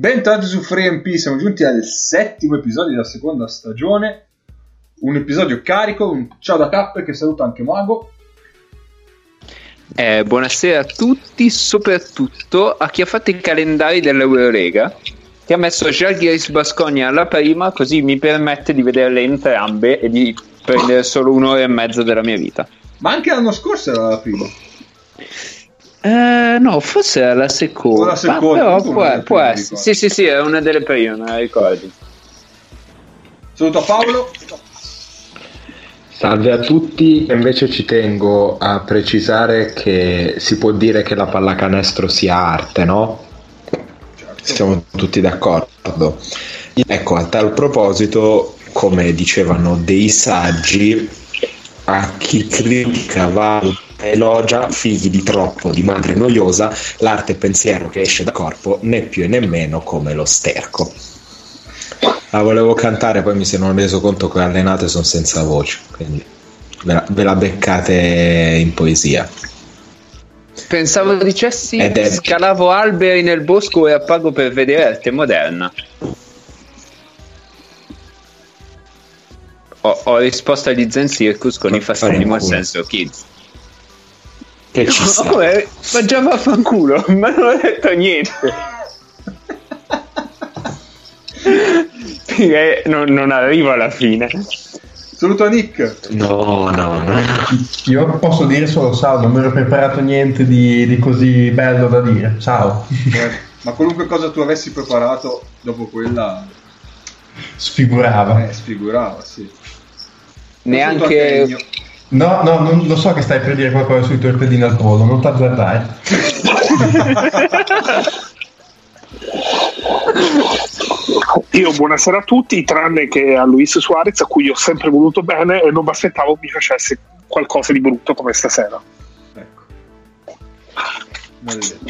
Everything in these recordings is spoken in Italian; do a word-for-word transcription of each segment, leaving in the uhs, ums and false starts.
Bentornati su FreeMP, siamo giunti al settimo episodio della seconda stagione. Un episodio carico, un ciao da Cappe che saluta anche Mago. Eh, buonasera a tutti, soprattutto a chi ha fatto i calendari dell'Eurolega, che ha messo Žalgiris Baskonia alla prima, così mi permette di vederle entrambe e di prendere solo un'ora e mezza della mia vita. Ma anche l'anno scorso era la prima. Eh, no, forse era la seconda. O la seconda, però può, può essere. Sì, sì, sì, è una delle prime, non la ricordi. Saluto a Paolo. Salve a tutti, invece ci tengo a precisare che si può dire che la pallacanestro sia arte, no? Certo. Siamo tutti d'accordo. Ecco, a tal proposito, come dicevano dei saggi, a chi critica, valuta, elogia, figli di troppo, di madre noiosa, l'arte e pensiero che esce da corpo, né più e nemmeno come lo sterco. La volevo cantare, poi mi sono reso conto che allenate sono senza voce, quindi ve la, ve la beccate in poesia. Pensavo dicessi Ed è... scalavo alberi nel bosco e appago per vedere arte moderna. Ho, ho risposto agli Zen Circus con i fastidi al senso kids. Che ci sta. Oh, eh, ma già vaffanculo, ma non ho detto niente. Perché non, non arrivo alla fine. Saluto a Nick. No, no, no. Io posso dire solo ciao, non mi ero preparato niente di, di così bello da dire. Ciao. Eh, ma qualunque cosa tu avessi preparato dopo quella sfigurava. Eh, sfigurava, sì. Neanche... No, no, non lo so che stai per dire qualcosa sui torpedini al volo, non t'azzardare. Io buonasera a tutti, tranne che a Luis Suarez, a cui ho sempre voluto bene e non mi aspettavo mi facesse qualcosa di brutto come stasera. Ecco. Maledetto.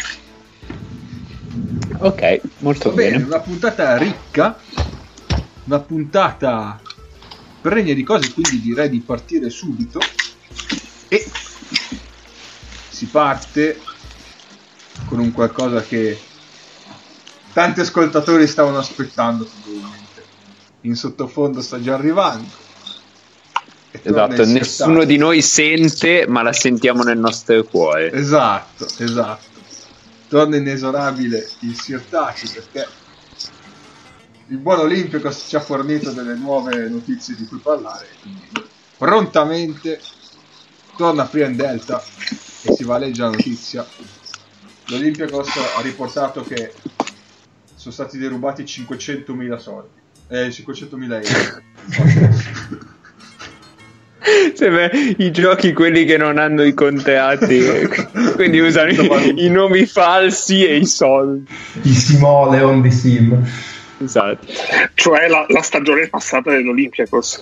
Ok, molto Va bene. bene. Una puntata ricca, una puntata pregna di cose, quindi direi di partire subito e si parte con un qualcosa che tanti ascoltatori stavano aspettando, probabilmente in sottofondo sta già arrivando. Esatto, nessuno di noi sente, ma la sentiamo nel nostro cuore. Esatto, esatto. Torna inesorabile il Sirtaci, perché il buon Olympiacos ci ha fornito delle nuove notizie di cui parlare, quindi prontamente torna a Free and Delta e si va a leggere la notizia. L'Olympiacos ha riportato che sono stati derubati cinquecentomila soldi, eh, cinquecentomila euro. Sembra i giochi quelli che non hanno i contratti, quindi usano i, i nomi falsi e i soldi. I Simoleon di Sim. Esatto. Cioè la, la stagione passata dell'Olympiacos.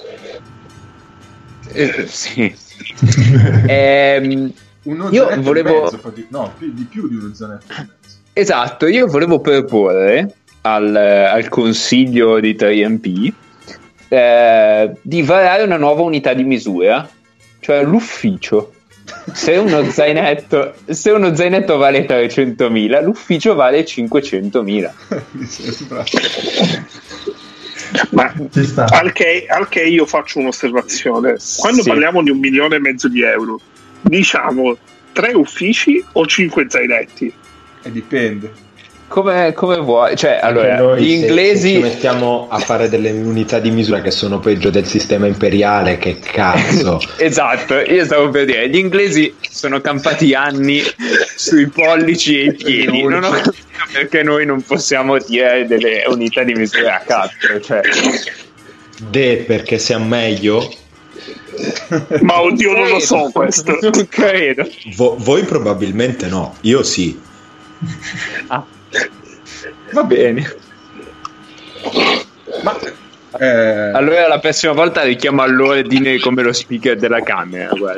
Eh, sì. ehm, Uno io volevo mezzo, no, più, di più di uno zanetto e mezzo. Esatto, io volevo proporre al, al consiglio di tre M P eh, di varare una nuova unità di misura, cioè l'ufficio. Se uno zainetto, se uno zainetto vale trecentomila, l'ufficio vale cinquecentomila. Mi sembra. Ma al che, al che io faccio un'osservazione. Quando sì. parliamo di un milione e mezzo di euro, diciamo tre uffici o cinque zainetti? E dipende. Come, come vuoi, cioè allora noi gli inglesi se, se ci mettiamo a fare delle unità di misura che sono peggio del sistema imperiale, che cazzo. Esatto, io stavo per dire, gli inglesi sono campati anni sui pollici e i piedi, non ho capito perché noi non possiamo dire delle unità di misura a cazzo, cioè de perché siamo meglio. Ma oddio, non lo so questo. Non credo. Vo- voi probabilmente no, io sì. Ah. Va bene. Ma eh... allora la prossima volta richiamo all'ordine come lo speaker della Camera, guarda.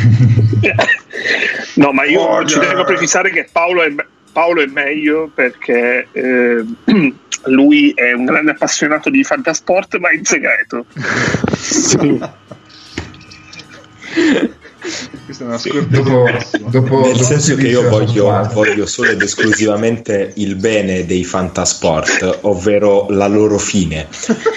No, ma io oh, ci tengo a precisare che Paolo è, Paolo è meglio perché eh, lui è un grande appassionato di fantasport, ma in segreto. Sì. Questa è una Sì. scortesia Dopo, massima. dopo, Nel dopo senso si che dice io la voglio, squadra. voglio solo ed esclusivamente il bene dei fantasport, ovvero la loro fine.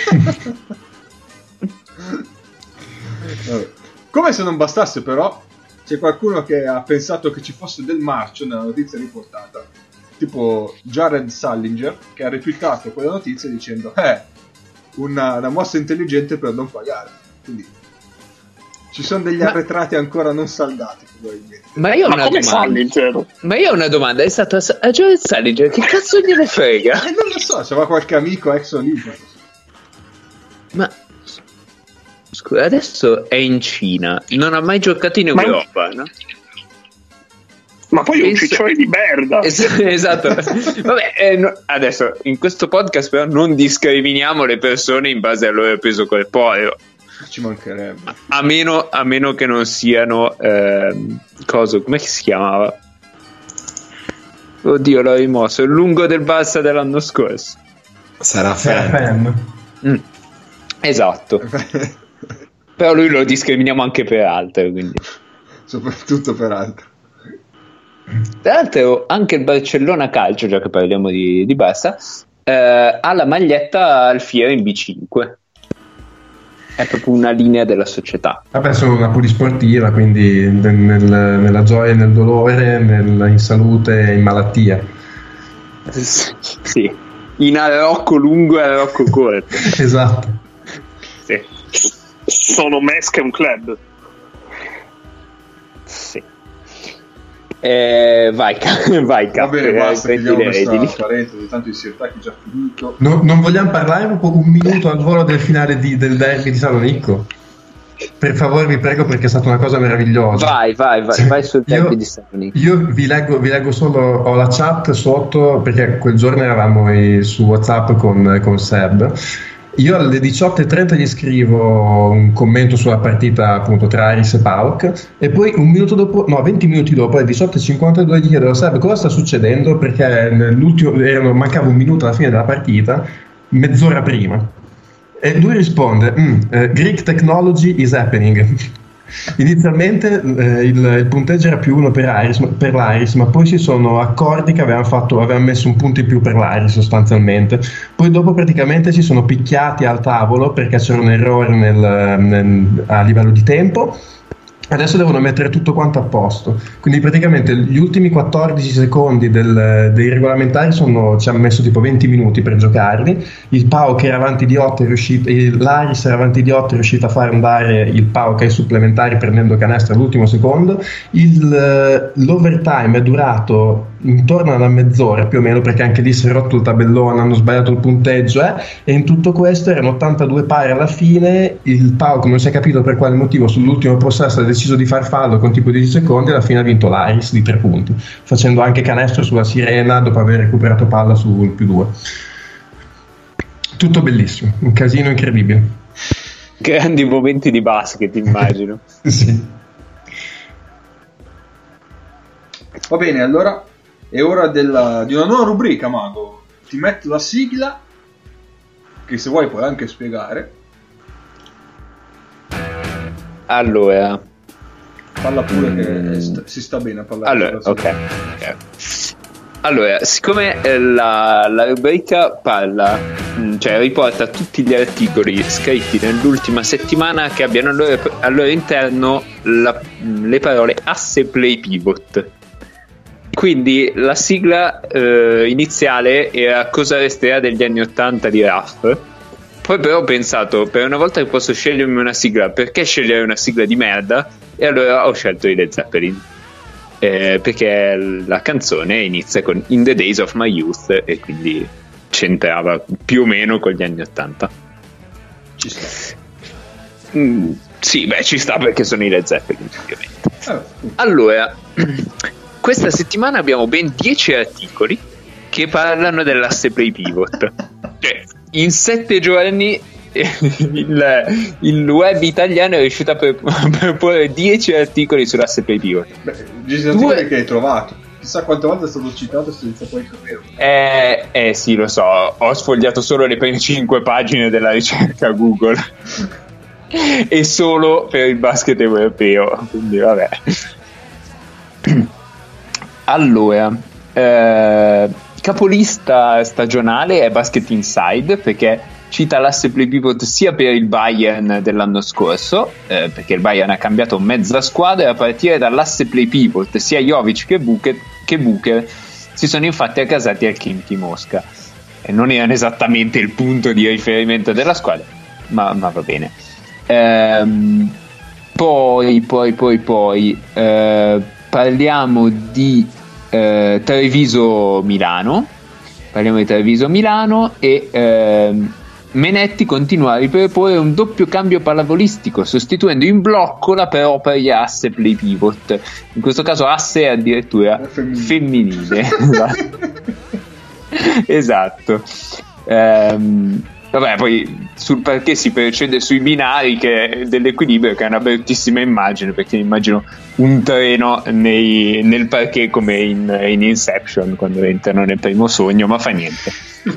Vabbè. Come se non bastasse, però, c'è qualcuno che ha pensato che ci fosse del marcio nella notizia riportata, tipo Jared Salinger, che ha retweetato quella notizia dicendo eh, una, una mossa intelligente per non pagare. Quindi ci sono degli Ma- arretrati ancora non saldati, probabilmente. Ma io ho Ma una come domanda. Salinger? Ma io ho una domanda, è stato a Sa- a Jared Salinger, che cazzo gliene frega? Eh, non lo so, c'era qualche amico ex olimpico. Ma scusa, adesso è in Cina, non ha mai giocato in Ma- Europa, no? Ma poi è un Penso- ciccione di merda. Es- esatto. Vabbè, eh, no- adesso in questo podcast però non discriminiamo le persone in base al loro peso corporeo, Ci mancherebbe. a meno, a meno che non siano ehm, coso, come si chiamava? Oddio, l'ho rimosso, il lungo del Barça dell'anno scorso. Sarà Era fan. fan. Mm. Esatto. Però lui lo discriminiamo anche per altro, quindi. Soprattutto per altro. Tra l'altro anche il Barcellona Calcio, già che parliamo di, di Barça, eh, ha la maglietta Alfieri in B cinque. È proprio una linea della società. Vabbè, sono una polisportiva, quindi nel- nel- nella gioia e nel dolore, nel- in salute e in malattia. Sì, in arrocco lungo e arrocco corto. Esatto. Sì. Sono Mesk è un club. Sì. Eh, vai, ca- vai, Va Cap, bene, eh, basta, prendi chiudiamo le redini. questa parentesi, tanto il Sirtaki è già finito. No- non vogliamo parlare proprio un minuto al volo del finale di- del derby di Salonicco? Per favore, vi prego, perché è stata una cosa meravigliosa. Vai, vai, vai, vai sul Io- derby di Salonico. Io vi leggo, vi leggo solo, ho la chat sotto, perché quel giorno eravamo i- su WhatsApp con, con Seb. Io alle diciotto e trenta gli scrivo un commento sulla partita appunto tra Aris e Pauk, e poi un minuto dopo, no, venti minuti dopo, alle diciotto e cinquantadue, gli chiedo: Seb, cosa sta succedendo? Perché nell'ultimo, erano, mancava un minuto alla fine della partita, mezz'ora prima. E lui risponde: "Mm, eh, Greek technology is happening." Inizialmente eh, il, il punteggio era più uno per, Iris, per l'Iris, ma poi si sono accorti che avevano, fatto, avevano messo un punto in più per l'Iris sostanzialmente. Poi dopo praticamente si sono picchiati al tavolo perché c'era un errore nel, nel, a livello di tempo. Adesso devono mettere tutto quanto a posto, quindi praticamente gli ultimi quattordici secondi del, dei regolamentari sono, ci hanno messo tipo venti minuti per giocarli. Il Pauk era avanti di otto, è riuscito, l'Aris era avanti di otto, è riuscito a fare andare il Pauk ai supplementari prendendo canestro all'ultimo secondo. Il, l'overtime è durato intorno alla mezz'ora più o meno, perché anche lì si è rotto il tabellone, hanno sbagliato il punteggio, eh? E in tutto questo erano ottantadue pari alla fine. Il Pauk non si è capito per quale motivo sull'ultimo possesso ha deciso di far fallo con tipo dieci secondi, e alla fine ha vinto l'Aris di tre punti, facendo anche canestro sulla sirena dopo aver recuperato palla sul più due. Tutto bellissimo, un casino incredibile. Grandi momenti di basket, immagino. Sì. Va bene, allora è ora della, di una nuova rubrica, Mago. Ti metto la sigla, che se vuoi puoi anche spiegare. Allora, Parla pure, Mm. che sta- si sta bene a parlare. allora, della sigla. ok. ok. Allora, siccome eh, la, la rubrica parla, mh, cioè riporta tutti gli articoli scritti nell'ultima settimana che abbiano al loro, al loro interno la- mh, le parole asse play pivot. Quindi la sigla eh, iniziale era Cosa resterà degli anni ottanta di Raff. Poi però ho pensato, per una volta che posso scegliermi una sigla, perché scegliere una sigla di merda? E allora ho scelto i Led Zeppelin. Eh, perché la canzone inizia con In the Days of My Youth e quindi c'entrava più o meno con gli anni ottanta. Ci sta. Mm, sì, beh, ci sta perché sono i Led Zeppelin, ovviamente. Eh, Allora, questa settimana abbiamo ben dieci articoli che parlano dell'asse play pivot. Cioè, in sette giorni il, il web italiano è riuscito a pre- a proporre dieci articoli sull'asse play pivot. beh, gestione Due- che hai trovato. Chissà quante volte è stato citato senza poi saperlo. Eh, eh sì, lo so, ho sfogliato solo le prime cinque pagine della ricerca Google. e solo per il basket europeo, quindi vabbè. Allora, eh, capolista stagionale è Basket Inside, perché cita l'asse play pivot sia per il Bayern dell'anno scorso, eh, perché il Bayern ha cambiato mezza squadra, e a partire dall'asse play pivot sia Jovic che Booker, che Booker si sono infatti accasati al Khimki Mosca, e non erano esattamente il punto di riferimento della squadra, ma, ma va bene. Ehm, poi poi poi poi eh, parliamo di eh, Treviso Milano parliamo di Treviso Milano e ehm, Menetti continua a riproporre un doppio cambio pallavolistico, sostituendo in blocco la propria asse play pivot, in questo caso asse addirittura femminile. Esatto. Ehm, vabbè, poi sul parquet si procede sui binari, che è dell'equilibrio, che è una bruttissima immagine, perché immagino un treno nei, nel parquet come in, in Inception quando entrano nel primo sogno, ma fa niente.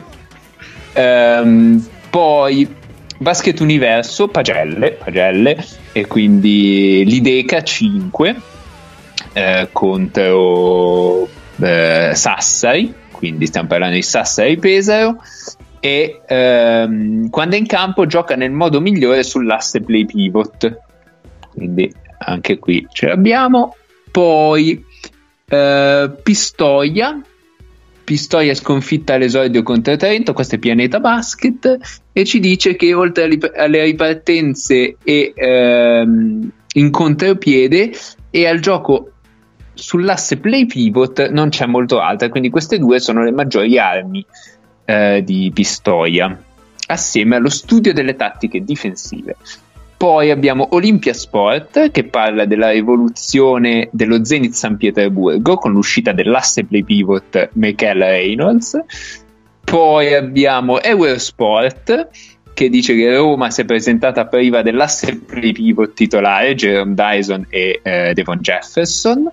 Ehm, poi Basket Universo Pagelle, Pagelle e quindi l'Ideca cinque eh, contro eh, Sassari, quindi stiamo parlando di Sassari Pesaro, e ehm, quando è in campo gioca nel modo migliore sull'asse play pivot, quindi anche qui ce l'abbiamo. Poi eh, Pistoia Pistoia sconfitta all'esordio contro Trento, questo è Pianeta Basket, e ci dice che oltre alle ripartenze e ehm, in contropiede e al gioco sull'asse play pivot non c'è molto altro, quindi queste due sono le maggiori armi eh, di Pistoia, assieme allo studio delle tattiche difensive. Poi abbiamo Olimpia Sport, che parla della rivoluzione dello Zenit San Pietroburgo con l'uscita dell'asse play pivot Michael Reynolds. Poi abbiamo Eurosport, che dice che Roma si è presentata priva dell'asse play pivot titolare Jerome Dyson e eh, Devon Jefferson.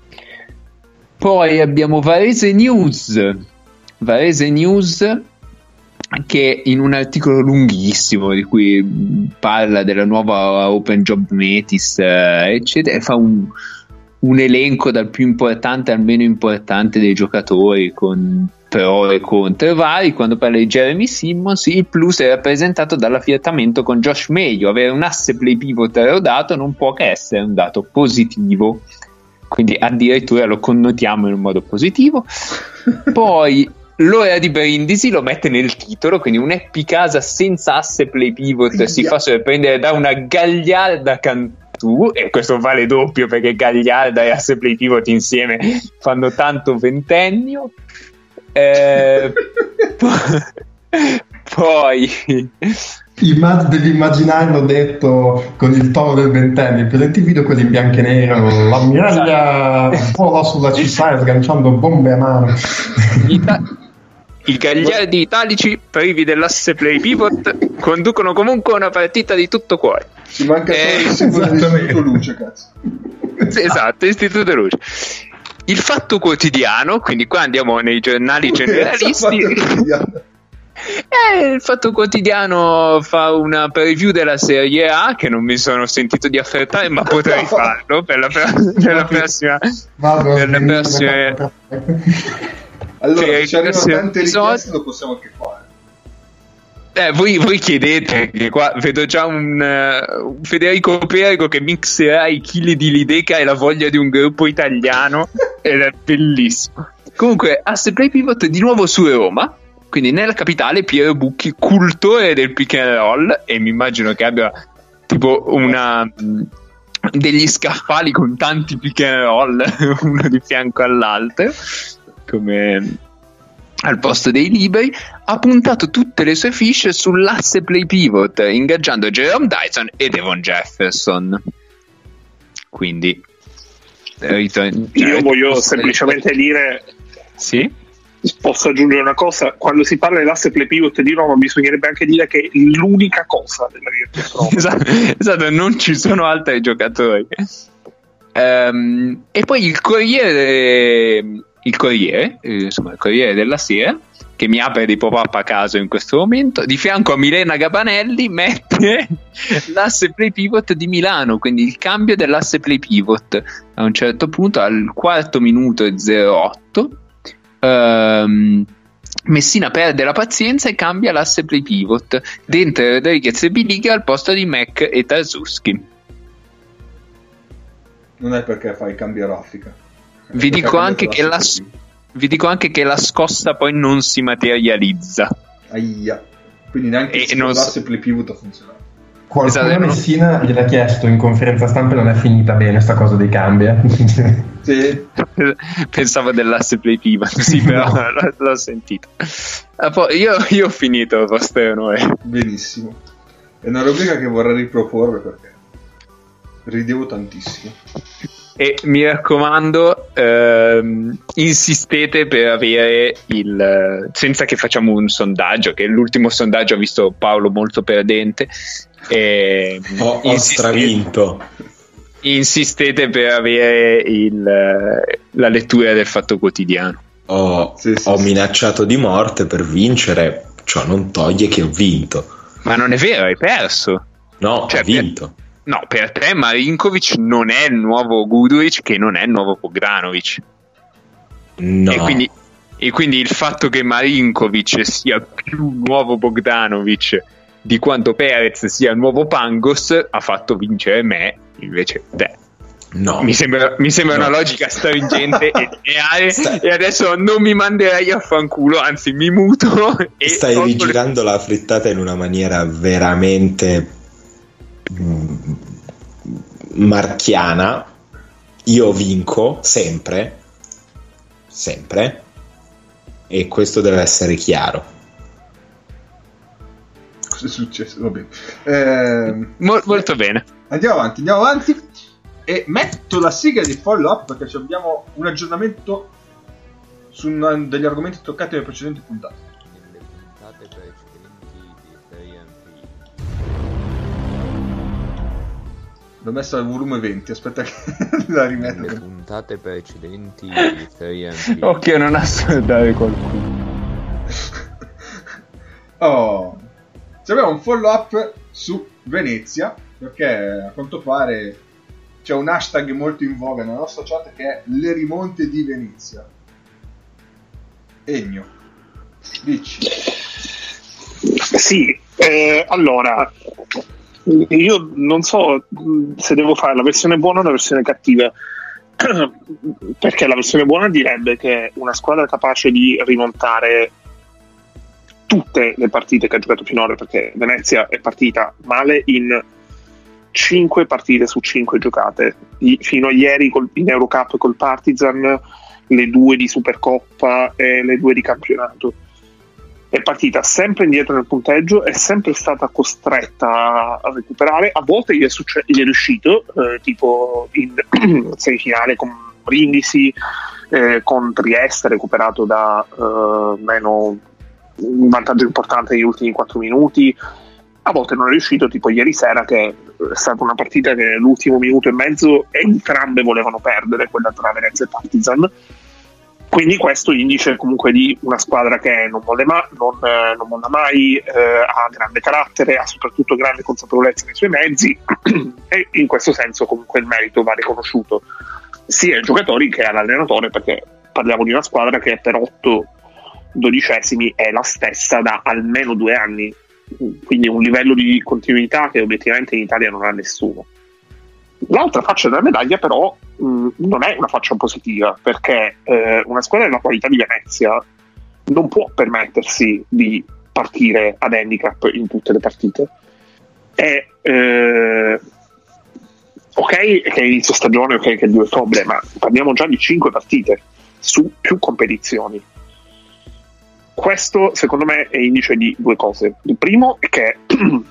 Poi abbiamo Varese News, Varese News che in un articolo lunghissimo di cui parla della nuova Open Job Metis eh, eccetera, fa un, un elenco dal più importante al meno importante dei giocatori con pro e contro vari. Quando parla di Jeremy Simmons, il plus è rappresentato dall'affiatamento con Josh Mayo. Avere un asse play pivot rodato non può che essere un dato positivo, quindi addirittura lo connotiamo in un modo positivo. Poi l'ora di Brindisi lo mette nel titolo, quindi un Happy Casa senza asse play pivot si fa sorprendere da una gagliarda Cantù, e questo vale doppio perché gagliarda e asse play pivot insieme fanno tanto ventennio. Eh, poi Immag- devi immaginarlo detto con il tono del ventennio. Presenti il video quelli in bianco e nero, l'ammiraglia vola sulla città sganciando bombe a mano. Ita- I gagliardi italici privi dell'asse play pivot conducono comunque una partita di tutto cuore. Ci manca solo eh, il simbolo dell'Istituto Luce, cazzo. Sì, esatto, Istituto Luce. Il Fatto Quotidiano, quindi qua andiamo nei giornali generalisti. Eh, il Fatto Quotidiano fa una preview della Serie A che non mi sono sentito di affrettare, ma potrei farlo per la, per la prossima. Vado, per la prossima. Allora, per se ci arrivano tante episodi... richieste lo possiamo anche fare. Eh, voi, voi chiedete, che qua vedo già un, uh, un Federico Perego che mixerà i chili di Lideca e la voglia di un gruppo italiano ed è bellissimo. Comunque, asse play pivot di nuovo su Roma, quindi nella capitale Piero Bucchi, cultore del pick and roll, e mi immagino che abbia tipo una degli scaffali con tanti pick and roll uno di fianco all'altro, come al posto dei liberi. Ha puntato tutte le sue fiche sull'asse play pivot, ingaggiando Jerome Dyson e Devon Jefferson. Quindi ritorn- io voglio semplicemente dire, sì, posso aggiungere una cosa: quando si parla dell'asse play pivot di Roma bisognerebbe anche dire che è l'unica cosa della Virtus Roma. esatto, esatto, non ci sono altri giocatori. Um, e poi il Corriere il Corriere, eh, insomma il Corriere della Sera, che mi apre dei pop-up a caso in questo momento, di fianco a Milena Gabanelli mette l'asse play pivot di Milano, quindi il cambio dell'asse play pivot a un certo punto al quarto minuto e zero otto. ehm, Messina perde la pazienza e cambia l'asse play pivot, dentro Rodriguez e Biliga al posto di Mac e Tarzuski. Non è perché fai cambio raffica. Vi dico anche che la vi dico anche che la scossa poi non si materializza. Aia. Quindi neanche e se non l'asse play pivot ha funzionato. Qualcuno Esatto, a Messina gliel'ha chiesto in conferenza stampa e non è finita bene sta cosa dei cambi. Eh? Sì. Pensavo dell'asse play pivot, sì, però No. l'ho, l'ho sentito. Ah, poi io, io ho finito, vostro onore. Benissimo. È una rubrica che vorrei riproporre perché ridevo tantissimo. E mi raccomando, ehm, insistete per avere il, senza che facciamo un sondaggio, che l'ultimo sondaggio ha visto Paolo molto perdente. E Ho, ho insistete, stravinto. insistete per avere il, la lettura del Fatto Quotidiano. Ho, Sì, sì, ho sì. minacciato di morte per vincere, ciò non toglie che ho vinto. Ma non è vero, hai perso. No, Cioè, ho vinto. No, per te Marinkovic non è il nuovo Guduric, che non è il nuovo Bogdanovic. No. E quindi, e quindi il fatto che Marinkovic sia più nuovo Bogdanovic di quanto Perez sia il nuovo Pangos ha fatto vincere me, invece te. No. Mi sembra, mi sembra No. una logica stringente e lineare. Sta- E adesso non mi manderei a fanculo, anzi mi muto e Stai tolgo le- rigirando la frittata in una maniera veramente mm, marchiana. Io vinco sempre, sempre, e questo deve essere chiaro. Cosa è successo? Vabbè. Ehm, Mo- molto bene. Andiamo avanti, andiamo avanti. E metto la sigla di follow up perché abbiamo un aggiornamento su una degli argomenti toccati nelle precedenti puntate. Nelle puntate precedenti di tre M P. L'ho messa al volume venti, aspetta che la Nelle rimetto. puntate precedenti di tre M P. Occhio, non assordare qualcuno. Oh, ci abbiamo un follow up su Venezia perché a quanto pare c'è un hashtag molto in voga nella nostra chat che è le rimonte di Venezia. Ennio, dici. Sì, eh, allora io non so se devo fare la versione buona o la versione cattiva, perché la versione buona direbbe che una squadra capace di rimontare tutte le partite che ha giocato finora, perché Venezia è partita male in cinque partite su cinque giocate, I- fino a ieri col, in Eurocup col Partizan, le due di Supercoppa e le due di campionato. È partita sempre indietro nel punteggio, è sempre stata costretta a recuperare, a volte gli è, succe- gli è riuscito, eh, tipo in semifinale con Brindisi, eh, con Trieste recuperato da eh, meno un vantaggio importante negli ultimi quattro minuti, a volte non è riuscito, tipo ieri sera che è stata una partita che nell'ultimo minuto e mezzo entrambe volevano perdere, quella tra Venezia e Partizan. Quindi questo indice comunque di una squadra che non molla mai, non, eh, non molla mai eh, ha grande carattere, ha soprattutto grande consapevolezza nei suoi mezzi e in questo senso comunque il merito va riconosciuto sia ai giocatori che all'allenatore, perché parliamo di una squadra che per otto dodicesimi è la stessa da almeno due anni, quindi un livello di continuità che obiettivamente in Italia non ha nessuno. L'altra faccia della medaglia però mh, non è una faccia positiva, perché eh, una squadra della qualità di Venezia non può permettersi di partire ad handicap in tutte le partite. È eh, ok che è inizio stagione, ok che è il due ottobre, ma parliamo già di cinque partite su più competizioni. Questo secondo me è indice di due cose. Il primo è che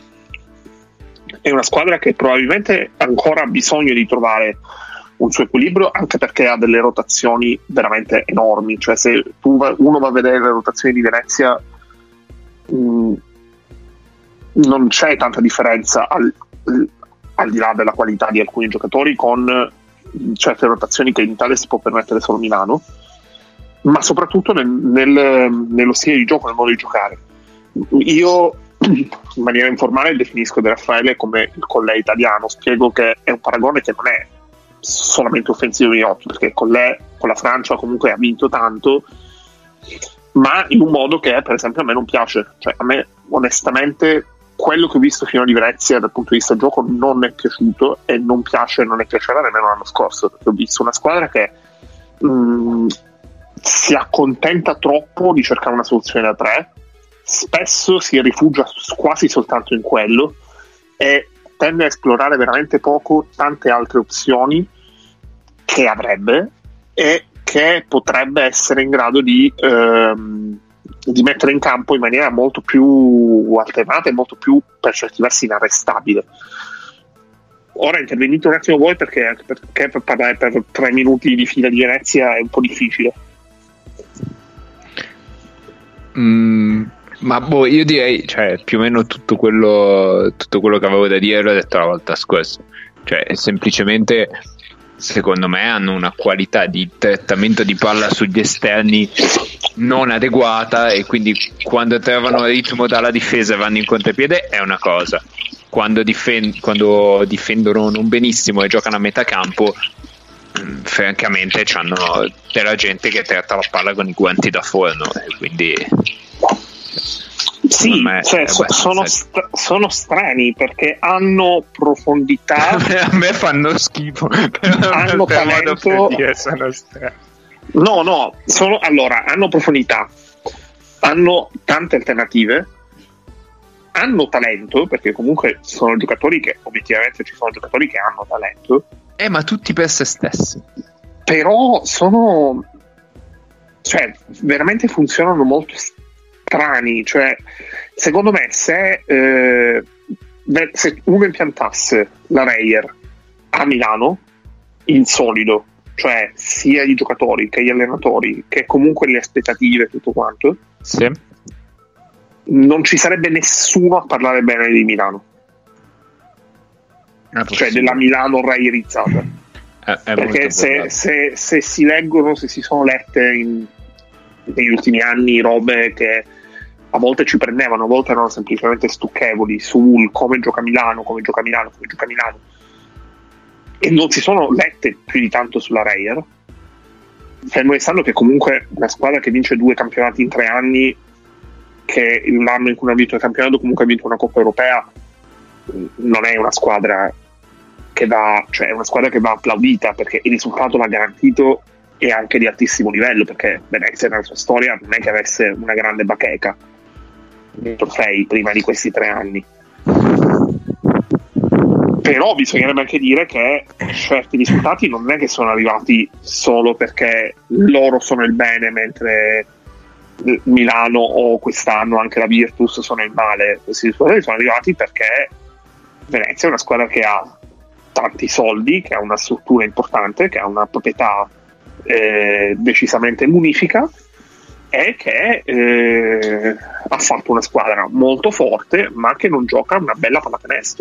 è una squadra che probabilmente ancora ha bisogno di trovare un suo equilibrio, anche perché ha delle rotazioni veramente enormi. Cioè, se tu va, uno va a vedere le rotazioni di Venezia, mh, non c'è tanta differenza al, al di là della qualità di alcuni giocatori con certe rotazioni che in Italia si può permettere solo Milano, ma soprattutto nel, nel, nello stile di gioco, nel modo di giocare. Io in maniera informale definisco De Raffaele come il Collè italiano. Spiego che è un paragone che non è solamente offensivo ai miei occhi, perché Collè con la Francia comunque ha vinto tanto, ma in un modo che per esempio a me non piace. Cioè a me onestamente quello che ho visto fino a Venezia dal punto di vista gioco non è piaciuto, e non piace, non è piaceva nemmeno l'anno scorso, perché ho visto una squadra che mh, si accontenta troppo di cercare una soluzione da tre, spesso si rifugia quasi soltanto in quello e tende a esplorare veramente poco tante altre opzioni che avrebbe e che potrebbe essere in grado di ehm, di mettere in campo in maniera molto più alternata e molto più, per certi versi, inarrestabile. Ora intervenite un attimo voi, perché anche perché per parlare per tre minuti di fila di Venezia è un po' difficile. Mm, ma boh, io direi, cioè, più o meno tutto quello tutto quello che avevo da dire l'ho detto la volta scorsa. Cioè, semplicemente secondo me hanno una qualità di trattamento di palla sugli esterni non adeguata, e quindi quando trovano ritmo dalla difesa e vanno in contropiede è una cosa, quando, difend- quando difendono non benissimo e giocano a metà campo, mh, francamente c'hanno della gente che tratta la palla con i guanti da forno, e quindi sì, cioè, so, sono, st- sono strani perché hanno profondità. A me fanno schifo, hanno talento. Dire, sono strani. No, no, sono, allora, hanno profondità, hanno tante alternative, hanno talento, perché comunque sono giocatori che, obiettivamente ci sono giocatori che hanno talento. Eh, ma tutti per se stessi. Però sono, cioè, veramente funzionano molto strani. Cioè, secondo me, se, eh, se uno impiantasse la Reyer a Milano, in solido, cioè sia i giocatori che gli allenatori, che comunque le aspettative e tutto quanto, sì, non ci sarebbe nessuno a parlare bene di Milano, cioè della Milano raierizzata. È, è perché se, se, se si leggono, se si sono lette in, negli ultimi anni robe che a volte ci prendevano, a volte erano semplicemente stucchevoli sul come gioca Milano, come gioca Milano, come gioca Milano, e non si sono lette più di tanto sulla Reyer, fermo restando che comunque una squadra che vince due campionati in tre anni, che l'anno in cui ha vinto il campionato comunque ha vinto una Coppa Europea, non è una squadra che va, cioè è una squadra che va applaudita, perché il risultato l'ha garantito, e anche di altissimo livello, perché Venezia nella sua storia non è che avesse una grande bacheca di trofei prima di questi tre anni. Però bisognerebbe anche dire che certi risultati non è che sono arrivati solo perché loro sono il bene, mentre Milano o quest'anno anche la Virtus sono il male. Questi risultati sono arrivati perché Venezia è una squadra che ha tanti soldi, che ha una struttura importante, che ha una proprietà eh, decisamente munifica, e che eh, ha fatto una squadra molto forte, ma che non gioca una bella pallacanestro.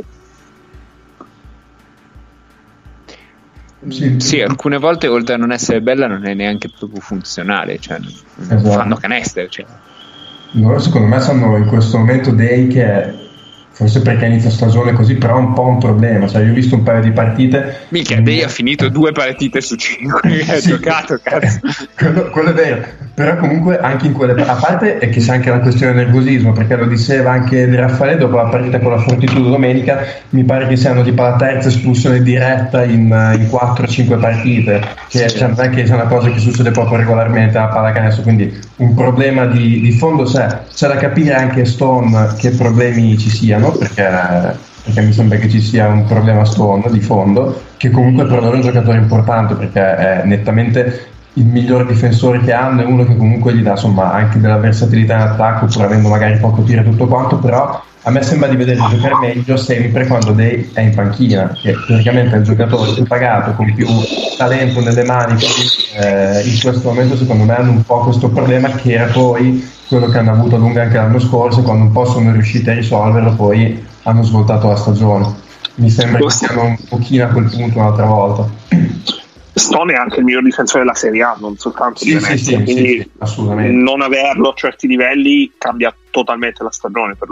Sì, sì, alcune volte oltre a non essere bella non è neanche proprio funzionale, cioè esatto. Fanno canestro, cioè. Loro secondo me sanno in questo momento Day, che forse perché inizia stagione così, però è un po' un problema. Cioè, io ho visto un paio di partite. Minchia, Day ha finito due partite su cinque che ha sì, giocato, cazzo. quello, quello è vero, però comunque anche in quelle, a parte è che c'è anche la questione del nervosismo, perché lo diceva anche De Raffaele dopo la partita con la Fortitudo domenica, mi pare che siano tipo la terza espulsione diretta in, in quattro cinque partite, che sì. Cioè, non è che sia una cosa che succede proprio regolarmente a pallacanestro, quindi un problema di, di fondo c'è. C'è da capire anche Stone che problemi ci siano, perché perché mi sembra che ci sia un problema Stone di fondo, che comunque per loro è un giocatore importante, perché è nettamente il miglior difensore che hanno, è uno che comunque gli dà insomma anche della versatilità in attacco, pur avendo magari poco tiro e tutto quanto. Però a me sembra di vederlo giocare meglio sempre quando Day è in panchina, che praticamente è il giocatore più pagato, con più talento nelle mani, quindi, eh, in questo momento secondo me hanno un po' questo problema, che era poi quello che hanno avuto a lungo anche l'anno scorso, quando un po' sono riusciti a risolverlo, poi hanno svoltato la stagione. Mi sembra che siano un pochino a quel punto un'altra volta. Stone è anche il miglior difensore della Serie A, non soltanto di sì, Venezia, sì, quindi sì, sì, assolutamente. Non averlo a certi livelli cambia totalmente la stagione per loro.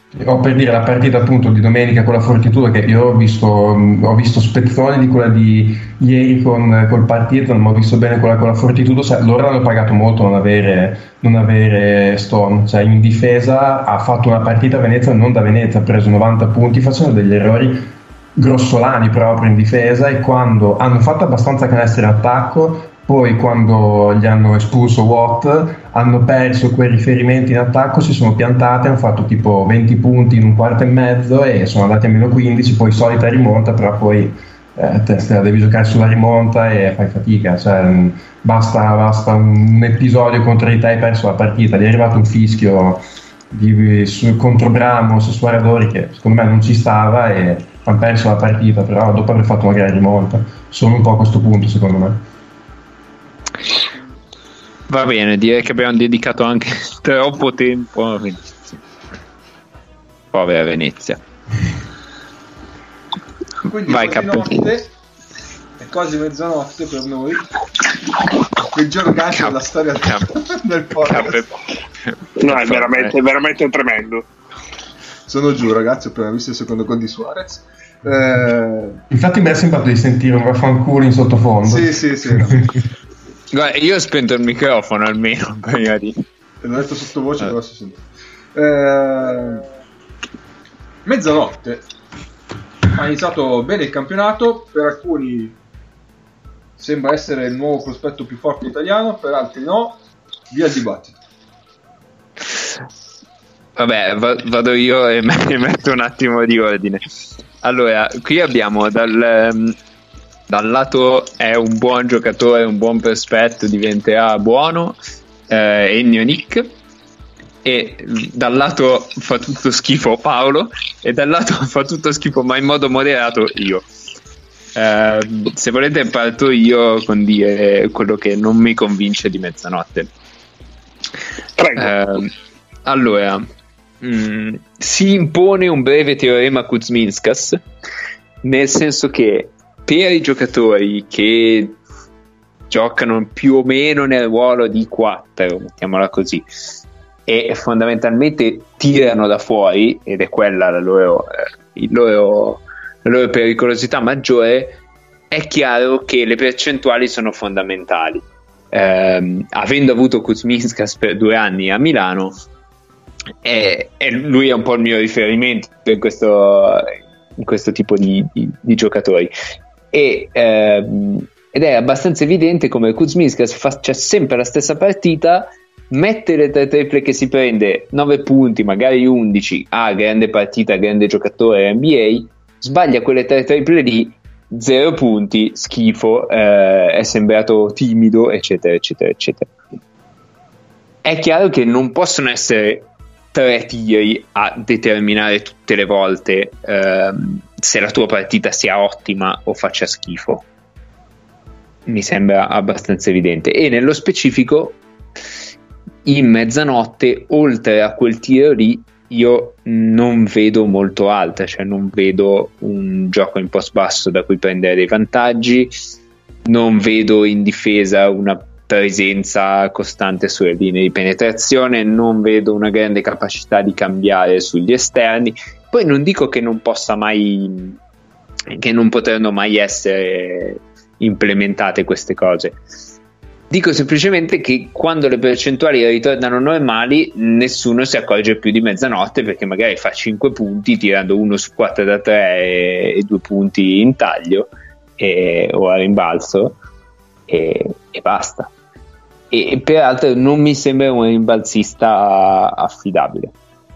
O per dire la partita appunto di domenica con la Fortitudo, che io ho visto, ho visto spezzoni di quella di ieri con col partito, non ho visto bene quella con la Fortitudo. Cioè, loro hanno pagato molto non avere, non avere Stone, cioè in difesa ha fatto una partita a Venezia non da Venezia, ha preso novanta punti facendo degli errori grossolani proprio in difesa, e quando hanno fatto abbastanza canestri in attacco, poi quando gli hanno espulso Watt hanno perso quei riferimenti in attacco, si sono piantati, hanno fatto tipo venti punti in un quarto e mezzo e sono andati a meno quindici, poi solita rimonta, però poi eh, te, te devi giocare sulla rimonta e fai fatica, cioè, basta, basta un episodio contro di te, hai perso la partita. Gli è arrivato un fischio di, su, contro Bramos su Aradori che secondo me non ci stava e hanno perso la partita, però dopo aver fatto una gran rimonta. Sono un po' a questo punto secondo me. Va bene, direi che abbiamo dedicato anche troppo tempo a Venezia. Povera Venezia. Quindi vai, quasi notte, è quasi mezzanotte per noi. Il peggior gancio della storia Cap- del podcast. No, è veramente, è veramente tremendo. Sono giù, ragazzi, ho appena visto il secondo gol di Suarez. Eh... Infatti mi è sembrato di sentire un vaffanculo in sottofondo. Sì, sì, sì. No. Guarda, io ho spento il microfono almeno prima di... L'ho detto sottovoce, eh. però si sente. Eh... Mezzanotte. Ha iniziato bene il campionato, per alcuni sembra essere il nuovo prospetto più forte italiano, per altri no. Via il dibattito. Vabbè, va- vado io e metto un attimo di ordine. Allora, qui abbiamo dal, um, dal lato è un buon giocatore, un buon prospetto, diventerà buono, eh, Ennio Nick, e dal lato fa tutto schifo Paolo, e dal lato fa tutto schifo ma in modo moderato io. Eh, se volete parto io con dire quello che non mi convince di mezzanotte. Eh, allora, mh, si impone un breve teorema Kuzminskas, nel senso che per i giocatori che giocano più o meno nel ruolo di quattro, mettiamola così, e fondamentalmente tirano da fuori, ed è quella la loro, eh, il loro, la loro pericolosità maggiore, è chiaro che le percentuali sono fondamentali. Eh, avendo avuto Kuzminskas per due anni a Milano, e, e lui è un po' il mio riferimento in questo, in questo tipo di, di, di giocatori, e, ehm, ed è abbastanza evidente come Kuzminskas faccia sempre la stessa partita, mette le tre triple che si prende, nove punti, magari undici, ah, grande partita, grande giocatore N B A, sbaglia quelle tre triple lì, zero punti, schifo, eh, è sembrato timido, eccetera eccetera eccetera. È chiaro che non possono essere tre tiri a determinare tutte le volte ehm, se la tua partita sia ottima o faccia schifo. Mi sembra abbastanza evidente, e nello specifico in mezzanotte oltre a quel tiro lì io non vedo molto alta, cioè non vedo un gioco in post basso da cui prendere dei vantaggi, non vedo in difesa una presenza costante sulle linee di penetrazione, non vedo una grande capacità di cambiare sugli esterni. Poi non dico che non possa mai, che non potranno mai essere implementate queste cose, dico semplicemente che quando le percentuali ritornano normali nessuno si accorge più di mezzanotte, perché magari fa cinque punti tirando uno su quattro da tre e, e due punti in taglio e, o a rimbalzo, e, e basta. E, e peraltro non mi sembra un rimbalzista affidabile.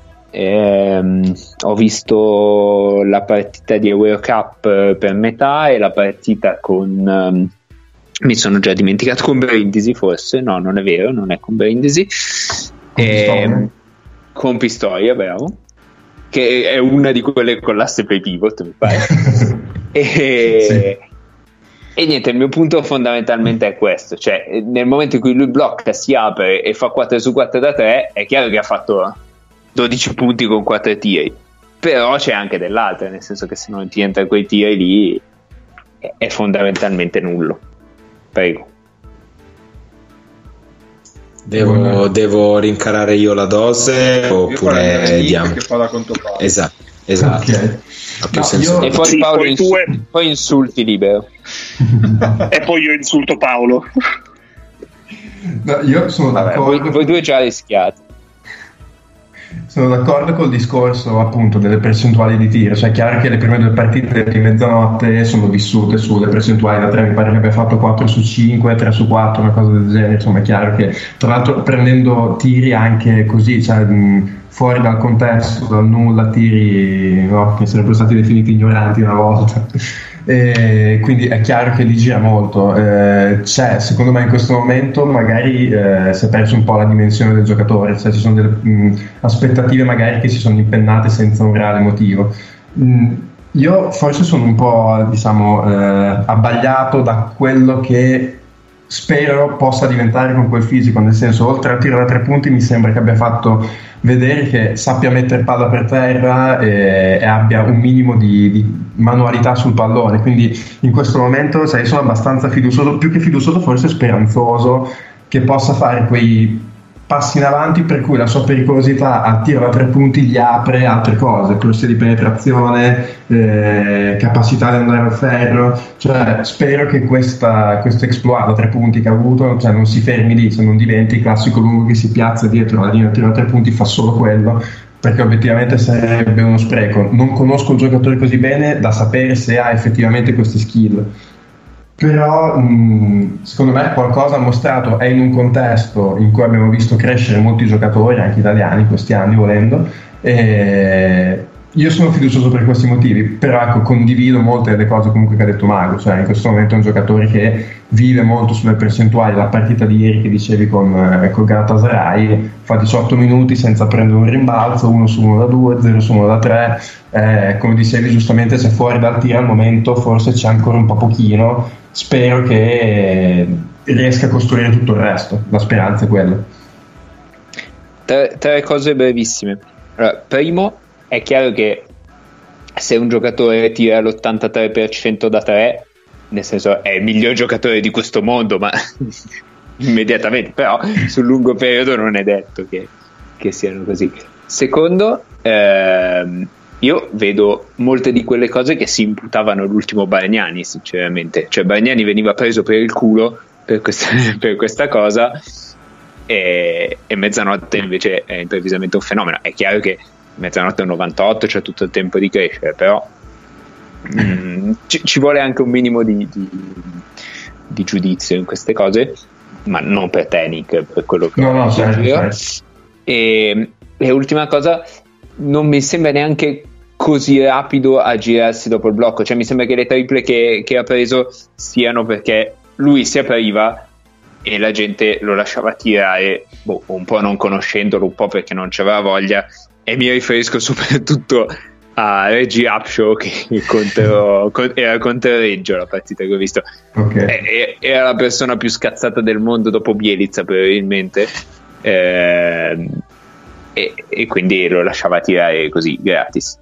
Ehm, ho visto la partita di Eurocup per metà e la partita con um, mi sono già dimenticato, con Brindisi forse, no, non è vero, non è con Brindisi, con, ehm, con Pistoia, bravo, che è una di quelle con l'asse play pivot, mi pare. e, sì. E niente, il mio punto fondamentalmente è questo, cioè nel momento in cui lui blocca, si apre e fa quattro su quattro da tre, è chiaro che ha fatto dodici punti con quattro tiri, però c'è anche dell'altro, nel senso che se non ti entra quei tiri lì è, è fondamentalmente nullo. Prego. Devo, devo rincarare io la dose oppure diamo? Che fa la controparto. Esatto, esatto. Okay. Ha più No, senso. io- E poi Sì, Paolo poi ins- tu e- poi insulti libero. E poi io insulto Paolo. No, io sono Vabbè, voi, d'accordo. voi due già rischiate. Sono d'accordo col discorso appunto delle percentuali di tiro, cioè è chiaro che le prime due partite di mezzanotte sono vissute sulle percentuali da tre, mi pare che abbia fatto quattro su cinque, tre su quattro, una cosa del genere, insomma è chiaro che tra l'altro prendendo tiri anche così, cioè mh, fuori dal contesto, dal nulla, tiri no, che sarebbero stati definiti ignoranti una volta. E quindi è chiaro che lì gira molto. Eh, c'è secondo me in questo momento magari eh, si è perso un po' la dimensione del giocatore, cioè ci sono delle mh, aspettative magari che si sono impennate senza un reale motivo. Mh, io forse sono un po' diciamo eh, abbagliato da quello che spero possa diventare con quel fisico, nel senso oltre al tiro da tre punti mi sembra che abbia fatto vedere che sappia mettere palla per terra e, e abbia un minimo di, di manualità sul pallone, quindi in questo momento sai, sono abbastanza fiducioso, più che fiducioso forse speranzoso che possa fare quei passi in avanti per cui la sua pericolosità al tiro da tre punti gli apre altre cose, corsie di penetrazione, eh, capacità di andare al ferro, cioè spero che questa, questo exploit da tre punti che ha avuto cioè, non si fermi lì, cioè non diventi il classico lungo che si piazza dietro la linea tiro da tre punti, fa solo quello, perché obiettivamente sarebbe uno spreco. Non conosco un giocatore così bene da sapere se ha effettivamente queste skill, però mh, secondo me qualcosa ha mostrato, è in un contesto in cui abbiamo visto crescere molti giocatori anche italiani in questi anni volendo, e io sono fiducioso per questi motivi, però ecco, condivido molte delle cose comunque che ha detto Mago, cioè in questo momento è un giocatore che vive molto sulle percentuali. La partita di ieri che dicevi con, eh, con Galatasaray fa diciotto minuti senza prendere un rimbalzo, uno su uno da due, zero su uno da tre, eh, come dicevi giustamente se fuori dal tiro al momento forse c'è ancora un po' pochino, spero che riesca a costruire tutto il resto, la speranza è quella. Tre, tre cose brevissime. Allora, primo, è chiaro che se un giocatore tira l'ottantatré per cento da tre, nel senso è il miglior giocatore di questo mondo, ma immediatamente, però sul lungo periodo non è detto che, che siano così. Secondo, ehm, io vedo molte di quelle cose che si imputavano all'ultimo Bargnani, sinceramente, cioè Bargnani veniva preso per il culo per questa, per questa cosa e, e Mezzanotte invece è improvvisamente un fenomeno. È chiaro che Mezzanotte è un novantotto, c'è tutto il tempo di crescere, però mm, ci, ci vuole anche un minimo di, di, di giudizio in queste cose, ma non per te, Nick, per quello che No, no, ho certo, io. certo. E, e ultima cosa, non mi sembra neanche così rapido a girarsi dopo il blocco, cioè mi sembra che le triple che, che ha preso siano perché lui si apriva e la gente lo lasciava tirare, boh, un po' non conoscendolo, un po' perché non c'aveva voglia. E mi riferisco soprattutto a Reggie Upshaw che contro, era contro Reggio la partita che ho visto. Okay. Era la persona più scazzata del mondo dopo Bielitsa probabilmente, eh, e, e quindi lo lasciava tirare così gratis.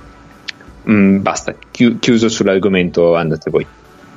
Mm, basta, Chi, chiuso sull'argomento, andate voi.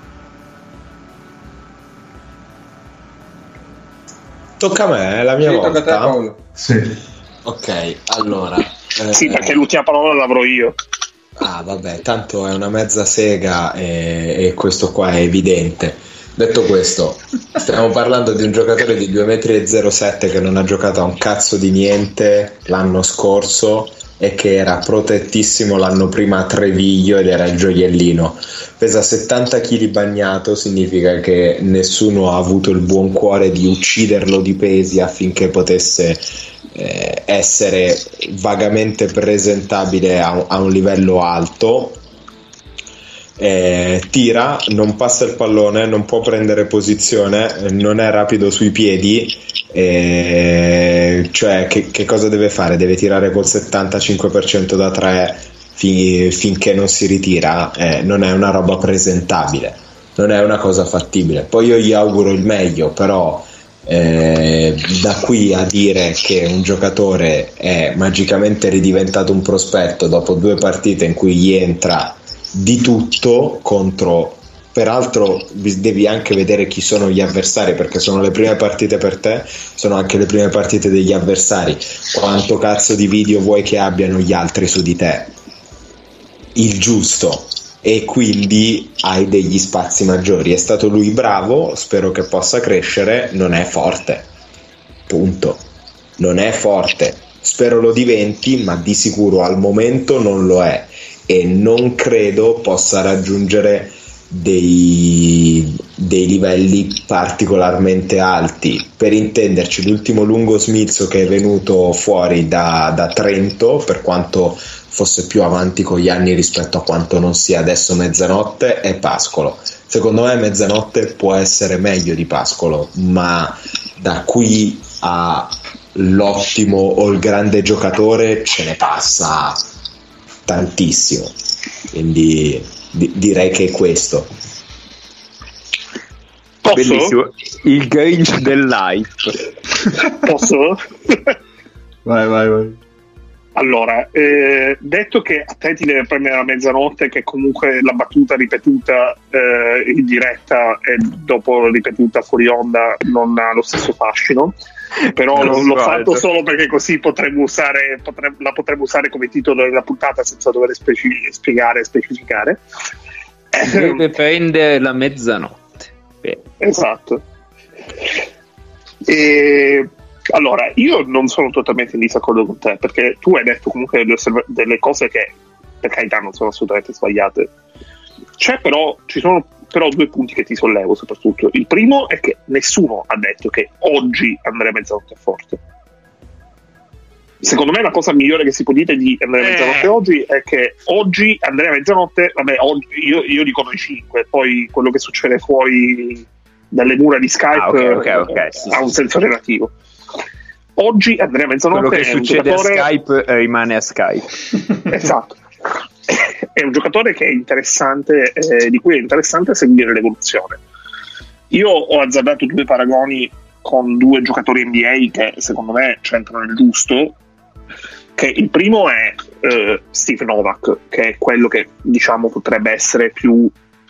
Tocca a me, è la mia Sì, volta. tocca a te, Paolo. Sì. Ok, allora. eh, Sì, perché l'ultima parola l'avrò io. Ah, vabbè, tanto è una mezza sega e, e questo qua è evidente. Detto questo, stiamo parlando di un giocatore di due metri e zero sette che non ha giocato a un cazzo di niente l'anno scorso e che era protettissimo l'anno prima a Treviglio ed era il gioiellino. Pesa settanta chili bagnato, significa che nessuno ha avuto il buon cuore di ucciderlo di pesi affinché potesse eh, essere vagamente presentabile a, a un livello alto. Eh, tira, non passa il pallone, non può prendere posizione, non è rapido sui piedi, eh, cioè che, che cosa deve fare? Deve tirare col settantacinque per cento da tre fin, finché non si ritira, eh, non è una roba presentabile, non è una cosa fattibile. Poi io gli auguro il meglio, però eh, da qui a dire che un giocatore è magicamente ridiventato un prospetto dopo due partite in cui gli entra di tutto contro Peraltro devi anche vedere chi sono gli avversari, perché sono le prime partite per te, sono anche le prime partite degli avversari. Quanto cazzo di video vuoi che abbiano gli altri su di te? Il giusto. E quindi hai degli spazi maggiori. È stato lui bravo, spero che possa crescere. Non è forte, punto. Non è forte, spero lo diventi, ma di sicuro al momento non lo è, e non credo possa raggiungere dei, dei livelli particolarmente alti. Per intenderci, l'ultimo lungo smilzo che è venuto fuori da, da Trento, per quanto fosse più avanti con gli anni rispetto a quanto non sia adesso Mezzanotte, è Pascolo. Secondo me Mezzanotte può essere meglio di Pascolo, ma da qui a l'ottimo o il grande giocatore ce ne passa tantissimo, quindi di- direi che è questo. Posso? Bellissimo, il Grinch dell'hype. Posso? Vai, vai, vai. Allora, eh, detto che a te ti deve prendere la mezzanotte, che comunque la battuta ripetuta eh, in diretta e dopo ripetuta fuori onda non ha lo stesso fascino, però Non l'ho, so, l'ho fatto certo. solo perché così potremmo usare, potremmo, la potremmo usare come titolo della puntata senza dover speci- spiegare e specificare. Deve prendere la mezzanotte. Beh. Esatto. E allora, io non sono totalmente in disaccordo con te, perché tu hai detto comunque delle, osserva- delle cose che per carità non sono assolutamente sbagliate. C'è però, ci sono però due punti che ti sollevo soprattutto. Il primo è che nessuno ha detto che oggi Andrea Mezzanotte è forte. Secondo me la cosa migliore che si può dire di Andrea Eh. Mezzanotte oggi è che oggi Andrea Mezzanotte, vabbè, oggi, io, io dico noi cinque, poi quello che succede fuori dalle mura di Skype Ah, ok, ok, ok, eh, sì, ha sì, un sì. senso relativo. Oggi Andrea Mezzanotte Quello che è un succede giocatore... a Skype eh, rimane a Skype. Esatto. È un giocatore che è interessante, eh, di cui è interessante seguire l'evoluzione. Io ho azzardato due paragoni con due giocatori N B A che secondo me c'entrano il giusto. Che il primo è eh, Steve Novak, che è quello che diciamo potrebbe essere più,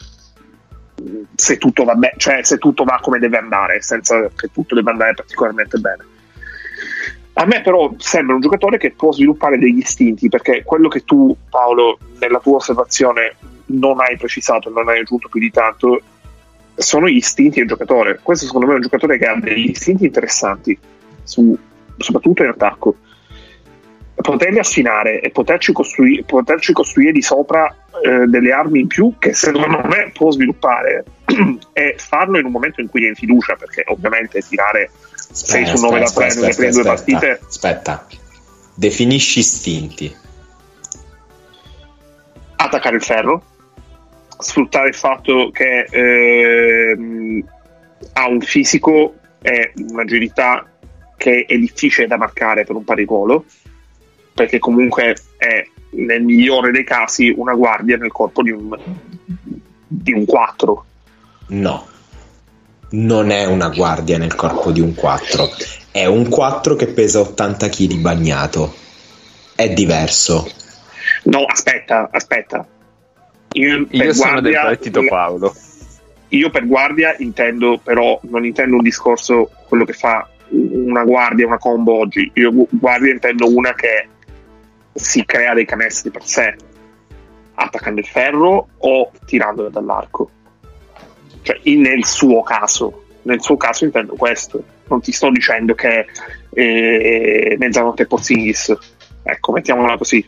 se tutto va bene, cioè se tutto va come deve andare, senza che tutto deve andare particolarmente bene. A me però sembra un giocatore che può sviluppare degli istinti, perché quello che tu, Paolo, nella tua osservazione non hai precisato, non hai aggiunto più di tanto, sono gli istinti del giocatore. Questo secondo me è un giocatore che ha degli istinti interessanti, su, soprattutto in attacco. Poterli affinare e poterci costruire, poterci costruire di sopra eh, delle armi in più, che secondo me può sviluppare e farlo in un momento in cui è in fiducia, perché ovviamente tirare sei su nove da tre nelle prime due partite. Aspetta, definisci istinti. Attaccare il ferro, sfruttare il fatto che ehm, ha un fisico e un'agilità che è difficile da marcare per un pariruolo, perché comunque è nel migliore dei casi una guardia nel corpo di un di un quattro. No, non è una guardia nel corpo di un quattro, è un quattro che pesa ottanta chili bagnato, è diverso. No, aspetta, aspetta. Io, per Io sono del guardia- partito Paolo. Io per guardia intendo, però non intendo un discorso quello che fa una guardia, una combo oggi. Io guardia intendo una che si crea dei canestri per sé, attaccando il ferro o tirando dall'arco. Cioè, in- nel suo caso, nel suo caso intendo questo. Non ti sto dicendo che eh, Mezzanotte è Porzingis. Ecco, mettiamola così.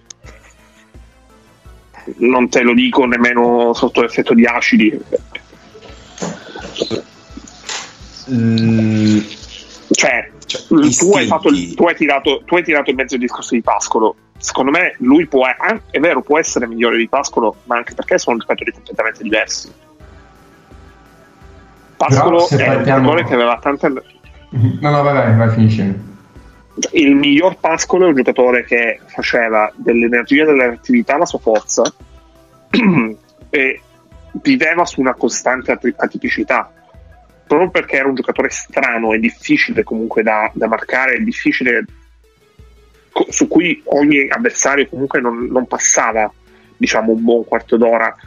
Non te lo dico nemmeno sotto l'effetto di acidi. Mm, Cioè, cioè, tu hai, istinti. fatto il- tu, hai tirato, tu hai tirato in mezzo il discorso di Pascolo. Secondo me lui può, eh, è vero, può essere migliore di Pascolo, ma anche perché sono giocatori completamente diversi. Pascolo Però se è un partiamo- giocatore che aveva tante... No, no, vai, vai, vai, finisci. Il miglior Pascolo è un giocatore che faceva dell'energia e della reattività la sua forza e viveva su una costante ati- atipicità, proprio perché era un giocatore strano e difficile comunque da, da marcare, difficile, co- su cui ogni avversario comunque non, non passava, diciamo, un buon quarto d'ora.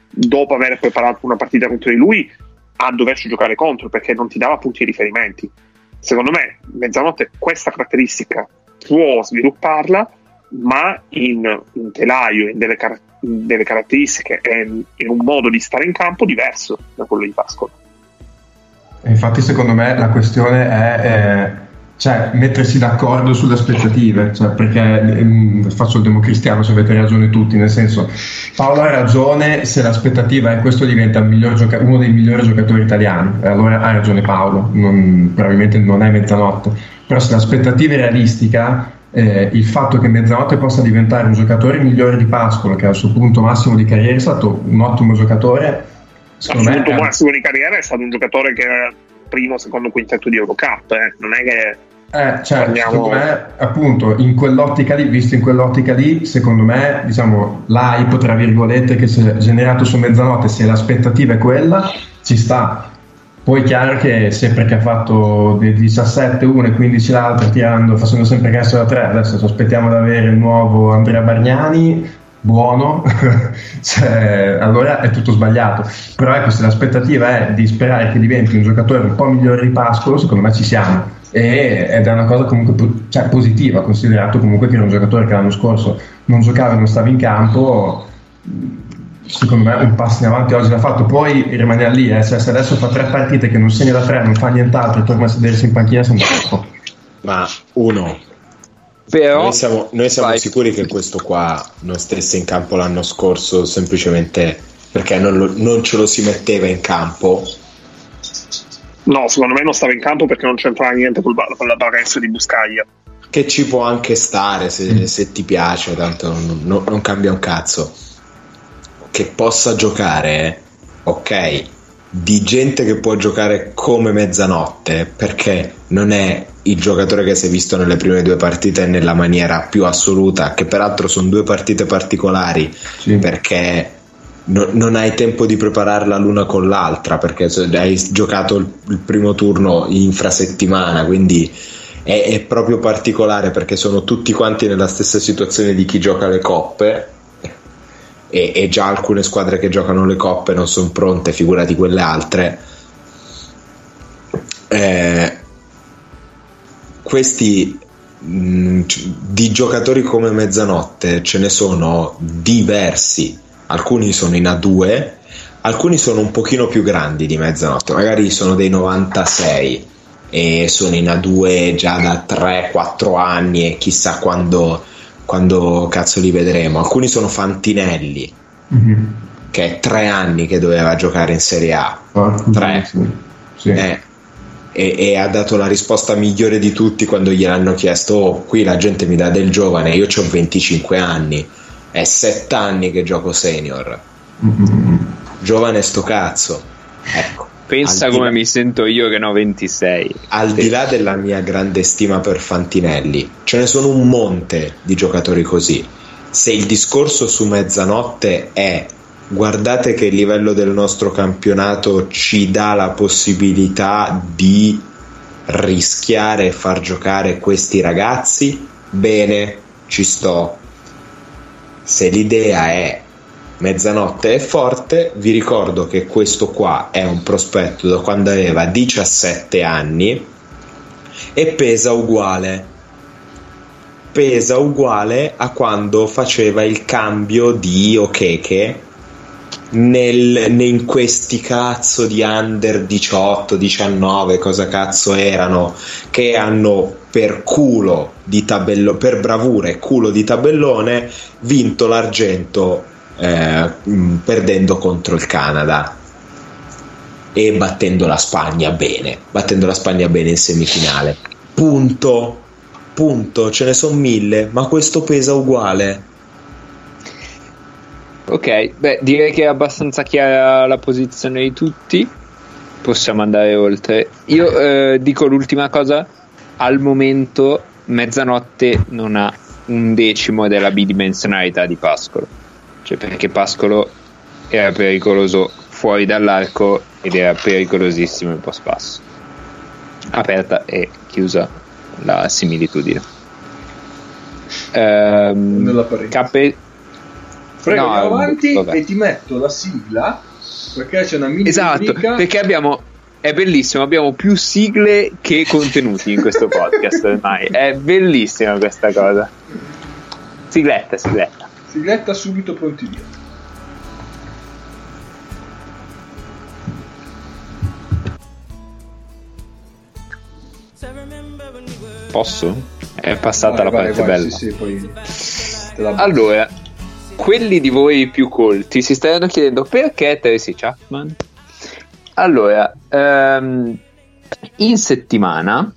dopo aver preparato una partita contro di lui, a doverci giocare contro, perché non ti dava punti di riferimenti. Secondo me Mezzanotte questa caratteristica può svilupparla, ma in un telaio, in delle, car- in delle caratteristiche e in, in un modo di stare in campo diverso da quello di Pascolo. Infatti secondo me la questione è eh, cioè, mettersi d'accordo sulle aspettative, cioè, perché ehm, faccio il democristiano, se avete ragione tutti, nel senso, Paolo ha ragione se l'aspettativa è questo diventa il miglior gioca- uno dei migliori giocatori italiani, e allora ha ragione Paolo, non, probabilmente non è Mezzanotte, però se l'aspettativa è realistica, eh, il fatto che Mezzanotte possa diventare un giocatore migliore di Pascolo, che al suo punto massimo di carriera è stato un ottimo giocatore, secondo al me punto è... massimo di carriera è stato un giocatore che era primo, secondo quintetto di Eurocup, eh. non è che Eh, cioè, Andiamo... secondo me, appunto, in quell'ottica lì, visto in quell'ottica lì, secondo me, diciamo, l'hype, tra virgolette, che si è generato su Mezzanotte, se l'aspettativa è quella, ci sta. Poi è chiaro che sempre che ha fatto dei diciassette uno e quindici l'altro, tirando, facendo sempre canestro da tre, adesso ci aspettiamo di avere il nuovo Andrea Bargnani, buono, cioè, allora è tutto sbagliato. Però ecco, se l'aspettativa è di sperare che diventi un giocatore un po' migliore di Pascolo, secondo me ci siamo. E, ed è una cosa comunque cioè, positiva, considerato comunque che era un giocatore che l'anno scorso non giocava e non stava in campo. Secondo me un passo in avanti oggi l'ha fatto, poi rimanere lì, eh. Cioè, se adesso fa tre partite che non segna da tre, non fa nient'altro e torna a sedersi in panchina, sembra troppo. Ma uno, però noi siamo, noi siamo vai. sicuri che questo qua non stesse in campo l'anno scorso semplicemente perché non, lo, non ce lo si metteva in campo? no, secondo me non stava in campo perché non c'entrava niente col, con la barrezza di Buscaglia, Che ci può anche stare se, se ti piace, tanto non, non, non cambia un cazzo. Che possa giocare, ok, di gente che può giocare come Mezzanotte, perché non è il giocatore che si è visto nelle prime due partite nella maniera più assoluta, che peraltro sono due partite particolari, Sì. perché no, non hai tempo di prepararla l'una con l'altra, perché hai giocato il, il primo turno infrasettimana, quindi è, è proprio particolare, perché sono tutti quanti nella stessa situazione di chi gioca le coppe, e, e già alcune squadre che giocano le coppe non sono pronte, figurati quelle altre. Eh, questi mh, di giocatori come Mezzanotte ce ne sono diversi, alcuni sono in A due, alcuni sono un pochino più grandi di Mezzanotte, magari sono dei novantasei e sono in A due già da tre quattro anni e chissà quando quando cazzo li vedremo. Alcuni sono Fantinelli, mm-hmm. che è tre anni che doveva giocare in Serie A, Ah, tre sì. Sì. Eh, e, e ha dato la risposta migliore di tutti quando gliel'hanno chiesto: oh, qui la gente mi dà del giovane, io ho venticinque anni, è sette anni che gioco senior, Mm-hmm. giovane sto cazzo. Ecco, pensa al di come là- mi sento io che ne ho ventisei. al di là della mia grande stima per Fantinelli, ce ne sono un monte di giocatori così. Se il discorso su Mezzanotte è: guardate che il livello del nostro campionato ci dà la possibilità di rischiare e far giocare questi ragazzi, bene, ci sto. Se l'idea è Mezzanotte è forte, vi ricordo che questo qua è un prospetto da quando aveva diciassette anni e pesa uguale pesa uguale a quando faceva il cambio di Okeke nel, in questi cazzo di under diciotto diciannove, cosa cazzo erano, che hanno per culo di tabellone, per bravura e culo di tabellone, vinto l'argento eh, mh, perdendo contro il Canada e battendo la Spagna bene battendo la Spagna bene in semifinale. Punto punto ce ne sono mille, ma questo pesa uguale. Ok, beh, direi che è abbastanza chiara la posizione di tutti. Possiamo andare oltre. Io eh, dico l'ultima cosa: al momento Mezzanotte non ha un decimo della bidimensionalità di Pascolo, cioè perché Pascolo era pericoloso fuori dall'arco ed era pericolosissimo in post passo. Aperta e chiusa la similitudine. Ehm, Nella parentesi. Cape- Prego, No, andiamo avanti vabbè. e ti metto la sigla perché c'è una mini Esatto, rubrica. perché abbiamo è bellissimo, abbiamo più sigle che contenuti in questo podcast ormai. È bellissima questa cosa. Sigletta, sigletta. Sigletta subito, pronti via. Posso? È passata Vai, la vai, parte vai, bella. sì, sì, poi te la... Allora, quelli di voi più colti si staranno chiedendo perché Tracy Chapman? Allora, ehm, in settimana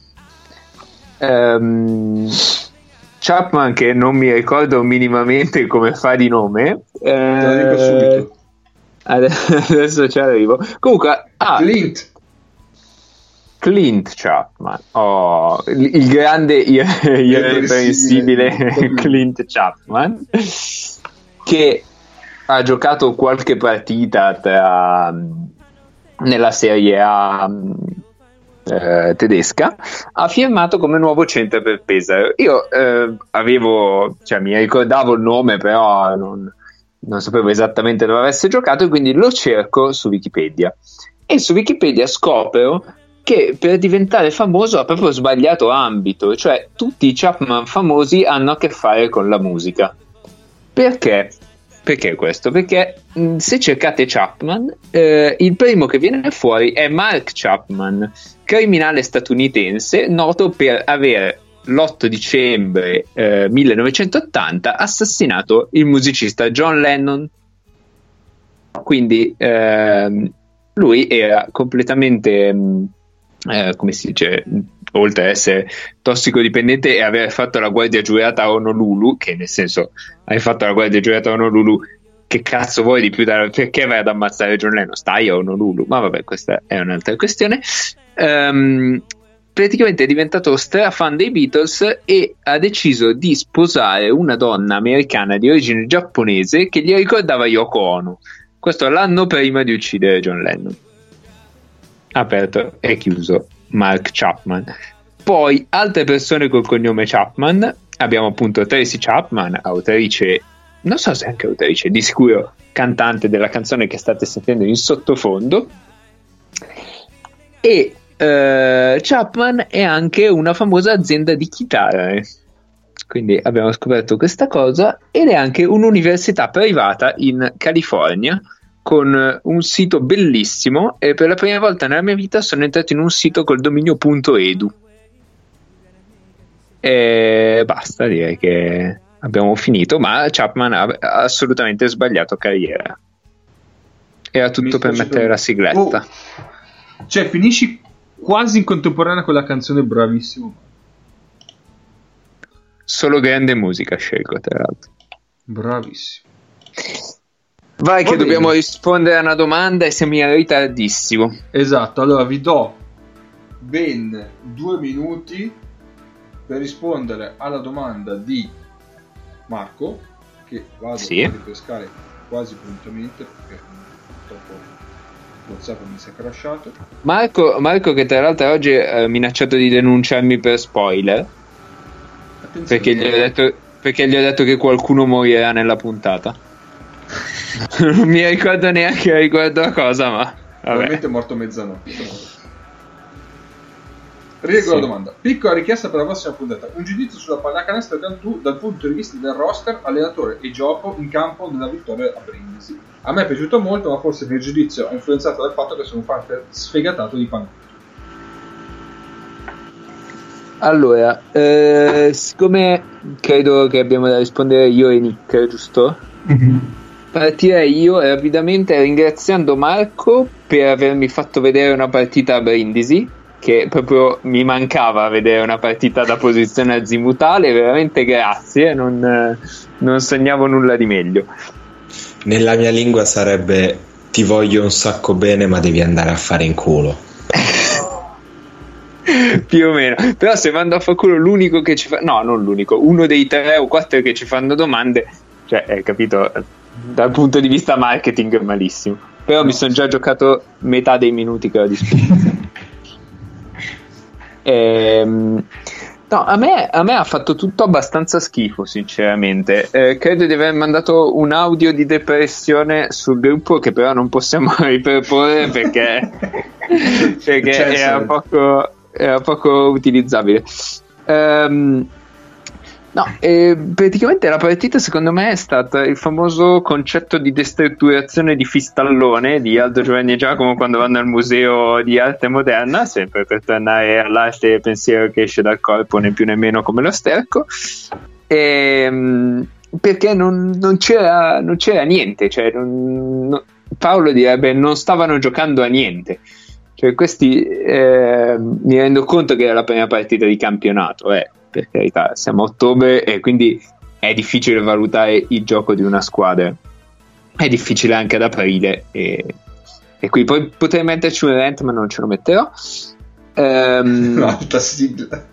ehm, Chapman, che non mi ricordo minimamente come fa di nome, Te lo dico eh, subito. adesso ci arrivo. Comunque, ah, Clint. Clint Chapman, oh, il, il grande irreprensibile Irreprensibile. Clint Chapman, che ha giocato qualche partita tra, nella Serie A eh, tedesca, ha firmato come nuovo centro per Pesaro. Io eh, avevo, cioè mi ricordavo il nome, però non, non sapevo esattamente dove avesse giocato, e quindi lo cerco su Wikipedia. E su Wikipedia scopro che per diventare famoso ha proprio sbagliato ambito, cioè tutti i Chapman famosi hanno a che fare con la musica. Perché? Perché questo? Perché mh, se cercate Chapman, eh, il primo che viene fuori è Mark Chapman, criminale statunitense noto per aver l'otto dicembre eh, millenovecentottanta assassinato il musicista John Lennon. Quindi ehm, lui era completamente mh, eh, come si dice, oltre ad essere tossicodipendente e aver fatto la guardia giurata a Honolulu, che nel senso, hai fatto la guardia giurata a Honolulu, che cazzo vuoi di più da, perché vai ad ammazzare John Lennon? Stai a Honolulu, ma vabbè, questa è un'altra questione. Um, praticamente è diventato strafan dei Beatles e ha deciso di sposare una donna americana di origine giapponese che gli ricordava Yoko Ono. Questo l'anno prima di uccidere John Lennon. Aperto e chiuso Mark Chapman. Poi altre persone col cognome Chapman, abbiamo appunto Tracy Chapman, autrice, non so se anche autrice, di sicuro cantante della canzone che state sentendo in sottofondo, e eh, Chapman è anche una famosa azienda di chitarre, quindi abbiamo scoperto questa cosa, ed è anche un'università privata in California con un sito bellissimo, e per la prima volta nella mia vita sono entrato in un sito col dominio .edu. E basta, direi che abbiamo finito, ma Chapman ha assolutamente sbagliato carriera. Era tutto per mettere la sigletta. Oh. Cioè, finisci quasi in contemporanea con la canzone, bravissimo. Solo grande musica scelgo, tra l'altro. Bravissimo. Vai, Va che bene. dobbiamo rispondere a una domanda e siamo in ritardissimo. Esatto, allora vi do ben due minuti per rispondere alla domanda di Marco, che vado Sì. a ripescare quasi prontamente perché purtroppo WhatsApp mi si è crashato. Marco, Marco che tra l'altro oggi ha minacciato di denunciarmi per spoiler, Attenzione, perché gli ho detto, perché gli ho detto che qualcuno morirà nella puntata. Non mi ricordo neanche riguardo a cosa, ma vabbè. probabilmente è morto mezzanotte. Rileggo Sì. la domanda. Piccola richiesta per la prossima puntata: un giudizio sulla pallacanestro dal, dal punto di vista del roster, allenatore e gioco in campo nella vittoria a Brindisi. A me è piaciuto molto, ma forse il mio giudizio è influenzato dal fatto che sono parte sfegatato di pancotto. Allora, eh, siccome credo che abbiamo da rispondere io e Nick, giusto? Mhm. Partirei io rapidamente ringraziando Marco per avermi fatto vedere una partita a Brindisi, che proprio mi mancava vedere una partita da posizione azimutale. Veramente grazie, non, eh, non sognavo nulla di meglio. Nella mia lingua sarebbe: ti voglio un sacco bene, ma devi andare a fare in culo. Più o meno. Però se mando a fa culo l'unico che ci fa, no, non l'unico, uno dei tre o quattro che ci fanno domande, cioè, hai capito, dal punto di vista marketing è malissimo. Però no, mi sono già giocato metà dei minuti che ho a disposizione. ehm, No, a me, a me ha fatto tutto abbastanza schifo, sinceramente. Eh, credo di aver mandato un audio di depressione sul gruppo che però non possiamo riproporre perché, perché era, poco, era poco utilizzabile. Um, no, eh, praticamente la partita secondo me è stata il famoso concetto di destrutturazione di Fistallone di Aldo, Giovanni e Giacomo quando vanno al museo di arte moderna, sempre per tornare all'arte del pensiero che esce dal corpo né più né meno come lo sterco, e, perché non, non, c'era, non c'era niente, cioè non, non, Paolo direbbe non stavano giocando a niente. Cioè questi eh, mi rendo conto che era la prima partita di campionato, eh. Per carità, siamo a ottobre e quindi è difficile valutare il gioco di una squadra, è difficile anche ad aprile e, e qui poi potrei metterci un rant ma non ce lo metterò. Um, Alta sigla.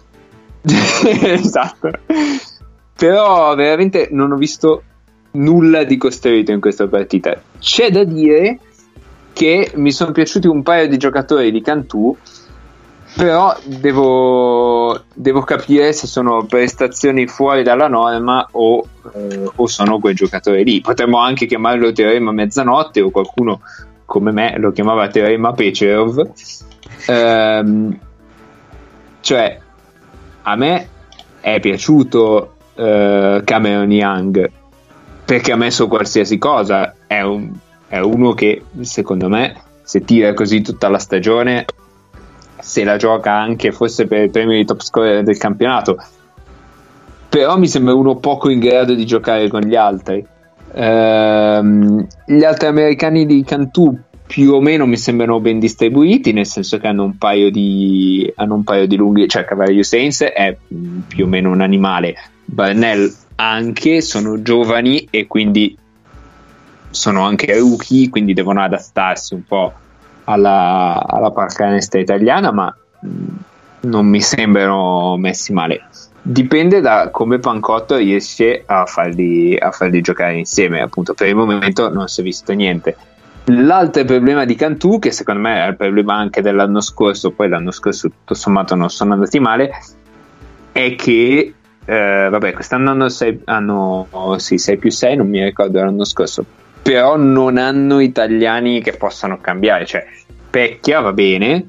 Esatto, però veramente non ho visto nulla di costruito in questa partita. C'è da dire che mi sono piaciuti un paio di giocatori di Cantù, però devo, devo capire se sono prestazioni fuori dalla norma o, eh, o sono quei giocatori lì. Potremmo anche chiamarlo teorema mezzanotte o qualcuno come me lo chiamava teorema Pecherov. Ehm, cioè a me è piaciuto eh, Cameron Young perché ha messo qualsiasi cosa, è, un, è uno che secondo me se tira così tutta la stagione, se la gioca anche forse per il premio di top scorer del campionato, però mi sembra uno poco in grado di giocare con gli altri. Ehm, gli altri americani di Cantù più o meno mi sembrano ben distribuiti, nel senso che hanno un paio di hanno un paio di lunghi, cioè Cavalier Sainz è più o meno un animale, Barnell anche, sono giovani e quindi sono anche rookie, quindi devono adattarsi un po' alla, alla pallacanestro italiana, ma mh, non mi sembrano messi male. Dipende da come Pancotto riesce a farli, a farli giocare insieme. Appunto, per il momento non si è visto niente. L'altro problema di Cantù, che secondo me è il problema anche dell'anno scorso, poi l'anno scorso tutto sommato non sono andati male, è che eh, vabbè, quest'anno hanno sei, hanno sì, sei più sei, non mi ricordo l'anno scorso, però non hanno italiani che possano cambiare. Cioè Pecchia va bene,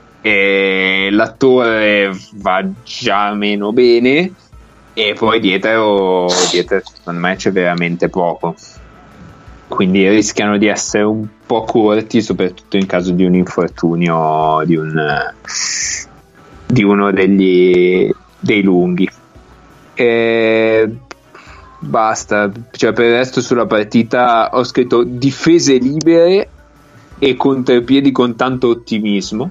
e l'attore va già meno bene, e poi dietro, dietro secondo me c'è veramente poco, quindi rischiano di essere un po' corti, soprattutto in caso di un infortunio di, un, di uno degli, dei lunghi. E basta, cioè per il resto sulla partita ho scritto difese libere e contropiedi con tanto ottimismo.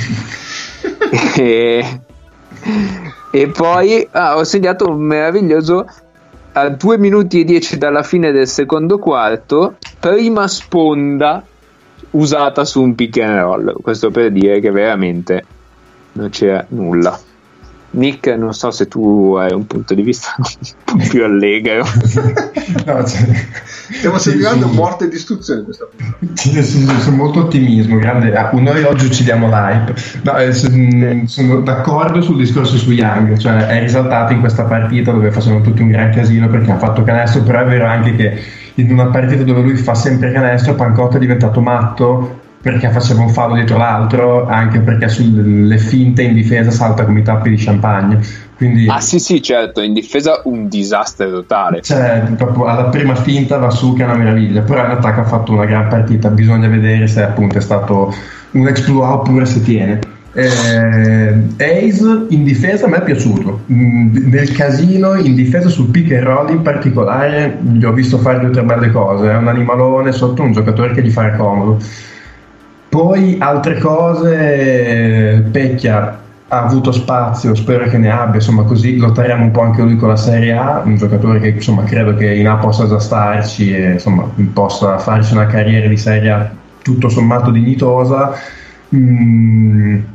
e, e poi ah, ho segnato un meraviglioso a due minuti e dieci dalla fine del secondo quarto, prima sponda usata su un pick and roll. Questo per dire che veramente non c'era nulla. Nick, non so se tu hai un punto di vista un po' più allegro. No, cioè, stiamo seguendo sì, morte e distruzione questa sì, sì, sono molto ottimismo, grande. Ah, noi oggi uccidiamo l'hype. No, eh, sono, sono d'accordo sul discorso su Young, cioè è risaltato in questa partita dove facevano tutti un gran casino perché ha fatto canestro, però è vero anche che in una partita dove lui fa sempre canestro Pancotto è diventato matto perché faceva un fallo dietro l'altro, anche perché sulle finte in difesa salta come i tappi di champagne. Quindi, ah sì sì certo, in difesa un disastro totale, cioè proprio alla prima finta va su che è una meraviglia, però in attacco ha fatto una gran partita, bisogna vedere se appunto è stato un exploit oppure se tiene. eh, Ace in difesa a me è piaciuto, nel casino in difesa sul pick and roll in particolare gli ho visto fare due o tre belle cose, è un animalone sotto, un giocatore che gli fa comodo. Poi altre cose, Pecchia ha avuto spazio, spero che ne abbia, insomma così lottariamo un po' anche lui con la Serie A, un giocatore che insomma credo che in A possa già starci e insomma possa farci una carriera di Serie A tutto sommato dignitosa. Mm,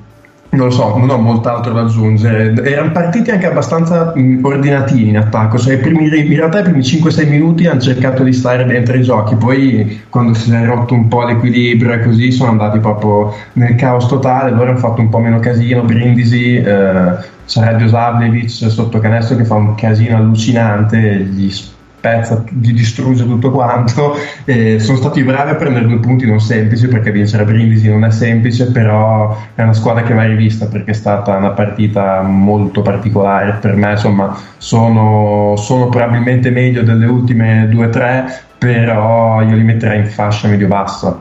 non lo so, non ho molt'altro da aggiungere. Erano partiti anche abbastanza mh, ordinatini in attacco, cioè, i primi, in realtà i primi cinque sei minuti hanno cercato di stare dentro i giochi, poi quando si è rotto un po' l'equilibrio e così sono andati proprio nel caos totale. Loro hanno fatto un po' meno casino, Brindisi, eh, c'era Djosavljevic sotto canestro che fa un casino allucinante, gli spezza, gli distrugge tutto quanto, e sono stati bravi a prendere due punti non semplici, perché vincere Brindisi non è semplice, però è una squadra che va rivista perché è stata una partita molto particolare per me. Insomma, sono, sono probabilmente meglio delle ultime due o tre, però io li metterei in fascia medio-bassa.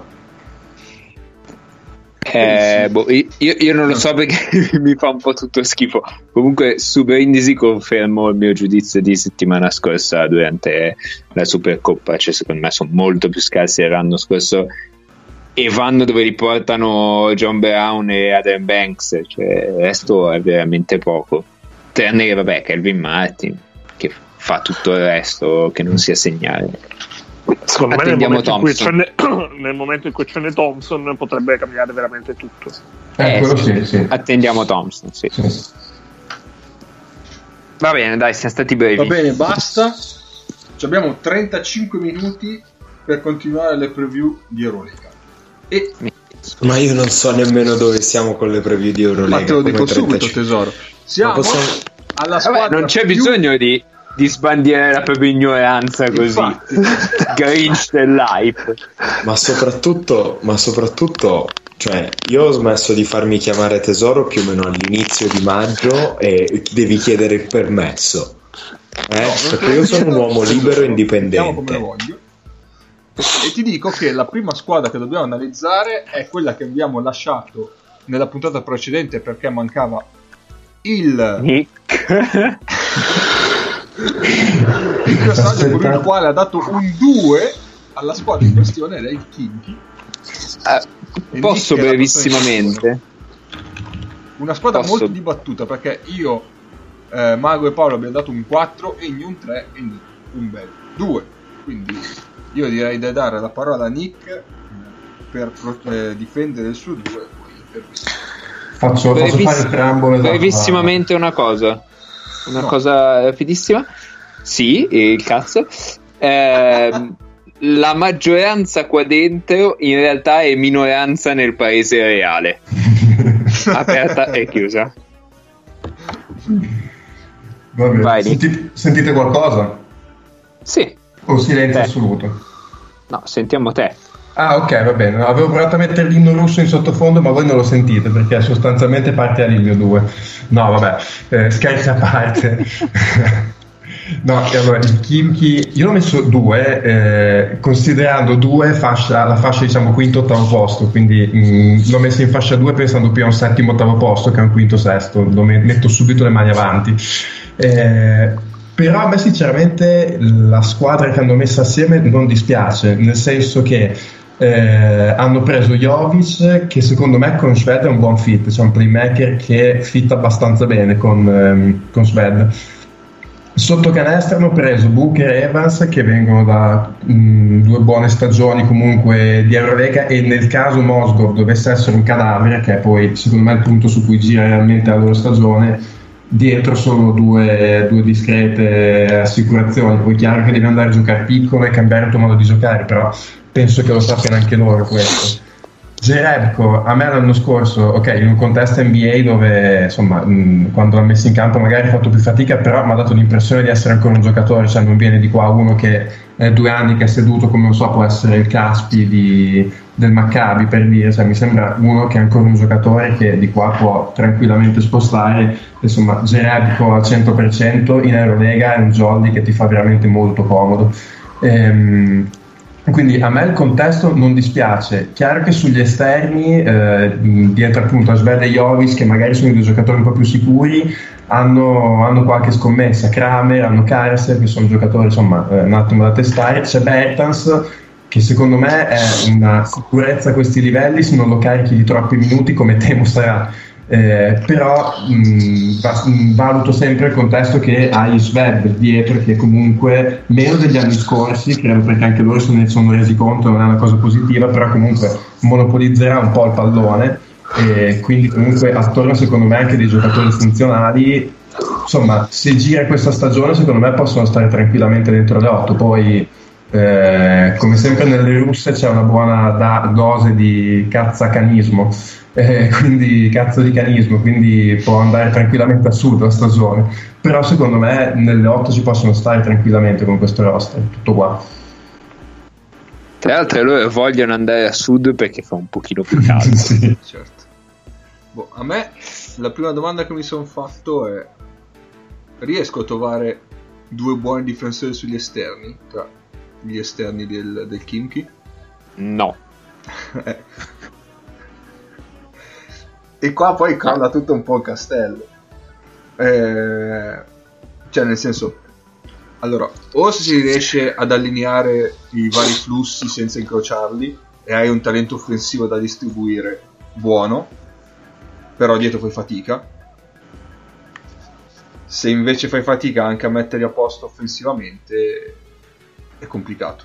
Eh, boh, io, io non lo so perché mi fa un po' tutto schifo. Comunque su Brindisi confermo il mio giudizio di settimana scorsa durante la Supercoppa, cioè secondo me sono molto più scarsi dell'anno scorso e vanno dove li portano John Brown e Adrian Banks, cioè il resto è veramente poco, tranne vabbè Calvin Martin che fa tutto il resto che non sia segnare. Secondo Attendiamo me nel momento, Thompson. in cui c'è ne, nel momento in cui c'è ne Thompson potrebbe cambiare veramente tutto. Eh, Eh, quello sì. sì, sì. Attendiamo Thompson, sì. Sì. Va bene, dai, siamo stati brevi. Va bene, basta. Ci abbiamo trentacinque minuti per continuare le preview di Eurolega. E Ma io non so nemmeno dove siamo con le preview di Eurolega. ma te lo come dico subito, trentacinque. tesoro. Siamo possiamo- alla squadra. Vabbè, non c'è più- bisogno di, di sbandire la propria ignoranza così. Infatti. Grinch dell'hype. Ma soprattutto, ma soprattutto, cioè, io ho smesso di farmi chiamare tesoro più o meno all'inizio di maggio e devi chiedere il permesso. Eh? No, non Perché te lo io sono un chiedo, uomo tesoro, libero e vediamo come lo indipendente. voglio. E ti dico che la prima squadra che dobbiamo analizzare è quella che abbiamo lasciato nella puntata precedente perché mancava il Nick. il personaggio con il quale ha dato un due alla squadra in questione, ed è il Kimchi. Eh, posso Nick era brevissimamente? Una squadra Posso- molto dibattuta perché io, eh, Mago e Paolo abbiamo dato un quattro e un tre e Nick un bel due. Quindi io direi di dare la parola a Nick eh, per pro- eh, difendere il suo due. Poi intervista. Faccio, faccio Brevis- fare il preambolo, esatto. brevissimamente una cosa. Una No. cosa rapidissima. Sì, il cazzo. Ehm, la maggioranza qua dentro in realtà è minoranza nel paese reale. Aperta e chiusa. Va bene. Vai, Nick. Senti- sentite qualcosa? Sì. O silenzio Beh. assoluto? No, sentiamo te. Ah, ok, va bene. Avevo provato a mettere l'inno russo in sottofondo, ma voi non lo sentite perché sostanzialmente parte all'inno due. No, vabbè, eh, scherzi a parte. No, e allora il Kimchi io l'ho messo due, eh, considerando due fascia, la fascia diciamo quinto ottavo posto, quindi mh, l'ho messo in fascia due pensando più a un settimo ottavo posto che a un quinto sesto, lo me- metto subito le mani avanti. Eh, però a me sinceramente la squadra che hanno messo assieme non dispiace, nel senso che eh, hanno preso Jovic, che secondo me con Sved è un buon fit, c'è un playmaker che fitta abbastanza bene con, ehm, con Sved. Sotto canestro hanno preso Booker e Evans, che vengono da mh, due buone stagioni comunque di Eurolega, e nel caso Mozgov dovesse essere un cadavere, che è poi secondo me il punto su cui gira realmente la loro stagione, dietro sono due, due discrete assicurazioni. Poi è chiaro che devi andare a giocare piccolo e cambiare il tuo modo di giocare, però penso che lo sappiano anche loro questo. Jerebko a me l'anno scorso, ok, in un contesto N B A dove insomma mh, quando l'ha messo in campo magari ha fatto più fatica, però mi ha dato l'impressione di essere ancora un giocatore, cioè non viene di qua uno che è due anni che è seduto, come non so, può essere il Caspi di, del Maccabi, per dire, cioè mi sembra uno che è ancora un giocatore che di qua può tranquillamente spostare. Insomma, Jerebko al cento per cento in Eurolega è un jolly che ti fa veramente molto comodo. Ehm, Quindi a me il contesto non dispiace. Chiaro che sugli esterni, eh, dietro appunto a Sved e Jovic, che magari sono i due giocatori un po' più sicuri, hanno, hanno qualche scommessa. Kramer, hanno Karasev, che sono giocatori insomma eh, un attimo da testare. C'è Bertans, che secondo me è una sicurezza a questi livelli se non lo carichi di troppi minuti, come temo sarà. Eh, però mh, va- mh, valuto sempre il contesto che hai Sved dietro, che comunque meno degli anni scorsi, credo, perché anche loro se ne sono resi conto, non è una cosa positiva, però comunque monopolizzerà un po' il pallone, e quindi comunque attorno secondo me anche dei giocatori funzionali. Insomma, se gira questa stagione secondo me possono stare tranquillamente dentro le otto. Poi eh, come sempre nelle russe c'è una buona da- dose di cazzacanismo, eh, quindi cazzo di canismo, quindi può andare tranquillamente a sud la stagione, però secondo me nelle otto ci possono stare tranquillamente con questo roster, tutto qua. Tra l'altro loro vogliono andare a sud perché fa un pochino più caldo. Sì. Certo. Boh, a me la prima domanda che mi sono fatto è: riesco a trovare due buoni difensori sugli esterni, tra gli esterni del, del Khimki? No. E qua poi crolla tutto un po' il castello, eh, cioè nel senso, allora, o si riesce ad allineare i vari flussi senza incrociarli e hai un talento offensivo da distribuire buono, però dietro fai fatica. Se invece fai fatica anche a metterli a posto offensivamente, è complicato.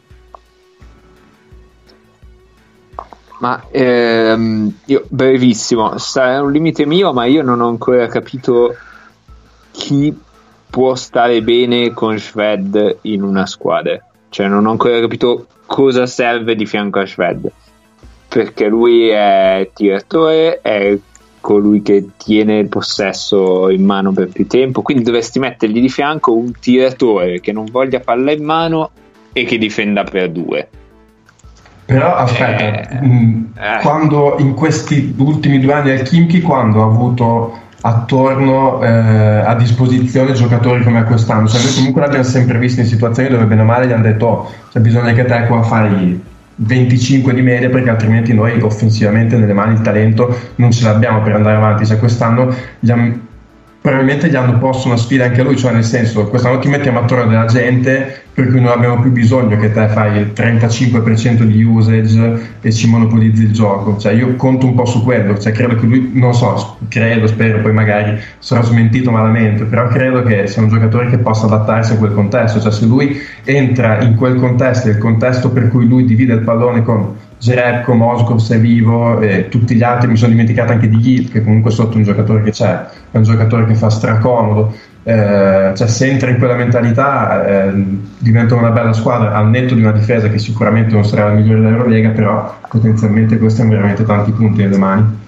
Ma ehm, io brevissimo, sarà un limite mio, ma io non ho ancora capito chi può stare bene con Shved in una squadra. Cioè non ho ancora capito cosa serve di fianco a Shved, perché lui è tiratore, è colui che tiene il possesso in mano per più tempo, quindi dovresti mettergli di fianco un tiratore che non voglia palla in mano e che difenda per due. Però aspetta, Eh, mh, eh. quando in questi ultimi due anni al Khimki, quando ha avuto attorno eh, a disposizione giocatori come quest'anno, cioè noi comunque l'abbiamo sempre visto in situazioni dove bene o male gli hanno detto oh, c'è bisogno che te qua fai venticinque di media, perché altrimenti noi offensivamente nelle mani il talento non ce l'abbiamo per andare avanti. Cioè quest'anno gli han- probabilmente gli hanno posto una sfida anche a lui, cioè nel senso, quest'anno ti mettiamo attorno della gente per cui non abbiamo più bisogno che te fai il trentacinque per cento di usage e ci monopolizzi il gioco. Cioè io conto un po' su quello, cioè credo che lui, non so, credo, spero, poi magari sarà smentito malamente, però credo che sia un giocatore che possa adattarsi a quel contesto. Cioè se lui entra in quel contesto, il contesto per cui lui divide il pallone con Jerebko, Moskov se è vivo, e tutti gli altri, mi sono dimenticato anche di Git, che comunque sotto un giocatore che c'è, è un giocatore che fa stracomodo, eh, cioè se entra in quella mentalità eh, diventa una bella squadra, al netto di una difesa che sicuramente non sarà la migliore dell'Eurolega, però potenzialmente questi hanno veramente tanti punti nelle mani.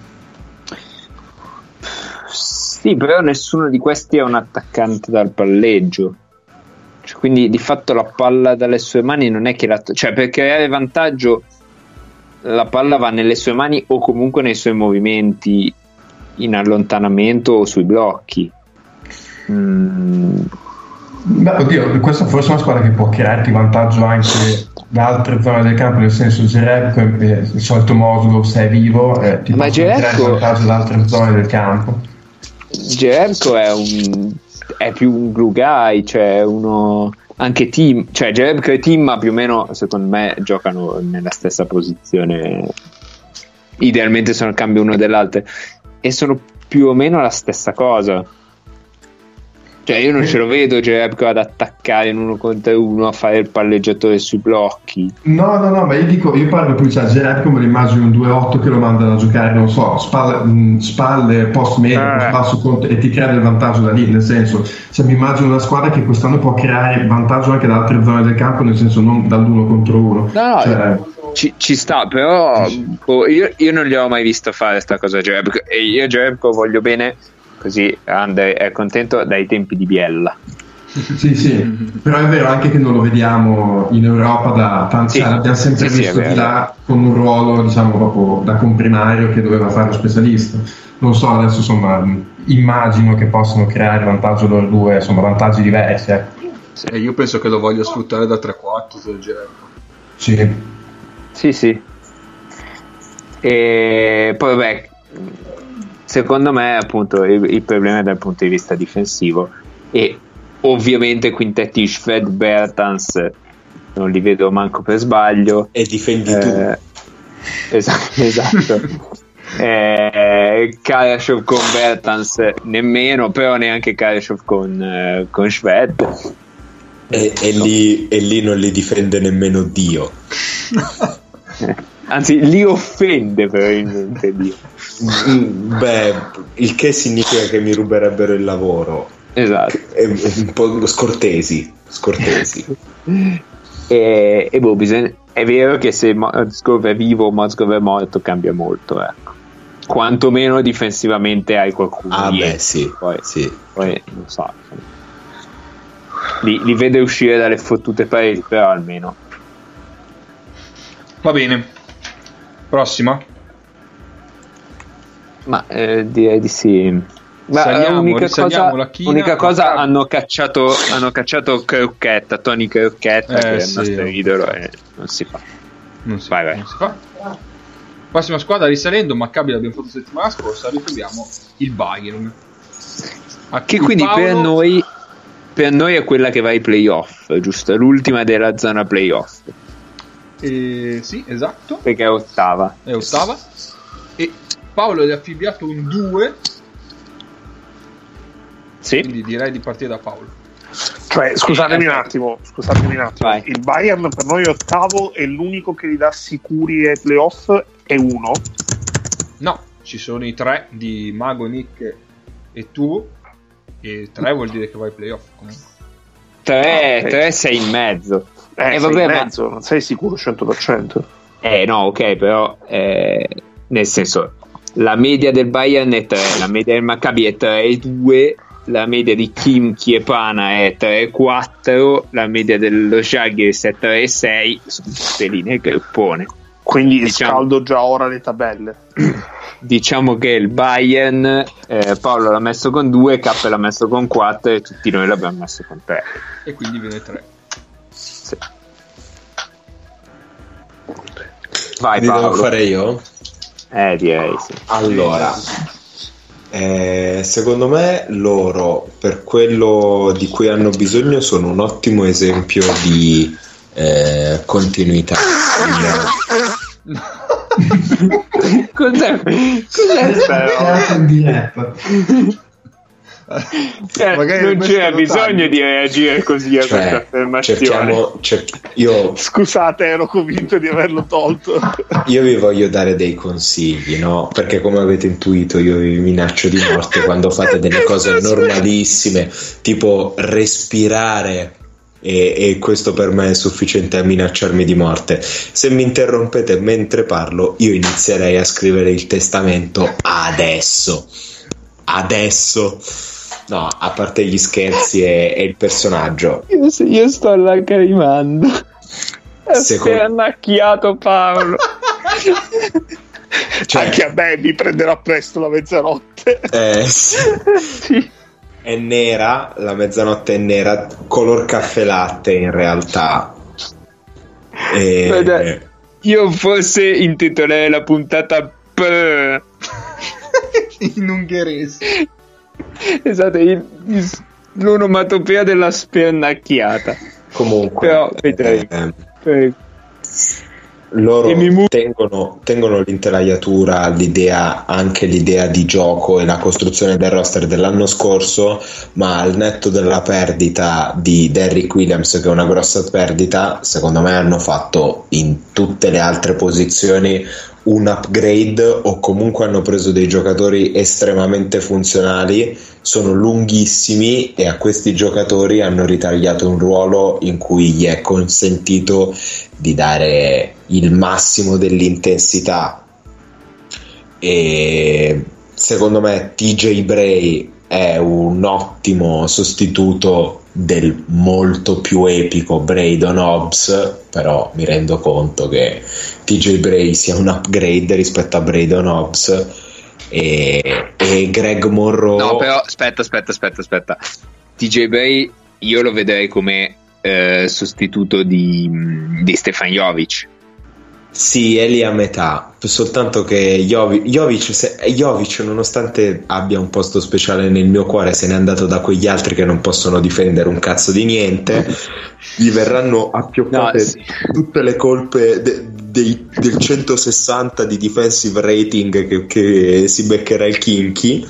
Sì, però nessuno di questi è un attaccante dal palleggio, cioè, quindi di fatto la palla dalle sue mani non è che la, cioè per creare vantaggio la palla va nelle sue mani o comunque nei suoi movimenti in allontanamento o sui blocchi. Mm. Beh, oddio, questa forse è una squadra che può crearti vantaggio anche da altre zone del campo, nel senso Jerebko, eh, il solito Moskov se è vivo, eh, ti Ma possono creare Jerebko- vantaggio da altre zone del campo. Jerebko è un è più un glue guy, cioè uno anche team, cioè Jerebko e Team più o meno secondo me giocano nella stessa posizione, idealmente sono il cambio uno dell'altro e sono più o meno la stessa cosa. Cioè io non ce lo vedo Jerebko ad attaccare in uno contro uno, a fare il palleggiatore sui blocchi. No, no, no, ma io dico, io parlo più, cioè Jerebko me lo immagino un due otto che lo mandano a giocare, non so, spalle, mh, spalle post medio, Ah. post basso contro, e ti crea del vantaggio da lì, nel senso, cioè mi immagino una squadra che quest'anno può creare vantaggio anche da altre zone del campo, nel senso non dall'uno contro uno. No, no, Cioè, ci, ci sta, però boh, io, io non gli ho mai visto fare sta cosa a Jerebko, e io Jerebko voglio bene, così Andre è contento, dai tempi di Biella. sì, sì, però è vero anche che non lo vediamo in Europa da tanti Sì, anni, l'abbiamo sempre sì, sì, visto è di vero. là con un ruolo, diciamo, proprio da comprimario che doveva fare lo specialista. Non so, adesso insomma immagino che possano creare vantaggio loro due, insomma vantaggi diversi, ecco. E io penso che lo voglia sfruttare da tre quattro del Jerebko. Sì. Sì, sì. E poi vabbè, secondo me appunto il, il problema è dal punto di vista difensivo, e ovviamente quintetti Shved, Bertans non li vedo manco per sbaglio, E difendi tu. eh, esatto, esatto. eh, Karashov con Bertans nemmeno, però neanche Karashov con, eh, con E, e, lì, e lì non li difende nemmeno Dio. Anzi, li offende probabilmente Dio. Beh, il che significa che mi ruberebbero il lavoro. Esatto. È un po' scortesi, scortesi. E, e boh, bisogna, è vero che se Mozgov è vivo o Mozgov è morto cambia molto, ecco. Quantomeno difensivamente hai qualcuno. Ah, dietro. beh, sì, Poi, sì. poi non so. Li, li vede uscire dalle fottute pareti, però almeno. Va bene. Prossima. Ma eh, direi di sì. Ma Saliamo, l'unica risaliamo cosa, la china, l'unica cosa Riccardo. hanno cacciato hanno cacciato Crocchetta, Tony Crocchetta, Eh, che è sì, il nostro oh. idolo, e non si fa. Non si, Vai, vai. non si fa. Prossima squadra, risalendo, Maccabi l'abbiamo fatto settimana scorsa, ritroviamo il Bayern. A Che cui quindi Paolo- per noi per noi è quella che va ai playoff, giusto? L'ultima della zona playoff, Eh, sì, esatto, perché è ottava. è ottava. E Paolo gli ha affibbiato un due, Sì. quindi direi di partire da Paolo. Cioè, scusatemi un attimo, scusatemi un attimo. Vai. Il Bayern per noi è ottavo e l'unico che li dà sicuri ai playoff è uno. No, ci sono i tre di Mago, Nick e tu, e tre vuol dire che vai ai playoff comunque. tre, Ah, ok. tre sei in mezzo. Eh, Eh, sei vabbè, in ma- mezzo, non sei sicuro cento per cento. Eh no, ok, però eh, nel senso la media del Bayern è tre, la media del Maccabi è tre e due, la media di Kimchi e Pana è tre e quattro, la media dello Žalgiris è tre e sei, sono tutte linee che oppone. Quindi Diciamo- scaldo già ora le tabelle. Diciamo che il Bayern, eh, Paolo l'ha messo con due, K l'ha messo con quattro e tutti noi l'abbiamo messo con tre. E quindi viene tre. Sì. Vai Li devo Paolo. fare io? Eh direi sì. Allora, eh, secondo me loro, per quello di cui hanno bisogno, sono un ottimo esempio di eh, continuità. Cos'è? Cos'è sta roba? in diretta. Cioè, Magari non questo c'era lo bisogno taglio. di reagire così a questa Cioè, affermazione. cerchiamo, cer- io, Scusate, ero convinto di averlo tolto. io vi voglio dare dei consigli, no? Perché come avete intuito io vi minaccio di morte quando fate delle cose normalissime, tipo respirare. E, e questo per me è sufficiente a minacciarmi di morte. Se mi interrompete mentre parlo, io inizierei a scrivere il testamento adesso. Adesso. No, a parte gli scherzi e, e il personaggio. Io, io sto lacrimando. È Secondo- spernacchiato Paolo. Cioè, Anche a me mi prenderà presto la mezzanotte. eh, sì. Sì. È nera, la mezzanotte è nera, color caffè latte in realtà. E... Guarda, io forse intitolerei la puntata P. In ungherese. Esatto, il- il- l'onomatopea della spernacchiata. Comunque, Però vedremo. eh, Eh, loro E mi mu- tengono, tengono l'intelaiatura, l'idea, anche l'idea di gioco e la costruzione del roster dell'anno scorso, ma al netto della perdita di Derrick Williams, che è una grossa perdita, secondo me hanno fatto in tutte le altre posizioni un upgrade, o comunque hanno preso dei giocatori estremamente funzionali, sono lunghissimi e a questi giocatori hanno ritagliato un ruolo in cui gli è consentito di dare il massimo dell'intensità. E secondo me T J Bray è un ottimo sostituto del molto più epico Braydon Hobbs, però mi rendo conto che T J Bray sia un upgrade rispetto a Braydon Hobbs. E, e Greg Monroe. No, però aspetta, aspetta, aspetta, aspetta. T J Bray io lo vedrei come eh, sostituto di, di Stefan Jovic. Sì, è lì a metà, soltanto che Jovic, Jovic, se, Jovic, nonostante abbia un posto speciale nel mio cuore, se n'è andato da quegli altri che non possono difendere un cazzo di niente. Gli verranno appioppate No, sì. tutte le colpe de, dei, del centosessanta di defensive rating che, che si beccherà il Kinky.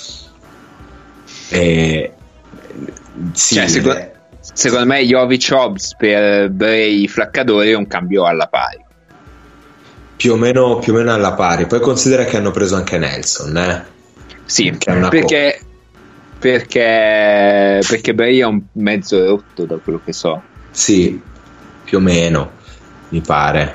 E, sì, Cioè, secondo, secondo me Jovic Hobbs per Bray Flaccadori è un cambio alla pari. più o meno, più o meno alla pari. Poi considera che hanno preso anche Nelson, eh? Sì, Che è una perché, perché perché Bray è un mezzo rotto da quello che so. Sì, più o meno, mi pare.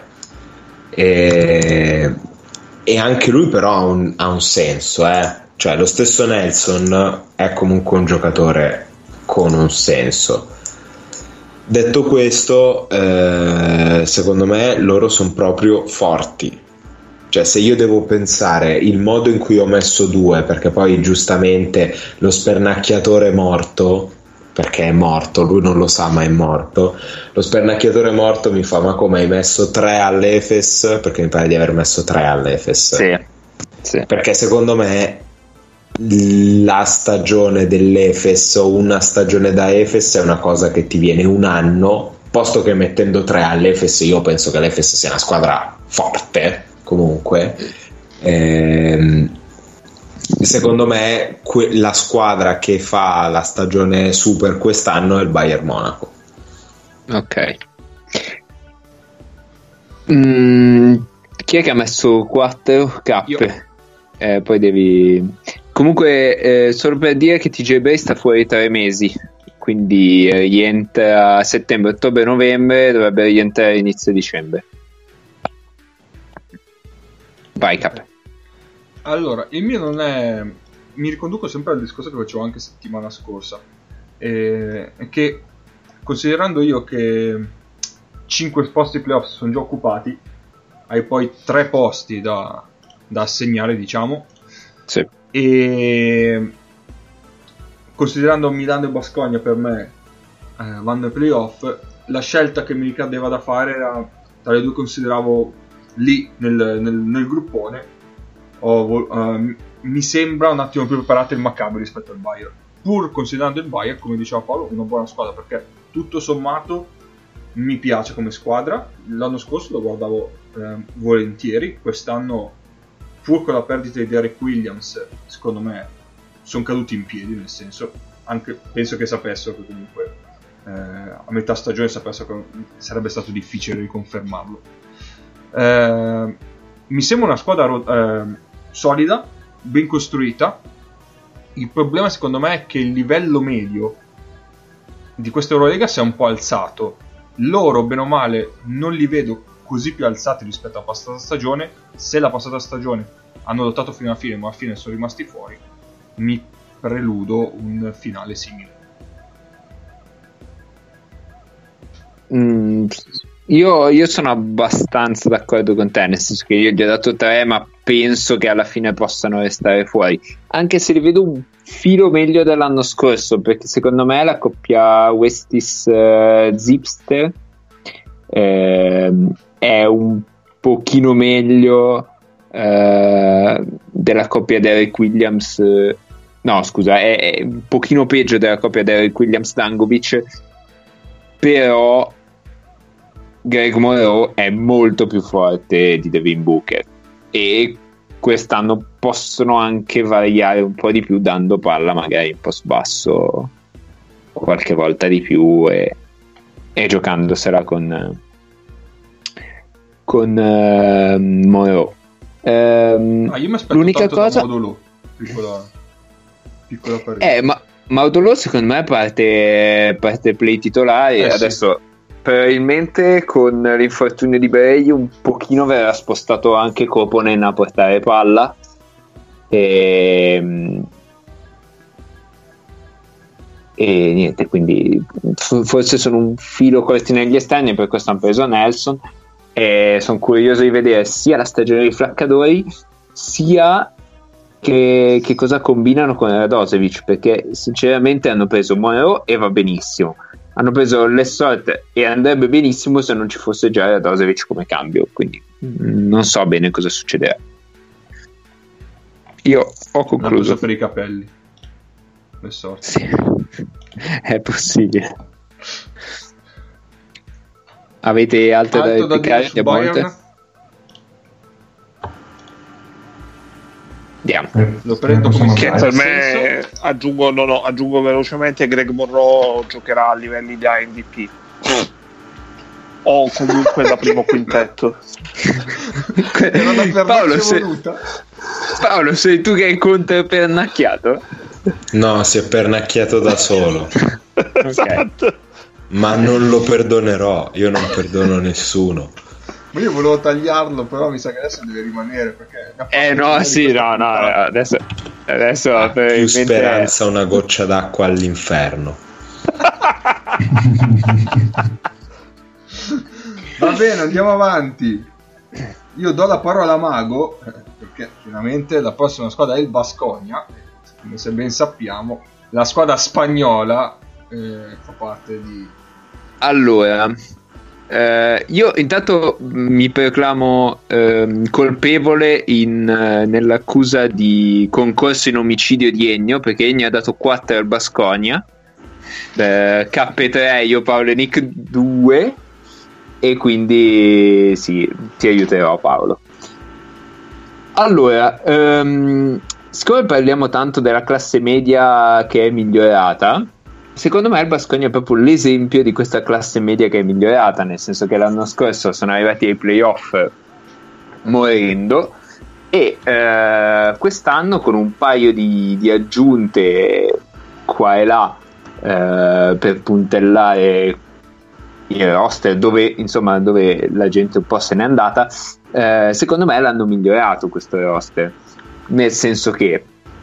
E, e anche lui però ha un, ha un senso, eh? Cioè lo stesso Nelson è comunque un giocatore con un senso. Detto questo, eh, secondo me loro sono proprio forti. Cioè, se io devo pensare il modo in cui ho messo due, perché poi giustamente lo spernacchiatore è morto, perché è morto, lui non lo sa ma è morto, lo spernacchiatore è morto, mi fa: ma come hai messo tre all'Efes? Perché mi pare di aver messo tre all'Efes. Sì, sì. Perché secondo me la stagione dell'Efes o una stagione da Efes è una cosa che ti viene un anno, posto che mettendo tre all'Efes io penso che l'Efes sia una squadra forte comunque. ehm, secondo me que- la squadra che fa la stagione super quest'anno è il Bayern Monaco. Ok. Mm, chi è che ha messo quattro K? Io. Eh, poi devi comunque eh, solo per dire che T J Bay sta fuori tre mesi, quindi eh, rientra a settembre, ottobre, novembre, dovrebbe rientrare a inizio dicembre. Vai Cap. Allora, il mio non è... Mi riconduco sempre al discorso che facevo anche settimana scorsa, eh, che considerando io che cinque posti playoff sono già occupati, hai poi tre posti da, da assegnare, diciamo, Sì. e considerando Milano e Baskonia per me eh, vanno ai playoff, la scelta che mi ricadeva da fare era tra le due, consideravo lì nel, nel, nel gruppone ho, uh, mi sembra un attimo più preparato il Maccabi rispetto al Bayern, pur considerando il Bayern, come diceva Paolo, una buona squadra, perché tutto sommato mi piace come squadra. L'anno scorso lo guardavo eh, volentieri, quest'anno pur con la perdita di Derek Williams secondo me sono caduti in piedi, nel senso, anche penso che sapessero che comunque eh, a metà stagione sapessero che sarebbe stato difficile riconfermarlo. Eh, mi sembra una squadra eh, solida, ben costruita. Il problema secondo me è che il livello medio di questa Eurolega si è un po' alzato. Loro bene o male non li vedo così più alzati rispetto alla passata stagione. Se la passata stagione hanno lottato fino alla fine ma alla fine sono rimasti fuori, mi preludo un finale simile. Mm, io, io sono abbastanza d'accordo con te, nel senso che io gli ho dato tre, ma penso che alla fine possano restare fuori, anche se li vedo un filo meglio dell'anno scorso, perché secondo me la coppia Westis-Zipster eh, è un pochino meglio eh, della coppia Derek Williams, eh, no scusa, è, è un pochino peggio della coppia Derek Williams-Dangovic, però Greg Monroe è molto più forte di Devin Booker e quest'anno possono anche variare un po' di più, dando palla magari in post basso qualche volta di più e, e giocandosela con con uh, Monroe. Um, ah, io mi aspetto l'unica tanto cosa da Modolo, piccola piccola parete. eh, ma Modolo secondo me parte parte play titolare eh, adesso. Sì. Probabilmente con l'infortunio di Bray un pochino verrà spostato anche Koponen a portare palla e, e niente, quindi forse sono un filo corti negli esterni, per questo hanno preso Nelson e sono curioso di vedere sia la stagione dei Flaccadori sia che, che cosa combinano con Radosevic, perché sinceramente hanno preso Monroe e va benissimo, hanno preso Lessort e andrebbe benissimo se non ci fosse già Radosevic come cambio, quindi non so bene cosa succederà. Io ho concluso. Per i capelli, Lessort. Sì, è possibile. Avete altre da replicare? Su Bayern? Andiamo. Lo prendo come che per me aggiungo, no, no, aggiungo velocemente Greg Monroe giocherà a livelli da M V P o comunque da primo quintetto. Paolo, sei... Paolo, sei tu che hai contrepernacchiato? No, si è pernacchiato da solo. Okay. Ma non lo perdonerò, io non perdono nessuno. Ma io volevo tagliarlo, però mi sa che adesso deve rimanere perché eh no sì no no adesso adesso ah, più mente... speranza una goccia d'acqua all'inferno. Va bene, andiamo avanti. Io do la parola a Mago perché finalmente la prossima squadra è il Baskonia, come se ben sappiamo la squadra spagnola eh, fa parte di... Allora eh, io intanto mi proclamo eh, colpevole in, eh, nell'accusa di concorso in omicidio di Ennio, perché Ennio ha dato quattro al Baskonia, eh, K tre, io Paolo e Nick due, e quindi sì, ti aiuterò Paolo. Allora ehm, siccome parliamo tanto della classe media che è migliorata, secondo me il Baskonia è proprio l'esempio di questa classe media che è migliorata, nel senso che l'anno scorso sono arrivati ai playoff morendo e eh, quest'anno con un paio di, di aggiunte qua e là eh, per puntellare il roster dove insomma dove la gente un po' se n'è andata, eh, secondo me l'hanno migliorato questo roster, nel senso che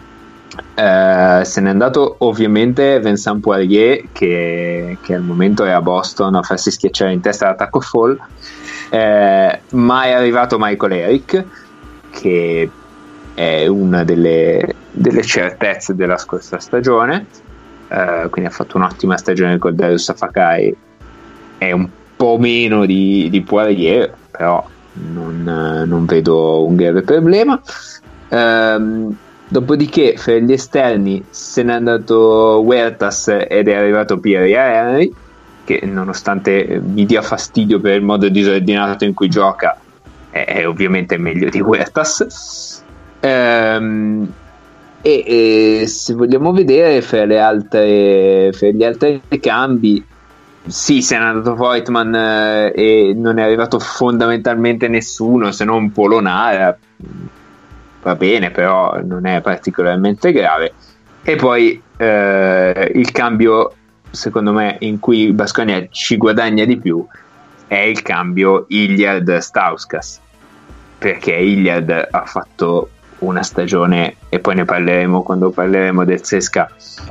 eh, se n'è andato ovviamente Vincent Poirier che, che al momento è a Boston a farsi schiacciare in testa l'attacco fall, eh, ma è arrivato Michael Eric che è una delle, delle certezze della scorsa stagione, eh, quindi ha fatto un'ottima stagione col Darius Afakai, è un po' meno di, di Poirier, però non, non vedo un grave problema. Ehm, dopodiché fra gli esterni se n'è andato Huertas ed è arrivato Pierre Henry, che nonostante mi dia fastidio per il modo disordinato in cui gioca è, è ovviamente meglio di Huertas. Ehm, e, e se vogliamo vedere fra le altre fra gli altri cambi, sì, se n'è andato Voigtman eh, e non è arrivato fondamentalmente nessuno se non Polonara, va bene, però non è particolarmente grave. E poi eh, il cambio secondo me in cui Baskonia ci guadagna di più è il cambio Hilliard-Stauskas, perché Hilliard ha fatto una stagione, e poi ne parleremo quando parleremo del C S K A,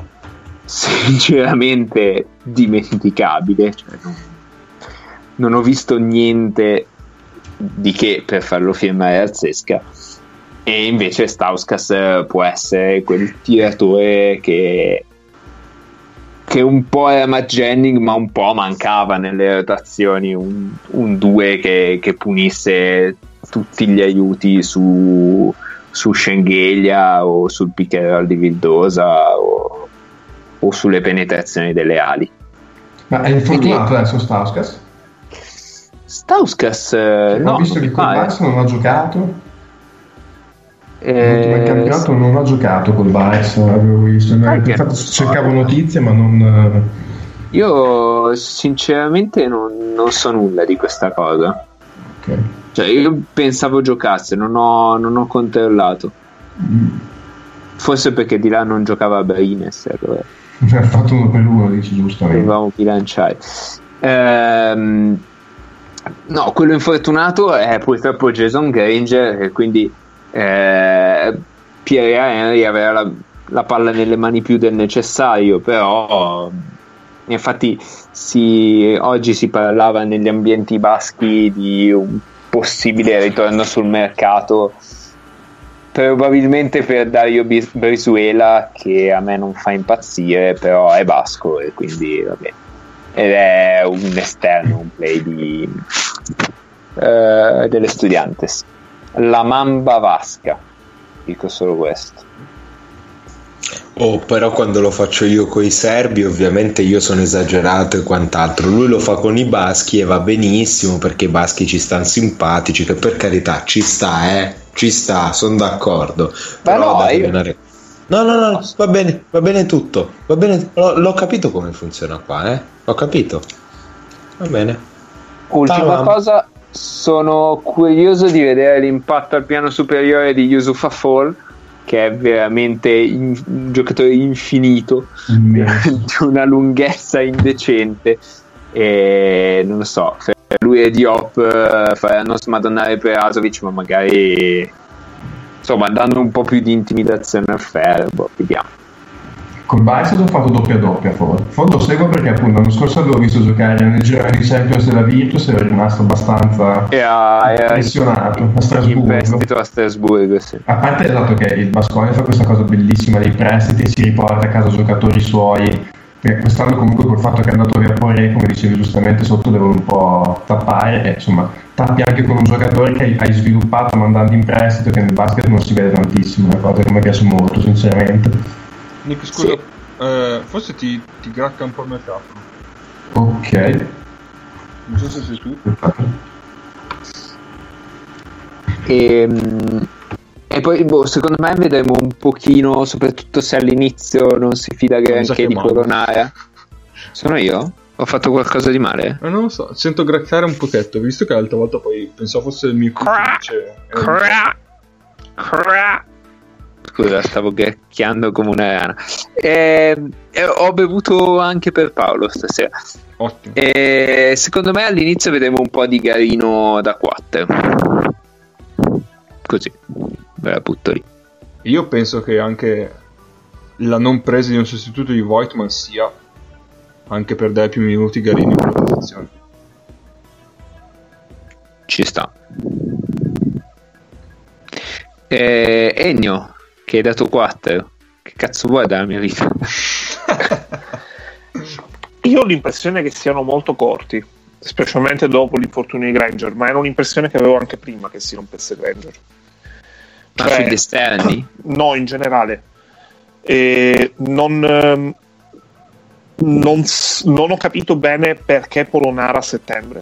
sinceramente dimenticabile, cioè non, non ho visto niente di che per farlo firmare al C S K A, e invece Stauskas può essere quel tiratore che che un po' era Matt Jennings ma un po' mancava nelle rotazioni, un due che, che punisse tutti gli aiuti su su Schengelia o sul pick and roll di Vildosa o o sulle penetrazioni delle ali. Ma è infortunato adesso Stauskas? Stauskas eh, ho no, visto che col Barça non ha giocato, eh, l'ultimo campionato non ha giocato col Barça, avevo visto, infatti cercavo notizie ma non, io sinceramente non, non so nulla di questa cosa, okay. Cioè io pensavo giocasse, non ho, non ho controllato, mm. Forse perché di là non giocava Brines, allora ha fatto uno per uno, dici giustamente. Dovevamo bilanciare. Ehm, no, quello infortunato è purtroppo Jason Granger, e quindi eh, Pierre Henry aveva la, la palla nelle mani più del necessario, però infatti si, oggi si parlava negli ambienti baschi di un possibile ritorno sul mercato, probabilmente per Dario Brizuela, che a me non fa impazzire, però è basco e quindi vabbè, ed è un esterno, un play di uh, delle Estudiantes, la Mamba Vasca, dico solo questo. Oh, però quando lo faccio io con i serbi ovviamente io sono esagerato e quant'altro, lui lo fa con i baschi e va benissimo perché i baschi ci stanno simpatici, che per carità ci sta, eh ci sta, sono d'accordo. Ma però no, io... una... no no no va bene, va bene tutto, va bene, l'ho, l'ho capito come funziona qua, eh l'ho capito, va bene. Ultima Ciao, cosa, sono curioso di vedere l'impatto al piano superiore di Yusufa Fall, che è veramente in, un giocatore infinito, di una lunghezza indecente, e non lo so, lui e Diop uh, faranno smadonnare Perasovic, ma magari insomma dando un po' più di intimidazione al ferro, vediamo. Col Barça ho fatto doppia doppia forse. Forse lo seguo perché appunto l'anno scorso l'avevo visto giocare nel girone di Champions della Virtus e ero rimasto abbastanza era, era impressionato a Strasburgo. In prestito a Strasburgo, sì. A parte il fatto che il Baskonia fa questa cosa bellissima dei prestiti, si riporta a casa giocatori suoi, perché quest'anno comunque col fatto che è andato via Poré, come dicevi giustamente, sotto devono un po' tappare, e insomma tappi anche con un giocatore che hai sviluppato mandando in prestito, che nel basket non si vede tantissimo, una cosa che mi piace molto sinceramente. Nick, scusa, sì. eh, forse ti, ti gracca un po' il microfono. Ok. Non so se sei tu. E, e poi boh, secondo me vedremo un pochino, soprattutto se all'inizio non si fida granché di Coronara. Sono io? Ho fatto qualcosa di male? Eh, non lo so, sento graccare un pochetto, visto che l'altra volta poi pensavo fosse il mio cucciolo. Scusa, stavo ghiacchiando come una rana. E, e ho bevuto anche per Paolo stasera. Ottimo. E secondo me all'inizio vedremo un po' di Garino da quattro. Così, ve la butto lì. Io penso che anche la non presa di un sostituto di Voigtman sia anche per dare più minuti Garino in quella posizione. Ci sta. E, Ennio, che hai dato quattro, che cazzo vuoi dalla mia vita? Io ho l'impressione che siano molto corti, specialmente dopo l'infortunio di Granger, ma era un'impressione che avevo anche prima che si rompesse Granger. Ma cioè, sugli esterni? No, in generale. E non, ehm, non, non ho capito bene perché Polonara a settembre.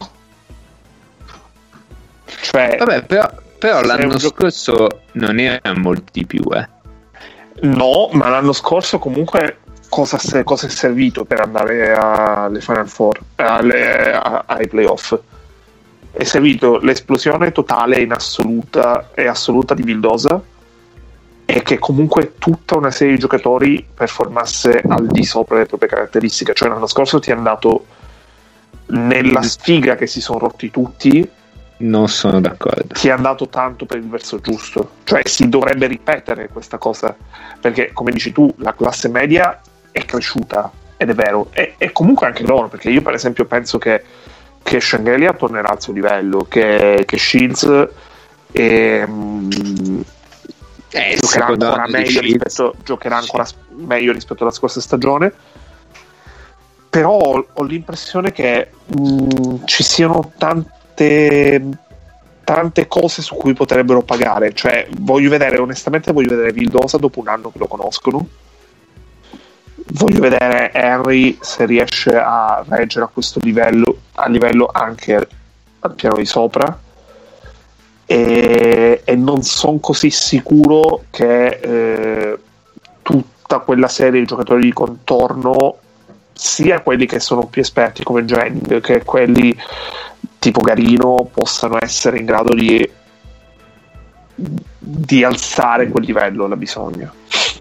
Cioè, vabbè, però, però l'anno gio- scorso non era molti di più, eh. No, ma l'anno scorso comunque cosa, se, cosa è servito per andare alle Final Four, alle, a, ai playoff? È servito l'esplosione totale in assoluta e assoluta di Vildosa, e che comunque tutta una serie di giocatori performasse al di sopra delle proprie caratteristiche. Cioè l'anno scorso ti è andato nella sfiga che si sono rotti tutti. Non sono d'accordo. Ti è andato tanto per il verso giusto, cioè si dovrebbe ripetere questa cosa, perché come dici tu la classe media è cresciuta, ed è vero, e, e comunque anche loro, perché io per esempio penso che, che Shengelia tornerà al suo livello, che, che Shields e, mm, eh, giocherà ancora meglio rispetto, giocherà ancora meglio rispetto alla scorsa stagione. Però ho, ho l'impressione che mh, ci siano tante tante cose su cui potrebbero pagare. Cioè voglio vedere, onestamente voglio vedere Vildosa dopo un anno che lo conoscono, voglio vedere Henry se riesce a reggere a questo livello, a livello anche al piano di sopra, e, e non sono così sicuro che eh, tutta quella serie di giocatori di contorno, sia quelli che sono più esperti come Jennings che quelli tipo Garino, possano essere in grado di di alzare quel livello alla bisogna.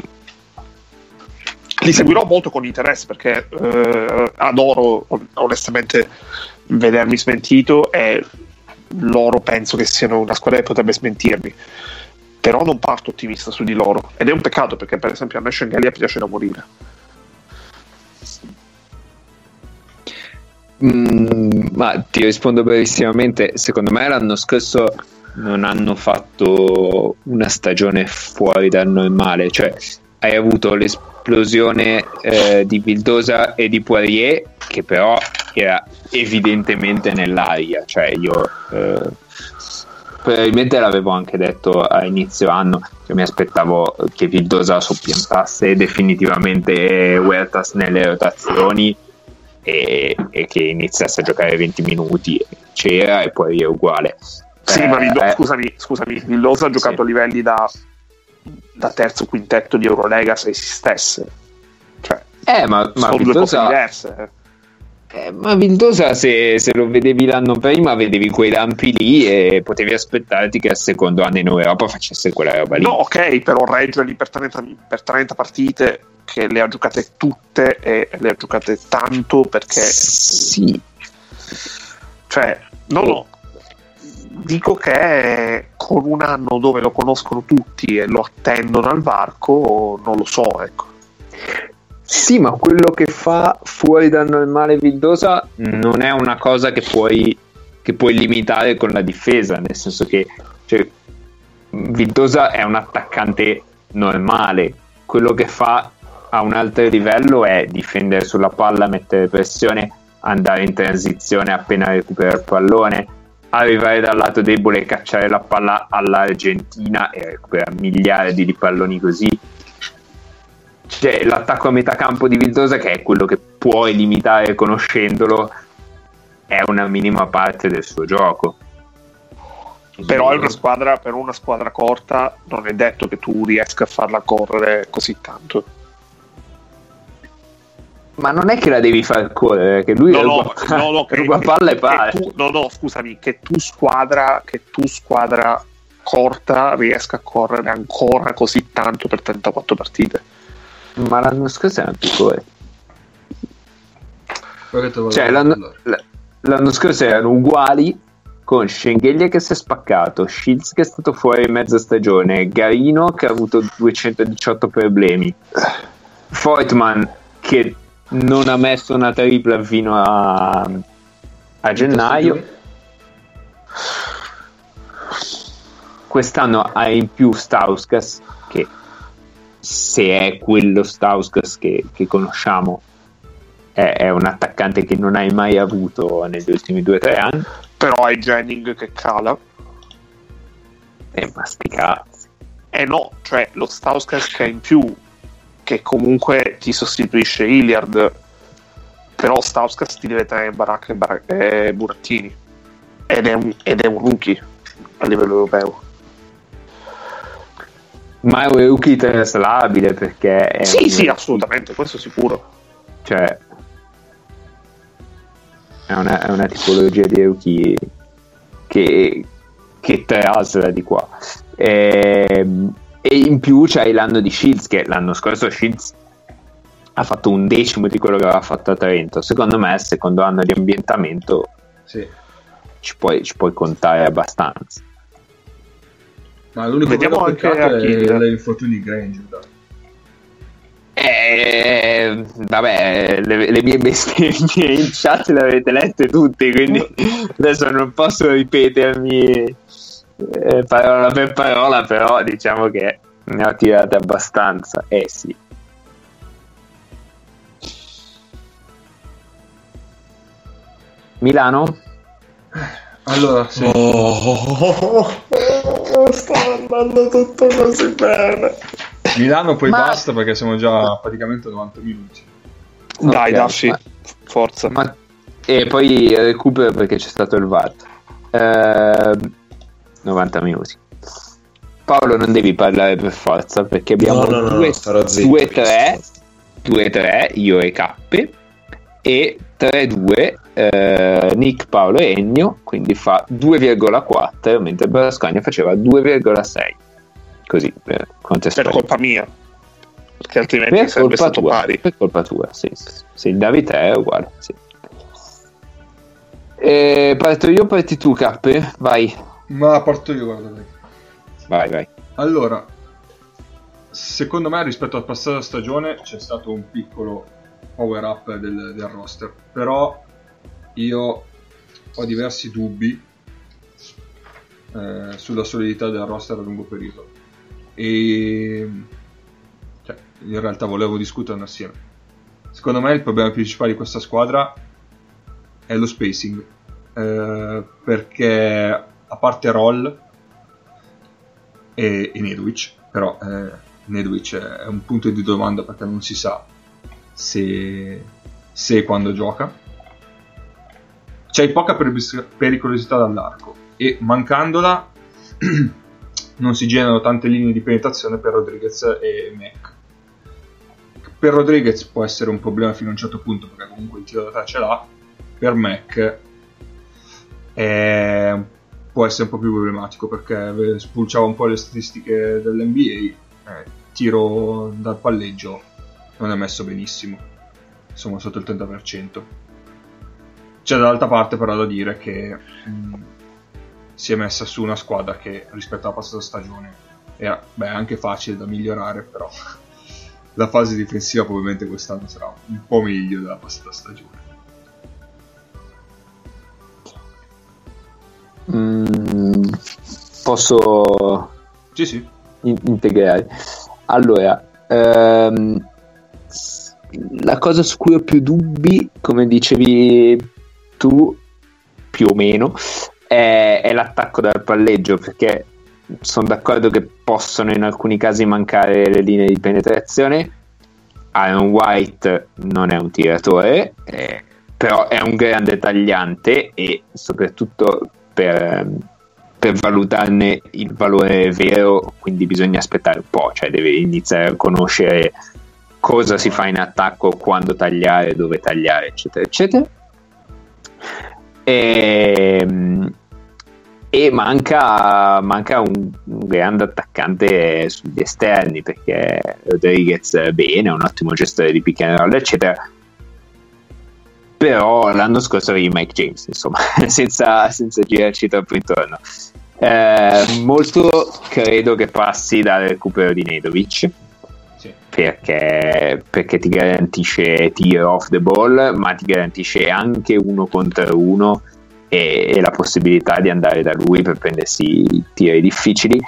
Li seguirò molto con interesse, perché eh, adoro onestamente vedermi smentito, e loro penso che siano una squadra che potrebbe smentirmi, però non parto ottimista su di loro, ed è un peccato, perché per esempio a me Shengelia piace da morire. Mm, ma ti rispondo brevissimamente. Secondo me l'anno scorso non hanno fatto una stagione fuori dal normale, cioè hai avuto l'esplosione eh, di Vildosa e di Poirier, che però era evidentemente nell'aria, cioè io eh, probabilmente l'avevo anche detto a inizio anno che mi aspettavo che Vildosa soppiantasse definitivamente Huertas nelle rotazioni e, e che iniziasse a giocare venti minuti. C'era, e poi è uguale. Sì, eh, ma Vildosa, eh, scusami, scusami, Vildosa ha giocato sì. a livelli da, da terzo quintetto di Eurolega se esistesse. Cioè, eh, ma, ma sono Vildosa, due cose diverse. Eh, ma Vildosa, se, se lo vedevi l'anno prima, vedevi quei lampi lì e potevi aspettarti che al secondo anno in Europa facesse quella roba lì. No, ok, però reggerli per trenta, per trenta partite, che le ha giocate tutte e le ha giocate tanto, perché sì, cioè no no dico che con un anno dove lo conoscono tutti e lo attendono al varco, non lo so, ecco. Sì, ma quello che fa fuori dal normale Vildosa non è una cosa che puoi, che puoi limitare con la difesa, nel senso che, cioè, Vildosa è un attaccante normale, quello che fa a un altro livello è difendere sulla palla, mettere pressione, andare in transizione appena recupera il pallone, arrivare dal lato debole e cacciare la palla all'Argentina e recuperare miliardi di palloni così. Cioè, l'attacco a metà campo di Vildosa, che è quello che puoi limitare conoscendolo, è una minima parte del suo gioco. Però è una squadra, per una squadra corta non è detto che tu riesca a farla correre così tanto. Ma non è che la devi far correre, che lui no, ruba, no, no, no, ruba che, palla che, e parte. tu, no, no, scusami, che tu squadra, che tu squadra corta riesca a correre ancora così tanto per trentaquattro partite. Ma l'anno scorso erano più corti. Cioè, l'anno, l'anno scorso erano uguali, con Schengelia che si è spaccato, Shields che è stato fuori in mezza stagione, Garino che ha avuto duecentodiciotto problemi, Voigtmann che non ha messo una tripla fino a, a gennaio. Quest'anno ha in più Stauskas, che se è quello Stauskas che, che conosciamo è, è un attaccante che non hai mai avuto negli ultimi due o tre anni. Però hai Jennings che cala e ma sti cazzi. Eh no, cioè lo Stauskas che è in più, che comunque ti sostituisce Hilliard, però Stauskas ti deve tenere Baracca e, Bar- e Burattini ed è, un, ed è un rookie a livello europeo. Ma è un rookie traslabile, perché è sì un... sì assolutamente, questo sicuro, cioè è una, è una tipologia di rookie che, che trasla di qua, e, e in più c'hai l'anno di Shields, che l'anno scorso Shields ha fatto un decimo di quello che aveva fatto a Trento. Secondo me il secondo anno di ambientamento sì. ci, puoi, ci puoi contare abbastanza. Ma l'unico vediamo anche peccato è l'infortunio di Granger. Eh, vabbè, le, le mie bestemmie in chat le avete lette tutte, quindi adesso non posso ripetermi eh, parola per parola, però diciamo che ne ho tirate abbastanza. Eh sì. Milano? Allora, sì. Oh, oh, oh, oh, sta andando tutto così bene. Milano poi ma... basta, perché siamo già praticamente a novanta minuti. Dai, okay, Daffi, ma... forza. Ma... E poi recupero perché c'è stato il V A R. Eh... novanta minuti. Paolo, non devi parlare per forza, perché abbiamo no, no, due, no, due, tre, due, tre, io e Cappe, e tre due eh, Nick, Paolo e Ennio, quindi fa due virgola quattro, mentre Berlusconi faceva due virgola sei. Così per per colpa mia, perché altrimenti per sarebbe colpa stato tua, pari. per colpa tua, sì, sì. Se il Davi tre è uguale, sì. E parto io, parti tu, Cappe, vai. Ma parto io, guarda lei. Vai, vai. Allora, secondo me rispetto alla passata stagione c'è stato un piccolo power up del, del roster, però io ho diversi dubbi eh, sulla solidità del roster a lungo periodo, e cioè, in realtà volevo discuterne assieme. Secondo me il problema principale di questa squadra è lo spacing, eh, perché a parte Roll e, e Nedwick, però eh, Nedwick è un punto di domanda, perché non si sa se, se e quando gioca. C'è poca pericolosità dall'arco, e mancandola non si generano tante linee di penetrazione per Rodriguez e Mac. Per Rodriguez può essere un problema fino a un certo punto, perché comunque il tiro da tre ce l'ha, per Mac è, può essere un po' più problematico, perché spulciavo un po' le statistiche dell'N B A, eh, tiro dal palleggio non è messo benissimo, insomma sotto il trenta per cento. C'è dall'altra parte però da dire che mh, si è messa su una squadra che rispetto alla passata stagione era beh, anche facile da migliorare, però la fase difensiva probabilmente quest'anno sarà un po' meglio della passata stagione. Mm, posso sì sì in- integrare allora ehm, la cosa su cui ho più dubbi, come dicevi tu più o meno, è, è l'attacco dal palleggio, perché sono d'accordo che possono in alcuni casi mancare le linee di penetrazione. Aaron White non è un tiratore, eh, però è un grande tagliante, e soprattutto per, per valutarne il valore vero, quindi bisogna aspettare un po', cioè deve iniziare a conoscere cosa si fa in attacco, quando tagliare, dove tagliare, eccetera eccetera. E, e manca, manca un, un grande attaccante sugli esterni, perché Rodriguez bene, è un ottimo gestore di pick and roll eccetera, però l'anno scorso avevi Mike James, insomma, senza, senza girarci troppo intorno. Eh, molto credo che passi dal recupero di Nedovic, sì, perché, perché ti garantisce tiro off the ball, ma ti garantisce anche uno contro uno e, e la possibilità di andare da lui per prendersi tiri difficili.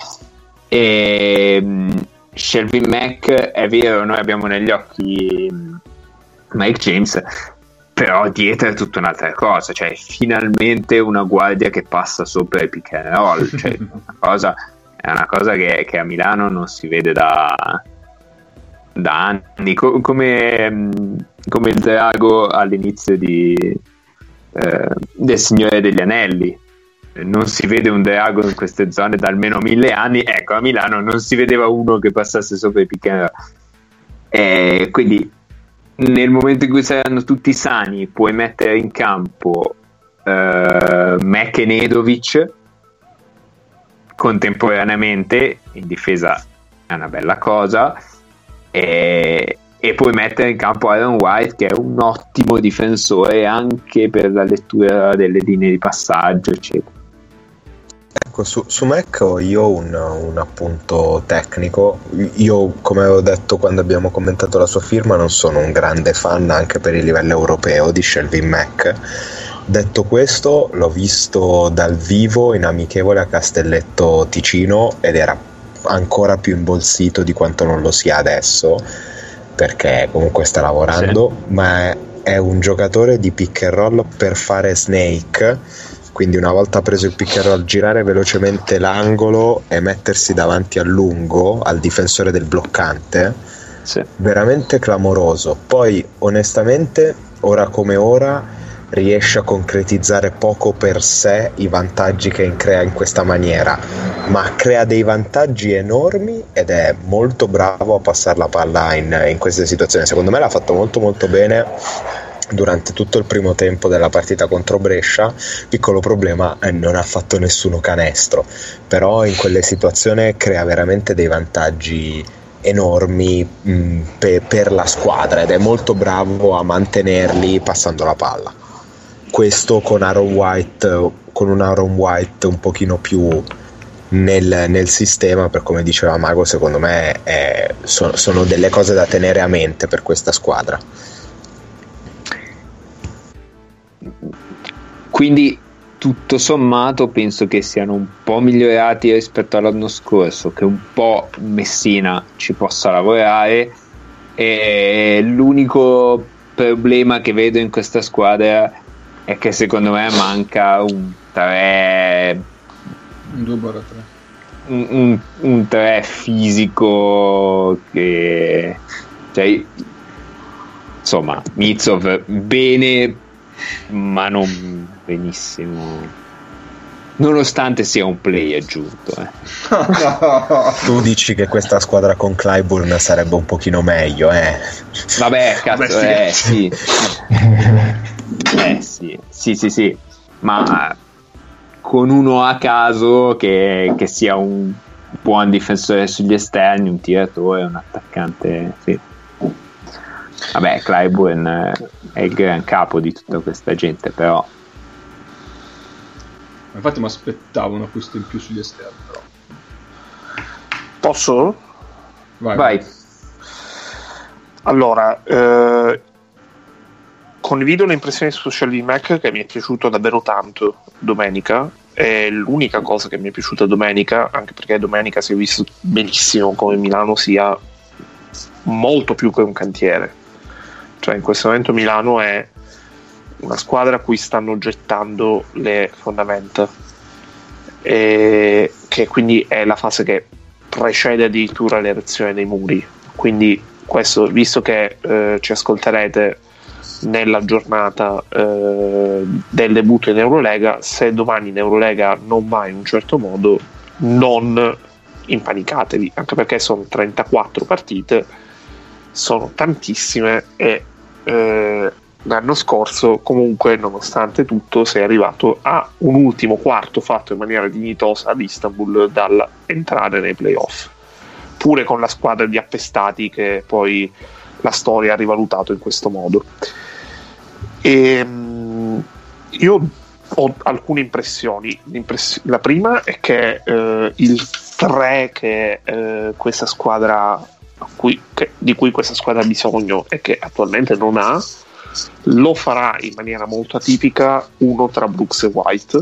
E Shelvin Mack, è vero, noi abbiamo negli occhi Mike James, però dietro è tutta un'altra cosa, cioè finalmente una guardia che passa sopra i pick and roll, cioè una cosa, è una cosa che, che a Milano non si vede da, da anni, Co- come, come il drago all'inizio di, eh, del Signore degli Anelli. Non si vede un drago in queste zone da almeno mille anni, ecco, a Milano non si vedeva uno che passasse sopra i pick and roll, e quindi nel momento in cui saranno tutti sani puoi mettere in campo uh, Mack e Nedovic contemporaneamente in difesa, è una bella cosa, e, e puoi mettere in campo Aaron White, che è un ottimo difensore anche per la lettura delle linee di passaggio eccetera. Ecco, su, su Mac ho io un, un appunto tecnico. Io, come avevo detto quando abbiamo commentato la sua firma, non sono un grande fan anche per il livello europeo di Shelvin Mack. Detto questo, l'ho visto dal vivo in amichevole a Castelletto Ticino ed era ancora più imbolsito di quanto non lo sia adesso, perché comunque sta lavorando, sì, ma è, è un giocatore di pick and roll per fare snake. Quindi una volta preso il pick and roll, girare velocemente l'angolo e mettersi davanti al lungo, al difensore del bloccante, sì, veramente clamoroso. Poi onestamente, ora come ora, riesce a concretizzare poco per sé i vantaggi che crea in questa maniera, ma crea dei vantaggi enormi ed è molto bravo a passare la palla in, in queste situazioni. Secondo me l'ha fatto molto molto bene durante tutto il primo tempo della partita contro Brescia. Piccolo problema, eh, non ha fatto nessuno canestro, però in quelle situazioni crea veramente dei vantaggi enormi mh, pe- per la squadra, ed è molto bravo a mantenerli passando la palla. Questo con Aaron White, con un Aaron White un pochino più nel, nel sistema, per come diceva Mago, secondo me è, so, sono delle cose da tenere a mente per questa squadra. Quindi tutto sommato penso che siano un po' migliorati rispetto all'anno scorso, che un po' Messina ci possa lavorare, e l'unico problema che vedo in questa squadra è che secondo me manca un tre un due barra tre un, un, un tre fisico, che cioè, insomma, Mitsov bene ma non benissimo, nonostante sia un play aggiunto, eh. Tu dici che questa squadra con Clyburn sarebbe un pochino meglio, eh? Vabbè, cazzo, Vabbè, eh, sì. Eh sì, sì, sì, sì, ma con uno a caso che, che sia un buon difensore sugli esterni, un tiratore, un attaccante, sì. Vabbè, Clyburn è il gran capo di tutta questa gente, però. Infatti mi aspettavo una questo in più sugli esterni, però. Posso? Vai. Vai. Allora, eh, condivido le impressioni su Social Mac che mi è piaciuto davvero tanto domenica. È l'unica cosa che mi è piaciuta domenica, anche perché domenica si è visto benissimo come Milano sia molto più che un cantiere. Cioè, in questo momento Milano è una squadra a cui stanno gettando le fondamenta, e che quindi è la fase che precede addirittura l'erezione dei muri. Quindi questo, visto che eh, ci ascolterete nella giornata eh, del debutto in Eurolega, se domani in Eurolega non va in un certo modo, non impanicatevi, anche perché sono trentaquattro partite, sono tantissime, e eh, l'anno scorso comunque, nonostante tutto, sei arrivato a un ultimo quarto fatto in maniera dignitosa ad Istanbul dall'entrare nei playoff, pure con la squadra di appestati che poi la storia ha rivalutato in questo modo. E um, io ho alcune impressioni. L'impress- la prima è che eh, il tre che eh, questa squadra a cui, che, di cui questa squadra ha bisogno e che attualmente non ha, lo farà in maniera molto atipica uno tra Brooks e White,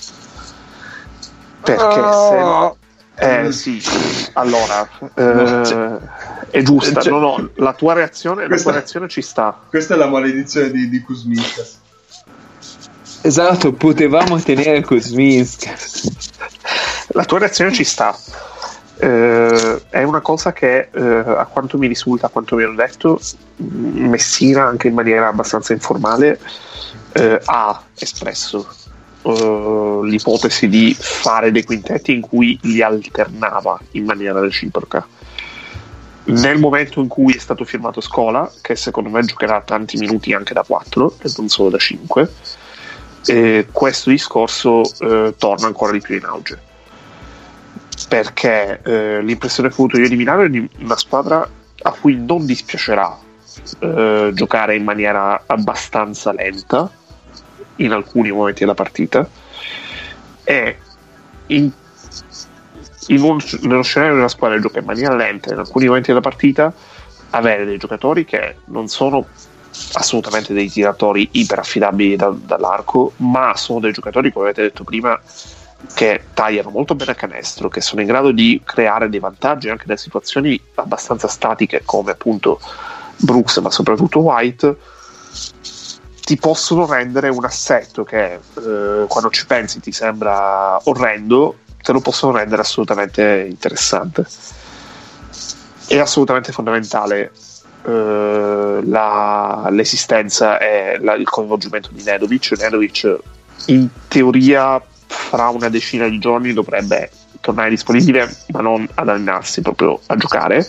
perché oh. se no eh sì, allora eh, è giusta, cioè, no, no, la tua reazione questa, la tua reazione ci sta. Questa è la maledizione di, di Kuzminskas. Esatto, potevamo tenere Kuzminskas. La tua reazione ci sta. Eh, è una cosa che eh, a quanto mi risulta, a quanto mi hanno detto, Messina anche in maniera abbastanza informale eh, ha espresso uh, l'ipotesi di fare dei quintetti in cui li alternava in maniera reciproca. Nel momento in cui è stato firmato Scola, che secondo me giocherà tanti minuti anche da quattro e non solo da cinque, eh, questo discorso eh, torna ancora di più in auge, perché eh, l'impressione che ho avuto io di Milano è di una squadra a cui non dispiacerà eh, giocare in maniera abbastanza lenta in alcuni momenti della partita, e in, in un, nello scenario di una squadra che gioca in maniera lenta in alcuni momenti della partita, avere dei giocatori che non sono assolutamente dei tiratori iperaffidabili da, dall'arco, ma sono dei giocatori, come avete detto prima, che tagliano molto bene a canestro, che sono in grado di creare dei vantaggi anche da situazioni abbastanza statiche, come appunto Brooks, ma soprattutto White. Ti possono rendere un assetto che eh, quando ci pensi ti sembra orrendo, te lo possono rendere assolutamente interessante. È assolutamente fondamentale eh, la, l'esistenza e la, il coinvolgimento di Nedovic. Nedovic in teoria fra una decina di giorni dovrebbe tornare disponibile, ma non ad allenarsi, proprio a giocare.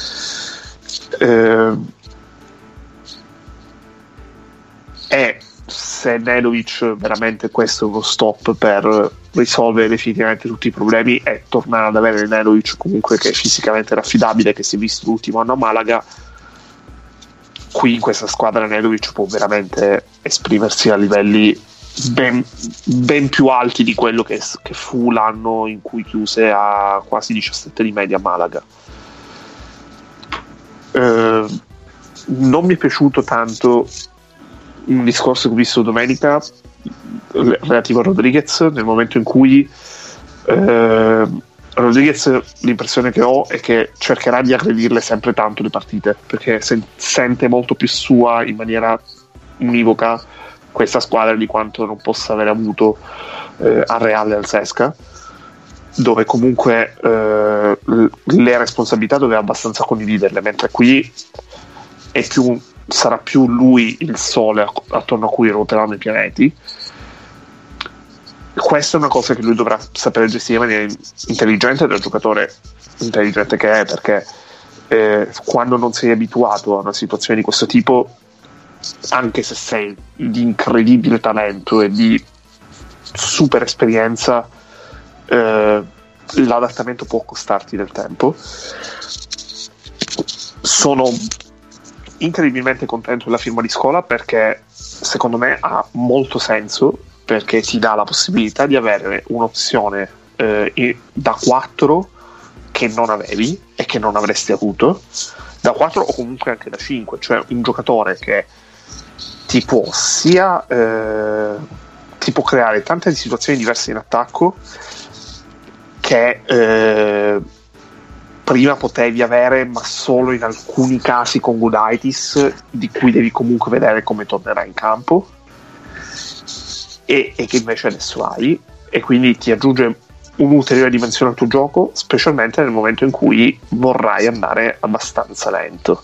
Eh, e se Nedovic veramente questo è uno stop per risolvere definitivamente tutti i problemi e tornare ad avere Nedovic comunque che è fisicamente raffidabile, che si è visto l'ultimo anno a Malaga, qui in questa squadra Nedovic può veramente esprimersi a livelli ben, ben più alti di quello che, che fu l'anno in cui chiuse a quasi diciassette di media a Malaga. Eh, non mi è piaciuto tanto un discorso che ho visto domenica relativo a Rodriguez, nel momento in cui eh, Rodriguez, l'impressione che ho è che cercherà di aggredirle sempre tanto le partite, perché se, sente molto più sua in maniera univoca questa squadra di quanto non possa aver avuto eh, al Real e al Sesca, dove comunque eh, le responsabilità doveva abbastanza condividerle, mentre qui è più, sarà più lui il sole attorno a cui ruoteranno i pianeti. Questa è una cosa che lui dovrà sapere gestire in maniera intelligente, da giocatore intelligente che è, perché eh, quando non sei abituato a una situazione di questo tipo anche se sei di incredibile talento e di super esperienza, eh, l'adattamento può costarti del tempo. Sono incredibilmente contento della firma di Scola, perché secondo me ha molto senso, perché ti dà la possibilità di avere un'opzione eh, da quattro che non avevi e che non avresti avuto, da quattro o comunque anche da cinque, cioè un giocatore che ti può sia eh, ti può creare tante situazioni diverse in attacco che eh, prima potevi avere, ma solo in alcuni casi con Gudaitis, di cui devi comunque vedere come tornerà in campo, e, e che invece adesso hai, e quindi ti aggiunge un'ulteriore dimensione al tuo gioco, specialmente nel momento in cui vorrai andare abbastanza lento.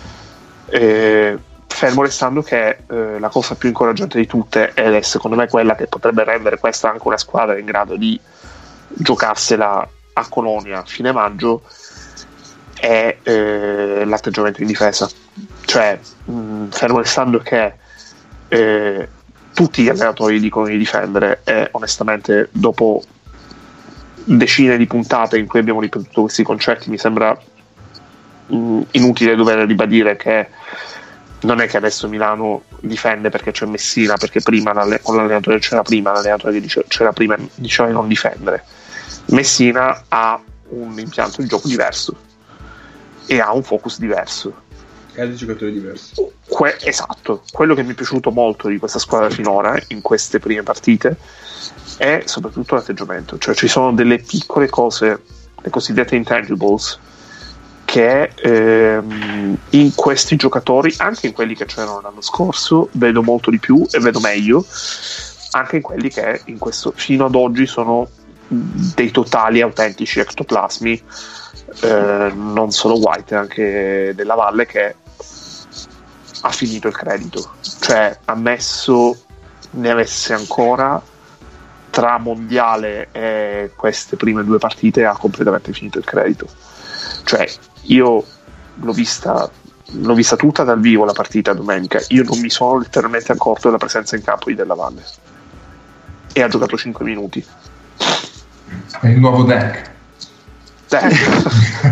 Eh, fermo restando che eh, la cosa più incoraggiante di tutte, ed è secondo me quella che potrebbe rendere questa anche una squadra in grado di giocarsela a Colonia a fine maggio, è eh, l'atteggiamento in difesa. Cioè mh, fermo restando che eh, tutti gli allenatori dicono di difendere, e onestamente dopo decine di puntate in cui abbiamo ripetuto questi concetti mi sembra mh, inutile dover ribadire che non è che adesso Milano difende perché c'è Messina, perché prima con l'allenatore c'era prima l'allenatore che dice, c'era prima diceva di non difendere. Messina ha un impianto di gioco diverso e ha un focus diverso e ha dei giocatori diversi. Que- esatto, quello che mi è piaciuto molto di questa squadra finora in queste prime partite è soprattutto l'atteggiamento, cioè ci sono delle piccole cose, le cosiddette intangibles, che ehm, in questi giocatori, anche in quelli che c'erano l'anno scorso, vedo molto di più e vedo meglio, anche in quelli che in questo, fino ad oggi sono dei totali autentici ectoplasmi, eh, non solo White, anche Della Valle, che ha finito il credito, cioè ammesso ne avesse ancora, tra mondiale e queste prime due partite ha completamente finito il credito. Cioè io l'ho vista l'ho vista tutta dal vivo la partita domenica, io non mi sono letteralmente accorto della presenza in campo di Della Valle, e ha giocato cinque minuti. È il nuovo deck. deck.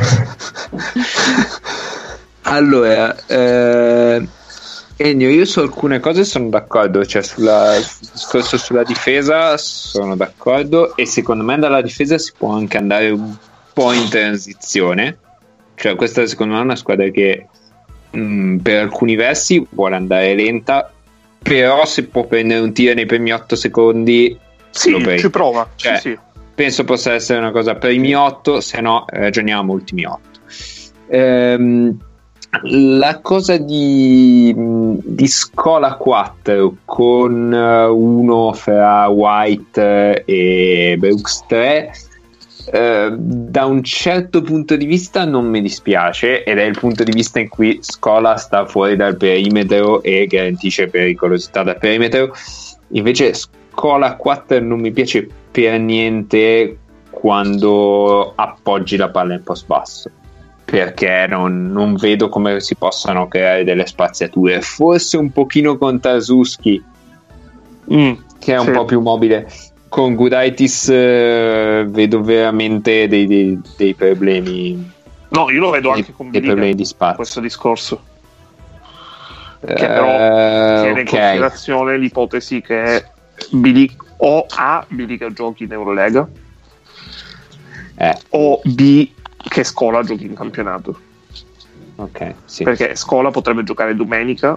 Allora eh, Ennio, io su alcune cose sono d'accordo, cioè sulla, sul discorso sulla difesa sono d'accordo, e secondo me dalla difesa si può anche andare un po' in transizione, cioè questa secondo me è una squadra che mh, per alcuni versi vuole andare lenta, però se può prendere un tiro nei primi otto secondi sì, ci prova, cioè, sì, sì. Penso possa essere una cosa primi otto, se no ragioniamo ultimi otto. ehm, la cosa di, di Scola quattro con uno fra White e Brooks tre, eh, da un certo punto di vista non mi dispiace, ed è il punto di vista in cui Scola sta fuori dal perimetro e garantisce pericolosità dal perimetro. Invece Scola quattro non mi piace per niente quando appoggi la palla in post basso, perché non, non vedo come si possano creare delle spaziature. Forse un pochino con Tarzuski, mm, che è un sì. po' più mobile. Con Gudaitis eh, vedo veramente dei, dei, dei problemi. No, io lo vedo dei, anche con dei problemi di spazio, questo discorso, che però tiene in considerazione l'ipotesi che Billy o A Billy che giochi in Eurolega eh. o B che Scola giochi in campionato. Ok, sì. Perché Scola potrebbe giocare domenica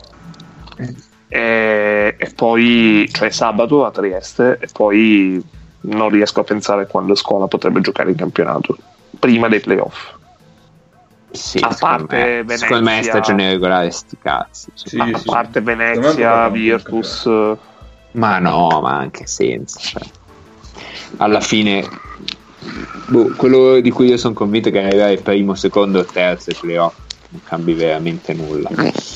e, e poi, cioè sabato a Trieste, e poi non riesco a pensare quando Scola potrebbe giocare in campionato prima dei playoff. Sì, a parte me, Venezia, secondo me è stagione regolare sti cazzi, sì, a sì. parte Venezia, Virtus, ma no, ma anche senza, cioè. Alla fine boh, quello di cui io sono convinto è che arrivare primo, secondo, terzo e playoff non cambi veramente nulla.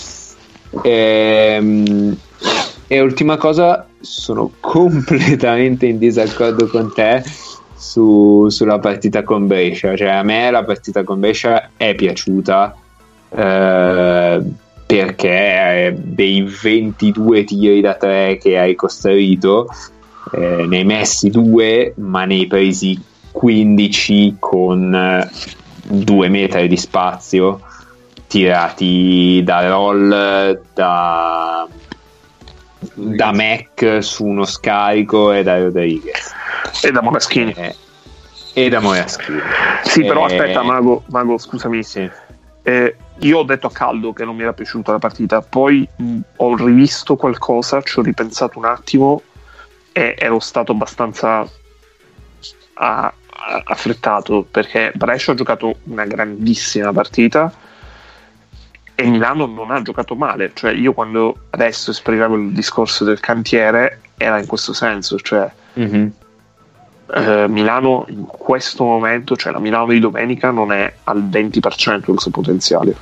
E, e ultima cosa, sono completamente in disaccordo con te su, sulla partita con Brescia. Cioè a me la partita con Brescia è piaciuta, eh, perché dei ventidue tiri da tre che hai costruito eh, ne hai messi due, ma ne hai presi quindici con eh, due metri di spazio tirati da roll, da da Mac su uno scarico e da Rodriguez e da Moraschini eh, e da Moraschini sì, però eh, aspetta Mago, Mago scusami, sì. eh, io ho detto a caldo che non mi era piaciuta la partita, poi mh, ho rivisto qualcosa, ci ho ripensato un attimo e ero stato abbastanza a, a, affrettato, perché Brescia ha giocato una grandissima partita e Milano non ha giocato male. Cioè, io quando adesso esprimevo il discorso del cantiere era in questo senso, cioè mm-hmm. eh, Milano in questo momento, cioè la Milano di domenica non è al venti per cento del suo potenziale.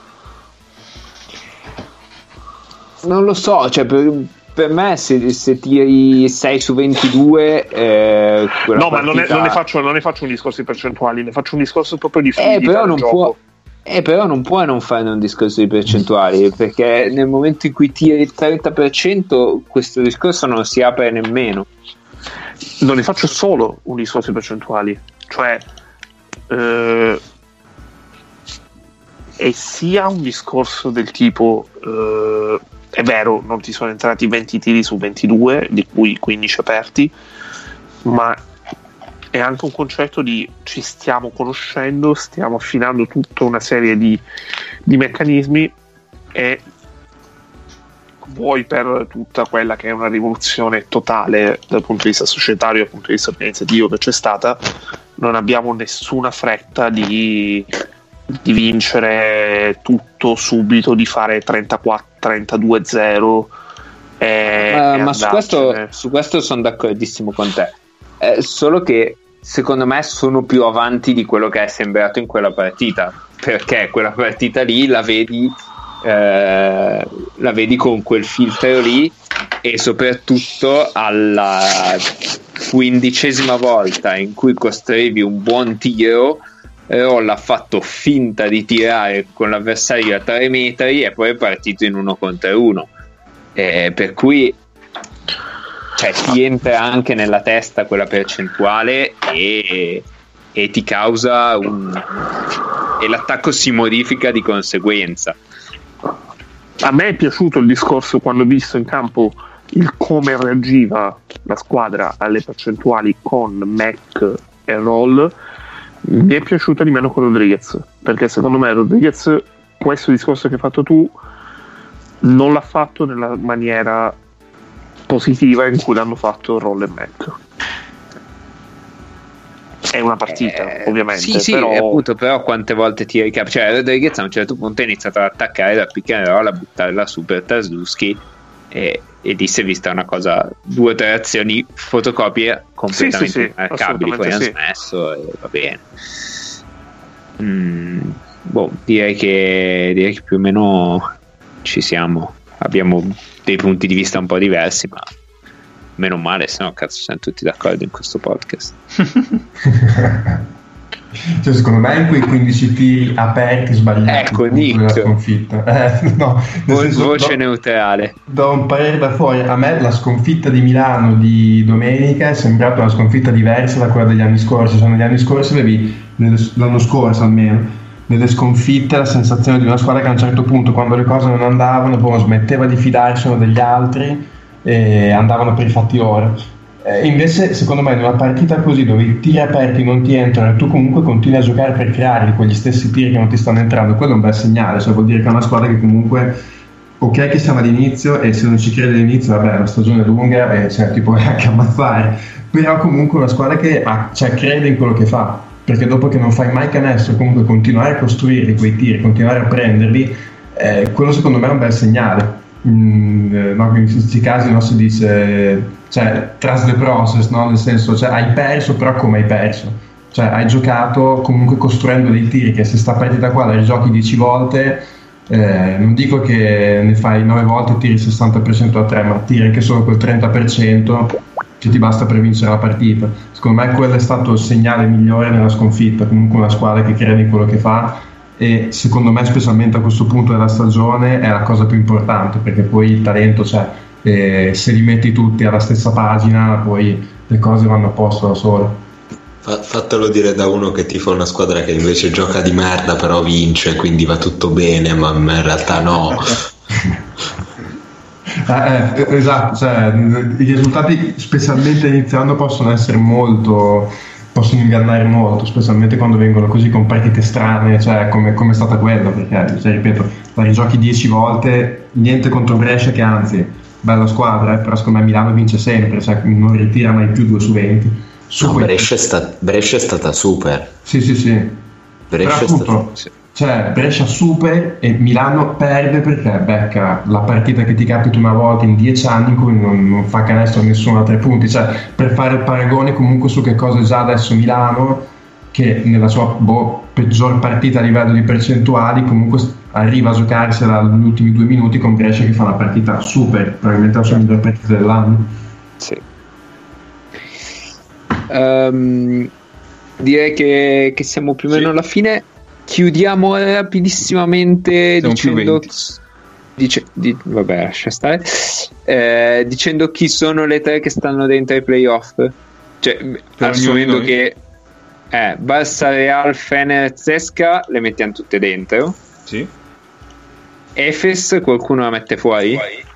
Non lo so, cioè per, per me se, se tiri sei su ventidue eh, no, partita... ma non, è, non, ne faccio, non ne faccio un discorso di percentuali, ne faccio un discorso proprio di fluidità eh, però non gioco. può Eh, però non puoi non fare un discorso di percentuali, perché nel momento in cui tiri il trenta per cento questo discorso non si apre nemmeno. Non ne faccio solo un discorso di percentuali, cioè eh, è sia un discorso del tipo eh, è vero, non ti sono entrati venti tiri su ventidue, di cui quindici aperti, ma è anche un concetto di ci stiamo conoscendo, stiamo affinando tutta una serie di, di meccanismi, e vuoi per tutta quella che è una rivoluzione totale dal punto di vista societario, dal punto di vista organizzativo che c'è stata, non abbiamo nessuna fretta di, di vincere tutto subito, di fare trentaquattro trentadue zero e, ma, e ma su questo, su questo sono d'accordissimo con te, eh, solo che secondo me sono più avanti di quello che è sembrato in quella partita, perché quella partita lì la vedi eh, la vedi con quel filtro lì, e soprattutto alla quindicesima volta in cui costruivi un buon tiro Roll ha fatto finta di tirare con l'avversario a tre metri e poi è partito in uno contro uno, eh, per cui cioè ti entra anche nella testa quella percentuale e, e ti causa un e l'attacco si modifica di conseguenza. A me è piaciuto il discorso quando ho visto in campo il come reagiva la squadra alle percentuali con Mac e Roll. Mi è piaciuta di meno con Rodriguez, perché secondo me Rodriguez questo discorso che hai fatto tu non l'ha fatto nella maniera positiva in cui l'hanno fatto Roll e Mac. È una partita, eh, ovviamente. Sì, sì, però... appunto, però quante volte ti ricapi? Cioè, Rodriguez a un certo punto ha iniziato ad attaccare da pick and roll, a buttarla su per Trzaskowski, e, e lì si è vista una cosa, due o tre azioni fotocopie completamente sì, sì, sì, marcabili, poi hanno sì. smesso e va bene. Mm, boh, direi che, direi che più o meno ci siamo, abbiamo dei punti di vista un po' diversi, ma meno male, se no cazzo siamo tutti d'accordo in questo podcast. Cioè, secondo me in quei quindici tiri aperti sbagliati, ecco Nick, la sconfitta eh, no, nel senso, voce do, neutrale, do un parere da fuori. A me la sconfitta di Milano di domenica è sembrata una sconfitta diversa da quella degli anni scorsi. Cioè, negli anni scorsi avevi, l'anno scorso almeno, nelle sconfitte la sensazione di una squadra che a un certo punto, quando le cose non andavano, poi smetteva di fidarsi uno degli altri e andavano per i fatti loro. Eh, invece secondo me in una partita così, dove i tiri aperti non ti entrano e tu comunque continui a giocare per creare quegli stessi tiri che non ti stanno entrando, quello è un bel segnale. Cioè, vuol dire che è una squadra che comunque, ok che siamo all'inizio e se non ci crede all'inizio, vabbè, la stagione è lunga e cioè, ti puoi anche ammazzare, però comunque una squadra che ah, cioè, crede in quello che fa, perché dopo che non fai mai canestro, comunque continuare a costruire quei tiri, continuare a prenderli, eh, quello secondo me è un bel segnale. Mm, no, in questi casi no, si dice, cioè, trust the process, no? Nel senso, cioè, hai perso, però come hai perso? Cioè, hai giocato comunque costruendo dei tiri che se sta partita qua la rigiochi dieci volte, eh, non dico che ne fai nove volte e tiri il sessanta per cento a tre, ma tiri anche solo quel trenta per cento che ti basta per vincere la partita. Secondo me quello è stato il segnale migliore nella sconfitta, comunque una squadra che crede in quello che fa e secondo me specialmente a questo punto della stagione è la cosa più importante, perché poi il talento c'è, e se li metti tutti alla stessa pagina poi le cose vanno a posto da sole. Fatelo dire da uno che tifa una squadra che invece gioca di merda però vince, quindi va tutto bene, ma in realtà no. eh, eh, esatto, cioè, i risultati specialmente iniziando possono essere molto, possono ingannare molto, specialmente quando vengono così con partite strane, cioè come, come è stata quella, perché cioè, ripeto, la rigiochi dieci volte, niente contro Brescia, che anzi bella squadra, eh, però secondo me Milano vince sempre, cioè non ritira mai più due su venti. No, Brescia, è sta- Brescia è stata super. Sì, sì, sì. Brescia però appunto, è stata... cioè Brescia super e Milano perde perché becca la partita che ti capita una volta in dieci anni in cui non, non fa canestro nessuno a tre punti, cioè per fare il paragone comunque su che cosa è già adesso Milano, che nella sua boh, peggior partita a livello di percentuali comunque arriva a giocarsela negli ultimi due minuti con Brescia che fa una partita super, probabilmente la sua miglior partita dell'anno. Sì. Um, direi che, che siamo più o meno sì. alla fine. Chiudiamo rapidissimamente siamo dicendo dice, di, vabbè lascia stare eh, dicendo chi sono le tre che stanno dentro ai playoff, cioè per assumendo che eh, Barça, Real, Fener, Zesca le mettiamo tutte dentro. Sì. Efes qualcuno la mette fuori?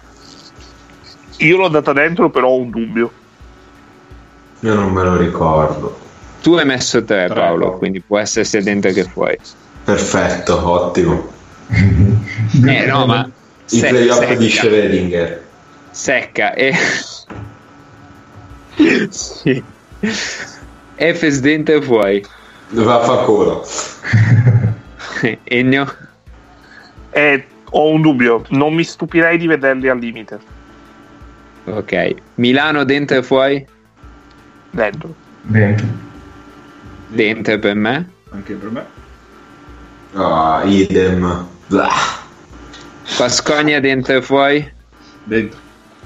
Io l'ho data dentro, però ho un dubbio. Io non me lo ricordo. Tu hai messo tre, Paolo, quindi può essere sia dentro che fuori. Perfetto, ottimo. eh no, ma i se- playoff secca. di Schrödinger. Secca e sì. Efes dentro e fuori. Vaffanculo. Ennio? Eh, ho un dubbio, non mi stupirei di vederli al limite. Ok. Milano dentro e fuori? Dentro. Dentro. Dentro per me. Anche per me. Ah, oh, idem. Blah. Baskonia dentro e fuori? Dentro.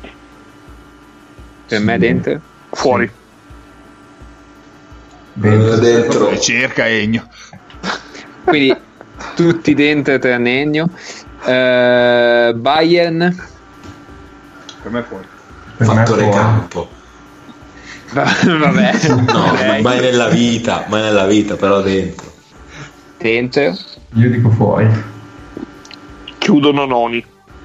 Per sì. me dentro? Fuori. Dentro. Dentro. Cerca Ennio. Quindi tutti dentro tranne Ennio. Uh, Bayern? Per me fuori. Per Fattore me fuori. campo. Vabbè. No, okay. mai nella vita, mai nella vita, però dentro. Dentro? Io dico fuori. Chiudono noni.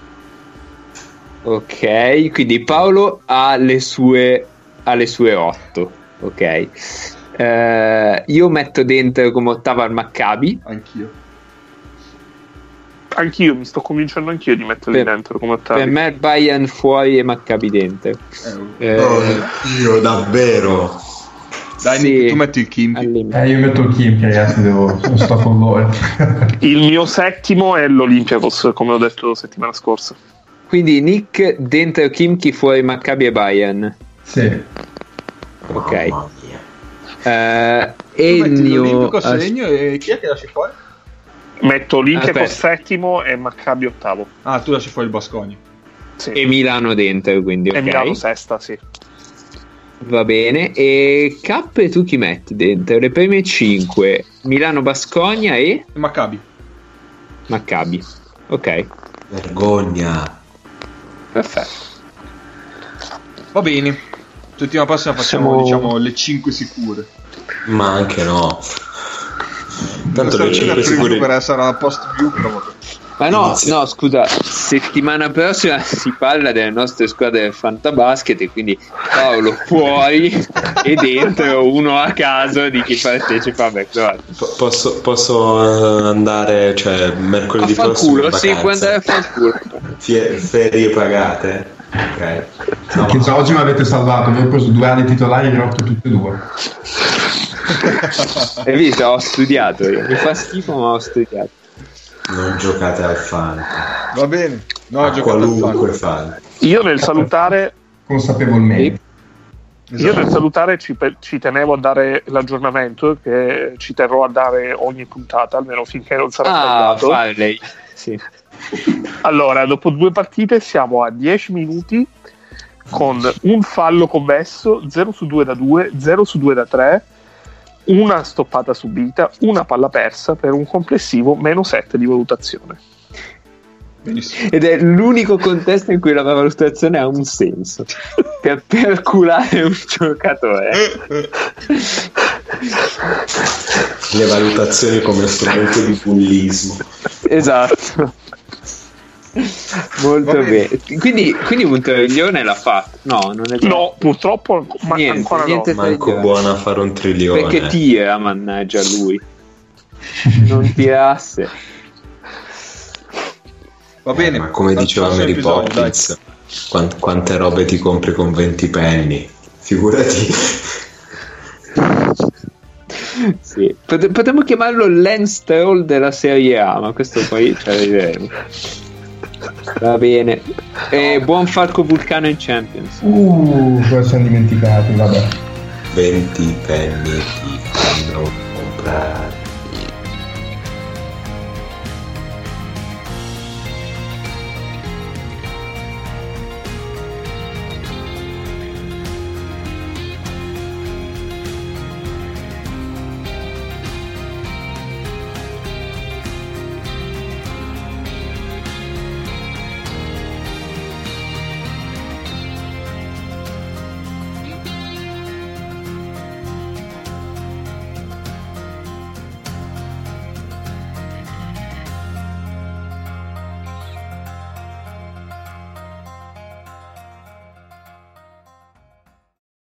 Ok, quindi Paolo ha le sue ha le sue otto. Ok. Uh, io metto dentro come ottava il Maccabi. Anch'io. Anch'io mi sto convincendo anch'io di metterli per, dentro come ottavi. Per me Bayern fuori e Maccabi dentro. Eh, eh, oh, io davvero. Dai, sì, Nick, tu metti il Kim. Eh, io metto il Kim, ragazzi, devo sto con voi. Il mio settimo è l'Olympiakos, come ho detto settimana scorsa. Quindi Nick dentro Kimchi, fuori Maccabi e Bayern. Sì. Ok. Uh, Ennio uh, segno e chi è che lasci fuori? Metto Olympiakos settimo e Maccabi ottavo. Ah, tu lasci fuori il Baskonia. Sì. E Milano dentro, quindi ok. E Milano sesta, sì. Va bene. E K tu chi metti dentro? Le prime cinque: Milano, Baskonia e Maccabi. Maccabi. Ok. Vergogna. Perfetto. Va bene. Settimana prossima facciamo Siamo... diciamo le cinque sicure. Ma anche no. Tanto le cinque sicure per essere una post view, però ma no, no, scusa, settimana prossima si parla delle nostre squadre del Fantabasket e quindi Paolo fuori e dentro uno a caso di chi partecipa a Backdoor. P- posso, posso andare, cioè mercoledì a prossimo culo, sì, puoi andare a far culo. Fie- ferie pagate. Ok. No, che già oggi mi avete salvato, mi ho preso due anni titolari e li ho rotto tutti e due. Hai visto? Ho studiato io. Mi fa schifo, ma ho studiato. Non giocate al fan. Va bene. No, a qualunque fan. Io nel salutare consapevolmente. Io nel salutare ci, ci tenevo a dare l'aggiornamento che ci terrò a dare ogni puntata, almeno finché non sarà ah, tagliato. Fa lei. Sì. Allora, dopo due partite siamo a dieci minuti con un fallo commesso, zero su due da due, zero su due da tre, una stoppata subita, una palla persa per un complessivo meno sette di valutazione. Benissimo. Ed è l'unico contesto in cui la valutazione ha un senso. Per perculare un giocatore. Le valutazioni come strumento di bullismo. Esatto. Molto bene. Quindi, quindi un trilione l'ha fatto? No, non è vero. No, purtroppo ma Niente, ancora niente no. Manco trilione. buona a fare un trilione. Perché tira, mannaggia lui. Non tirasse. Va bene. Ma come diceva prossimo Mary episodio, Poppins, quant- quante robe ti compri con venti penny? Figurati. Sì. Pot- potremmo chiamarlo Lance Stroll della Serie A, ma questo poi ci arriveremo. Va bene. E buon Falco Vulcano in Champions. Uh, cosa siamo dimenticati, vabbè. venti penny ti fanno comprare